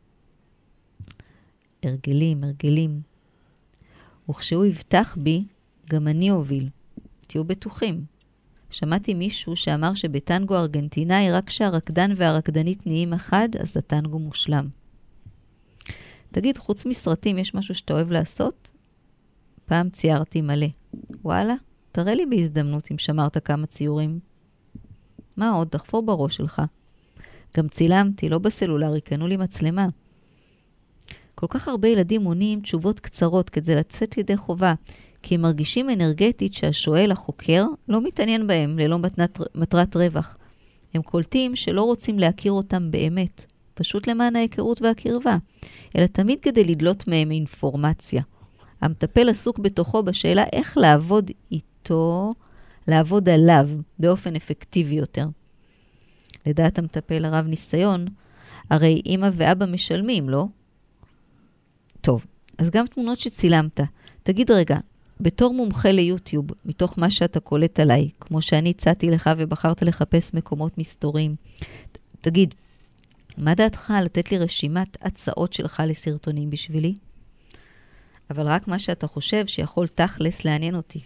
הרגלים, הרגלים. וכשהוא יבטח בי, גם אני אוביל. תהיו בטוחים. שמעתי מישהו שאמר שבטנגו ארגנטינאי רק כשהרקדן והרקדנית נהיים אחד, אז הטנגו מושלם. תגיד, חוץ מסרטים יש משהו שאתה אוהב לעשות? פעם ציירתי מלא. וואלה, תראה לי בהזדמנות אם שמרת כמה ציורים. מה עוד? תחפור בראש שלך. גם צילמתי, לא בסלולרי, קנו לי מצלמה. כל כך הרבה ילדים עונים תשובות קצרות כדי לצאת לידי חובה, כי הם מרגישים אנרגטית שהשואל, החוקר, לא מתעניין בהם ללא מטרת, מטרת רווח. הם קולטים שלא רוצים להכיר אותם באמת, פשוט למען ההיכרות והקרבה, אלא תמיד כדי לדלות מהם אינפורמציה. המטפל עסוק בתוכו בשאלה איך לעבוד איתו, לעבוד עליו באופן אפקטיבי יותר. לדעת המטפל הרב ניסיון, הרי אמא ואבא משלמים, לא? טוב, אז גם תמונות שצילמת. תגיד רגע, בתור מומחה ליוטיוב, מתוך מה שאתה קולט עליי, כמו שאני הצעתי לך ובחרת לחפש מקומות מסתוריים, תגיד, מה דעתך לתת לי רשימת הצעות שלך לסרטונים בשבילי? אבל רק מה שאתה חושב שיכול תכלס לעניין אותי.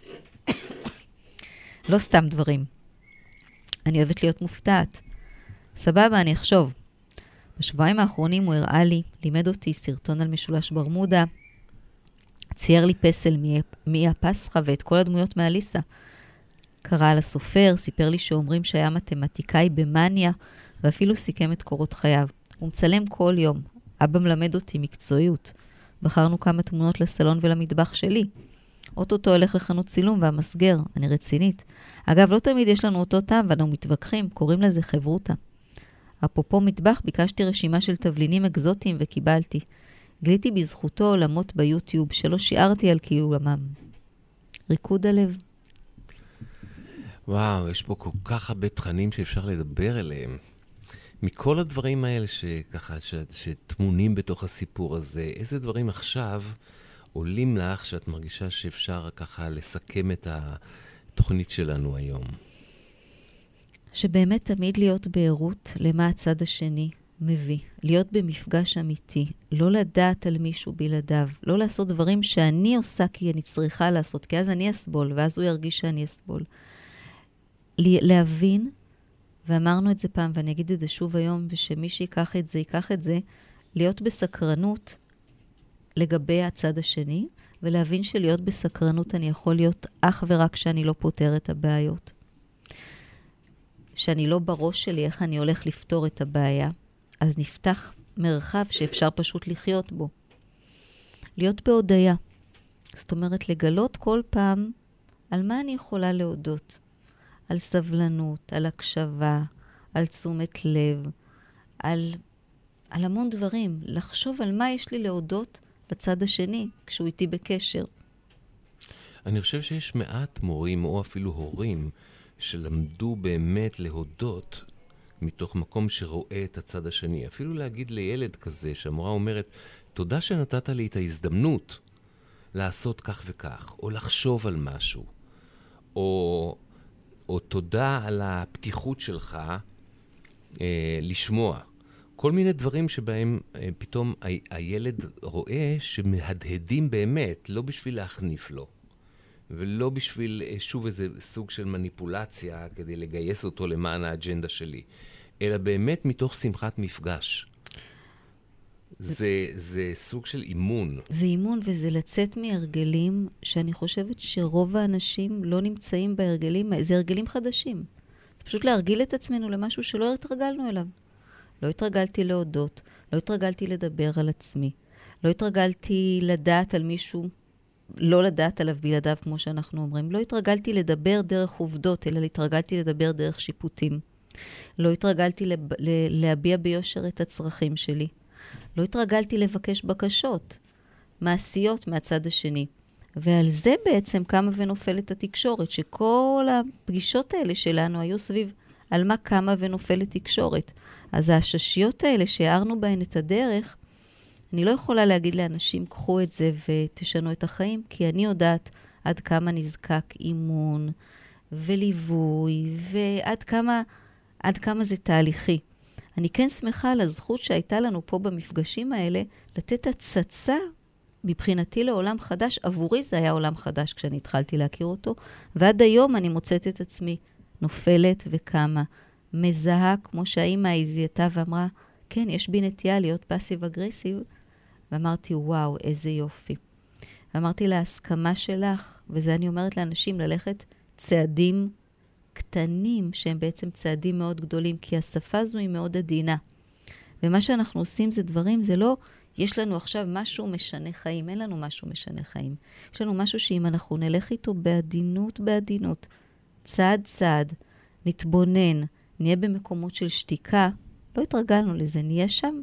לא סתם דברים. אני אוהבת להיות מופתעת. סבבה, אני אחשוב. בשבועיים האחרונים הוא הראה לי, לימד אותי סרטון על משולש ברמודה, צייר לי פסל מי הפסחה ואת כל הדמויות מאליסה. קרא על הסופר, סיפר לי שאומרים שהיה מתמטיקאי במניה, ואפילו סיכם את קורות חייו. הוא מצלם כל יום. אבא מלמד אותי מקצועיות. בחרנו כמה תמונות לסלון ולמטבח שלי. אוטוטו הולך לחנות צילום והמסגר, אני רצינית. אגב, לא תמיד יש לנו אותו טעם ואנו מתווכחים, קוראים לזה חברותה. אפרופו מטבח, ביקשתי רשימה של תבלינים אקזוטיים וקיבלתי. גיליתי בזכותו עולמות ביוטיוב שלא שיערתי על קיומם. ריקוד הלב. וואו, יש פה כל כך הרבה תכנים שאפשר לדבר עליהם. מכל הדברים האלה שככה, ש, שתמונים בתוך הסיפור הזה, איזה דברים עכשיו עולים לך שאת מרגישה שאפשר ככה לסכם את התוכנית שלנו היום? שבאמת תמיד להיות בעירות למה הצד השני מביא. להיות במפגש אמיתי. לא לדעת על מישהו בלעדיו. לא לעשות דברים שאני עושה כי אני צריכה לעשות. כי אז אני אסבול, ואז הוא ירגיש שאני אסבול. להבין, ואמרנו את זה פעם, ואני אגיד את זה שוב היום, ושמי שיקח את זה, ייקח את זה, להיות בסקרנות לגבי הצד השני, ולהבין שלהיות בסקרנות אני יכול להיות אך ורק שאני לא פותר את הבעיות. שאני לא בראש שלי איך אני הולך לפתור את הבעיה, אז נפתח מרחב שאפשר פשוט לחיות בו. להיות בהודעה. זאת אומרת, לגלות כל פעם על מה אני יכולה להודות? על סבלנות, על הקשבה, על תשומת לב, על, על המון דברים. לחשוב על מה יש לי להודות לצד השני כשהוא איתי בקשר. אני חושב שיש מעט מורים או אפילו הורים שלמדו באמת להודות מתוך מקום שרואה את הצד השני. אפילו להגיד לילד כזה שהמורה אומרת, תודה שנתת לי את ההזדמנות לעשות כך וכך, או לחשוב על משהו, או, או תודה על הפתיחות שלך אה, לשמוע. כל מיני דברים שבהם אה, פתאום ה- הילד רואה שמהדהדים באמת, לא בשביל להחניף לו, ולא בשביל אה, שוב איזה סוג של מניפולציה כדי לגייס אותו למען האג'נדה שלי, אלא באמת מתוך שמחת מפגש. זה, זה סוג של אימון. זה אימון וזה לצאת מהרגלים שאני חושבת שרוב האנשים לא נמצאים בהרגלים, זה הרגלים חדשים. זה פשוט להרגיל את עצמנו למשהו שלא התרגלנו אליו. לא התרגלתי להודות, לא התרגלתי לדבר על עצמי, לא התרגלתי לדעת על מישהו, לא לדעת עליו בלעדיו כמו שאנחנו אומרים, לא התרגלתי לדבר דרך עובדות, אלא התרגלתי לדבר דרך שיפוטים. לא התרגלתי לב... להביע ביושר את הצרכים שלי. לא התרגלתי לבקש בקשות מעשיות מהצד השני. ועל זה בעצם קמה ונופלת התקשורת, שכל הפגישות האלה שלנו היו סביב על מה קמה ונופלת תקשורת. אז הששיות האלה שהערנו בהן את הדרך, אני לא יכולה להגיד לאנשים, קחו את זה ותשנו את החיים, כי אני יודעת עד כמה נזקק אימון וליווי, ועד כמה, עד כמה זה תהליכי. אני כן שמחה על הזכות שהייתה לנו פה במפגשים האלה, לתת הצצה מבחינתי לעולם חדש. עבורי זה היה עולם חדש כשאני התחלתי להכיר אותו, ועד היום אני מוצאת את עצמי נופלת וקמה, מזהה, כמו שהאימא הזיהתה ואמרה, כן, יש בי נטייה להיות פאסיב אגרסיב, ואמרתי, וואו, איזה יופי. ואמרתי לה, הסכמה שלך, וזה אני אומרת לאנשים, ללכת צעדים קטנים, שהם בעצם צעדים מאוד גדולים, כי השפה הזו היא מאוד עדינה. ומה שאנחנו עושים זה דברים, זה לא, יש לנו עכשיו משהו משנה חיים, אין לנו משהו משנה חיים. יש לנו משהו שאם אנחנו נלך איתו בעדינות, בעדינות, צעד צעד, נתבונן, נהיה במקומות של שתיקה, לא התרגלנו לזה, נהיה שם.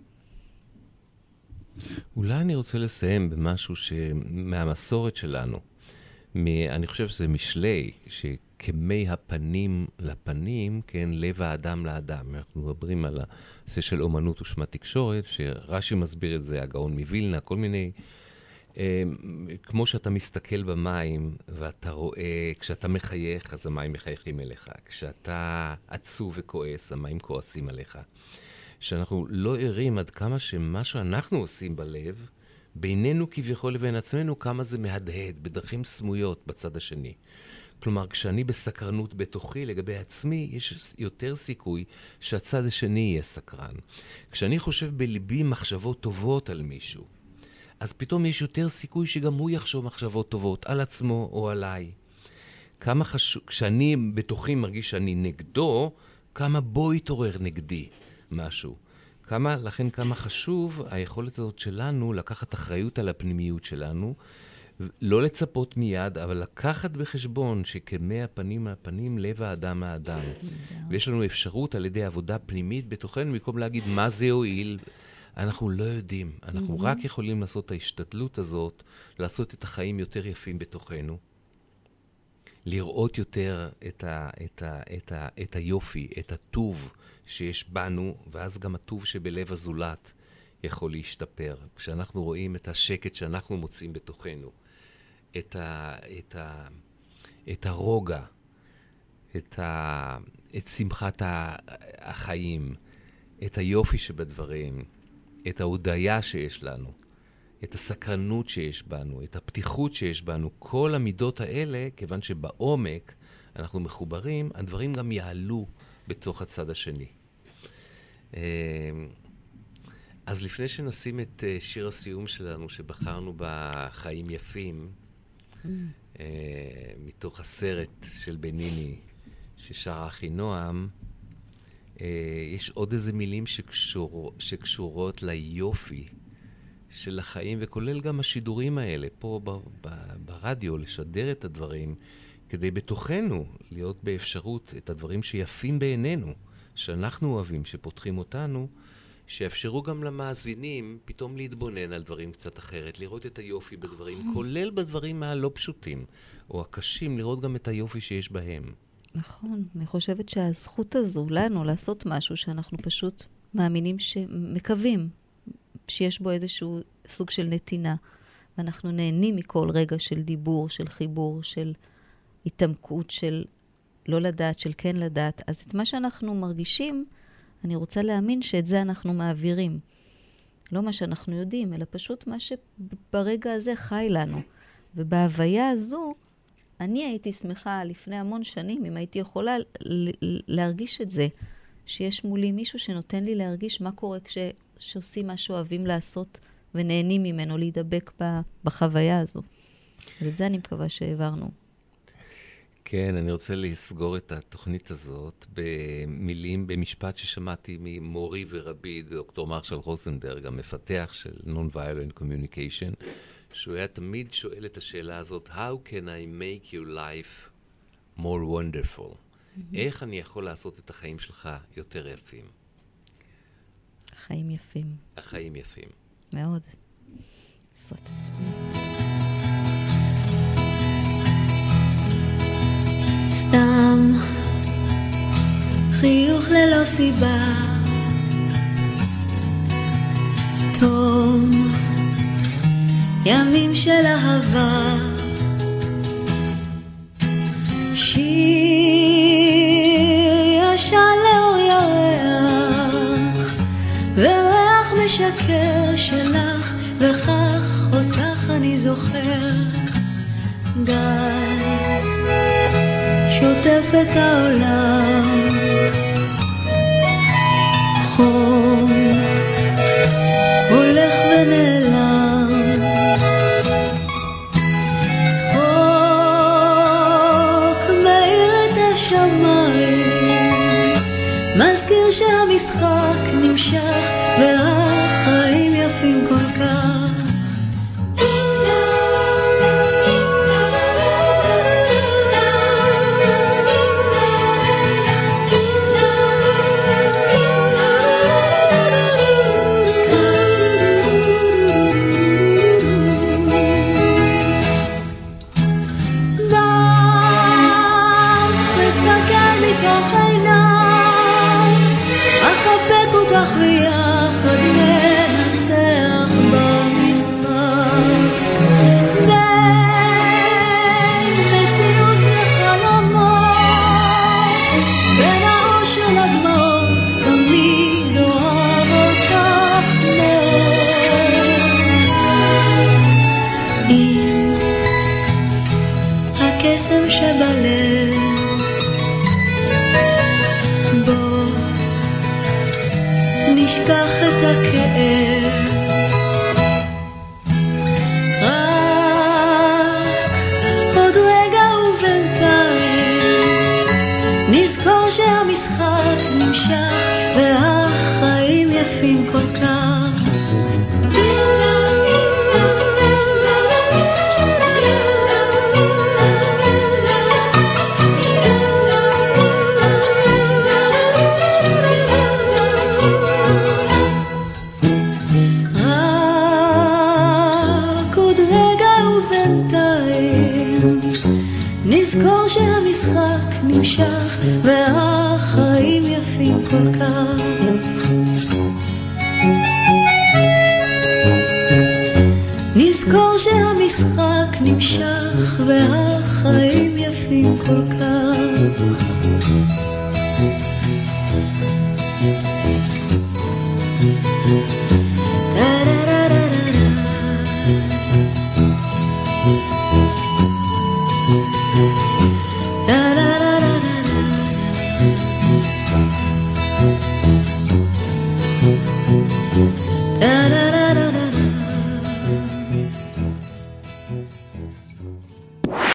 אולי אני רוצה לסיים במשהו מהמסורת שלנו. מ- אני חושב שזה משלי, שכמי הפנים לפנים, כן, לב האדם לאדם. אנחנו מדברים על הנושא של אומנות ושמה תקשורת, שרש"י מסביר את זה, הגאון מווילנה, כל מיני... אה, כמו שאתה מסתכל במים, ואתה רואה, כשאתה מחייך, אז המים מחייכים אליך. כשאתה עצוב וכועס, המים כועסים עליך. שאנחנו לא ערים עד כמה שמה שאנחנו עושים בלב, בינינו כביכול לבין עצמנו, כמה זה מהדהד, בדרכים סמויות בצד השני. כלומר, כשאני בסקרנות בתוכי לגבי עצמי, יש יותר סיכוי שהצד השני יהיה סקרן. כשאני חושב בליבי מחשבות טובות על מישהו, אז פתאום יש יותר סיכוי שגם הוא יחשוב מחשבות טובות על עצמו או עליי. כמה חשוב, כשאני בתוכי מרגיש שאני נגדו, כמה בו יתעורר נגדי משהו. כמה, לכן כמה חשוב היכולת הזאת שלנו לקחת אחריות על הפנימיות שלנו, לא לצפות מיד, אבל לקחת בחשבון שכמי הפנים מהפנים, לב האדם מהאדם. ויש לנו אפשרות על ידי עבודה פנימית בתוכנו, במקום להגיד מה זה יועיל, אנחנו לא יודעים. אנחנו רק יכולים לעשות את ההשתדלות הזאת, לעשות את החיים יותר יפים בתוכנו, לראות יותר את, ה, את, ה, את, ה, את היופי, את הטוב שיש בנו, ואז גם הטוב שבלב הזולת יכול להשתפר. כשאנחנו רואים את השקט שאנחנו מוצאים בתוכנו, את, ה, את, ה, את הרוגע, את, ה, את שמחת החיים, את היופי שבדברים, את ההודיה שיש לנו, את הסקרנות שיש בנו, את הפתיחות שיש בנו, כל המידות האלה, כיוון שבעומק אנחנו מחוברים, הדברים גם יעלו בתוך הצד השני. אז לפני שנשים את שיר הסיום שלנו, שבחרנו בחיים יפים, מתוך הסרט של בניני, ששר אחינועם, יש עוד איזה מילים שקשור, שקשורות ליופי של החיים, וכולל גם השידורים האלה, פה ב, ב, ברדיו, לשדר את הדברים, כדי בתוכנו להיות באפשרות את הדברים שיפים בעינינו, שאנחנו אוהבים, שפותחים אותנו, שיאפשרו גם למאזינים פתאום להתבונן על דברים קצת אחרת, לראות את היופי בדברים, כולל בדברים הלא פשוטים, או הקשים, לראות גם את היופי שיש בהם. נכון, אני חושבת שהזכות הזו לנו לעשות משהו שאנחנו פשוט מאמינים שמקווים, שיש בו איזשהו סוג של נתינה, ואנחנו נהנים מכל רגע של דיבור, של חיבור, של התעמקות, של לא לדעת, של כן לדעת. אז את מה שאנחנו מרגישים, אני רוצה להאמין שאת זה אנחנו מעבירים. לא מה שאנחנו יודעים, אלא פשוט מה שברגע הזה חי לנו. ובהוויה הזו, אני הייתי שמחה לפני המון שנים, אם הייתי יכולה להרגיש את זה, שיש מולי מישהו שנותן לי להרגיש מה קורה כש, שעושים מה שאוהבים לעשות, ונהנים ממנו להידבק בחוויה הזו. ואת זה אני מקווה שהעברנו. כן, אני רוצה לסגור את התוכנית הזאת במילים, במשפט ששמעתי ממורי ורבי, דוקטור מרשל רוזנברג, המפתח של Non-Violent Communication, שהוא היה תמיד שואל את השאלה הזאת, How can I make your life more wonderful? Mm-hmm. איך אני יכול לעשות את החיים שלך יותר יפים? החיים יפים. החיים יפים. מאוד. סרט. סתם חיוך ללא סיבה, תום ימים של אהבה, שיר ישן לאור ירח, וריח משקר שלך, וכך אותך אני זוכר. גל שוטף את העולם, חום הולך ונעלם, צחוק מאיר את השמיים, מזכיר שהמשחק נמשך והחיים יפים כל כך. הקסם שבלב, בוא נשכח את הכאב, רק עוד רגע ובינתיים נזכור שהמשחק נמשך והחיים יפים כל כך. נזכור שהמשחק נמשך והחיים יפים כל כך. נזכור שהמשחק נמשך והחיים יפים כל כך.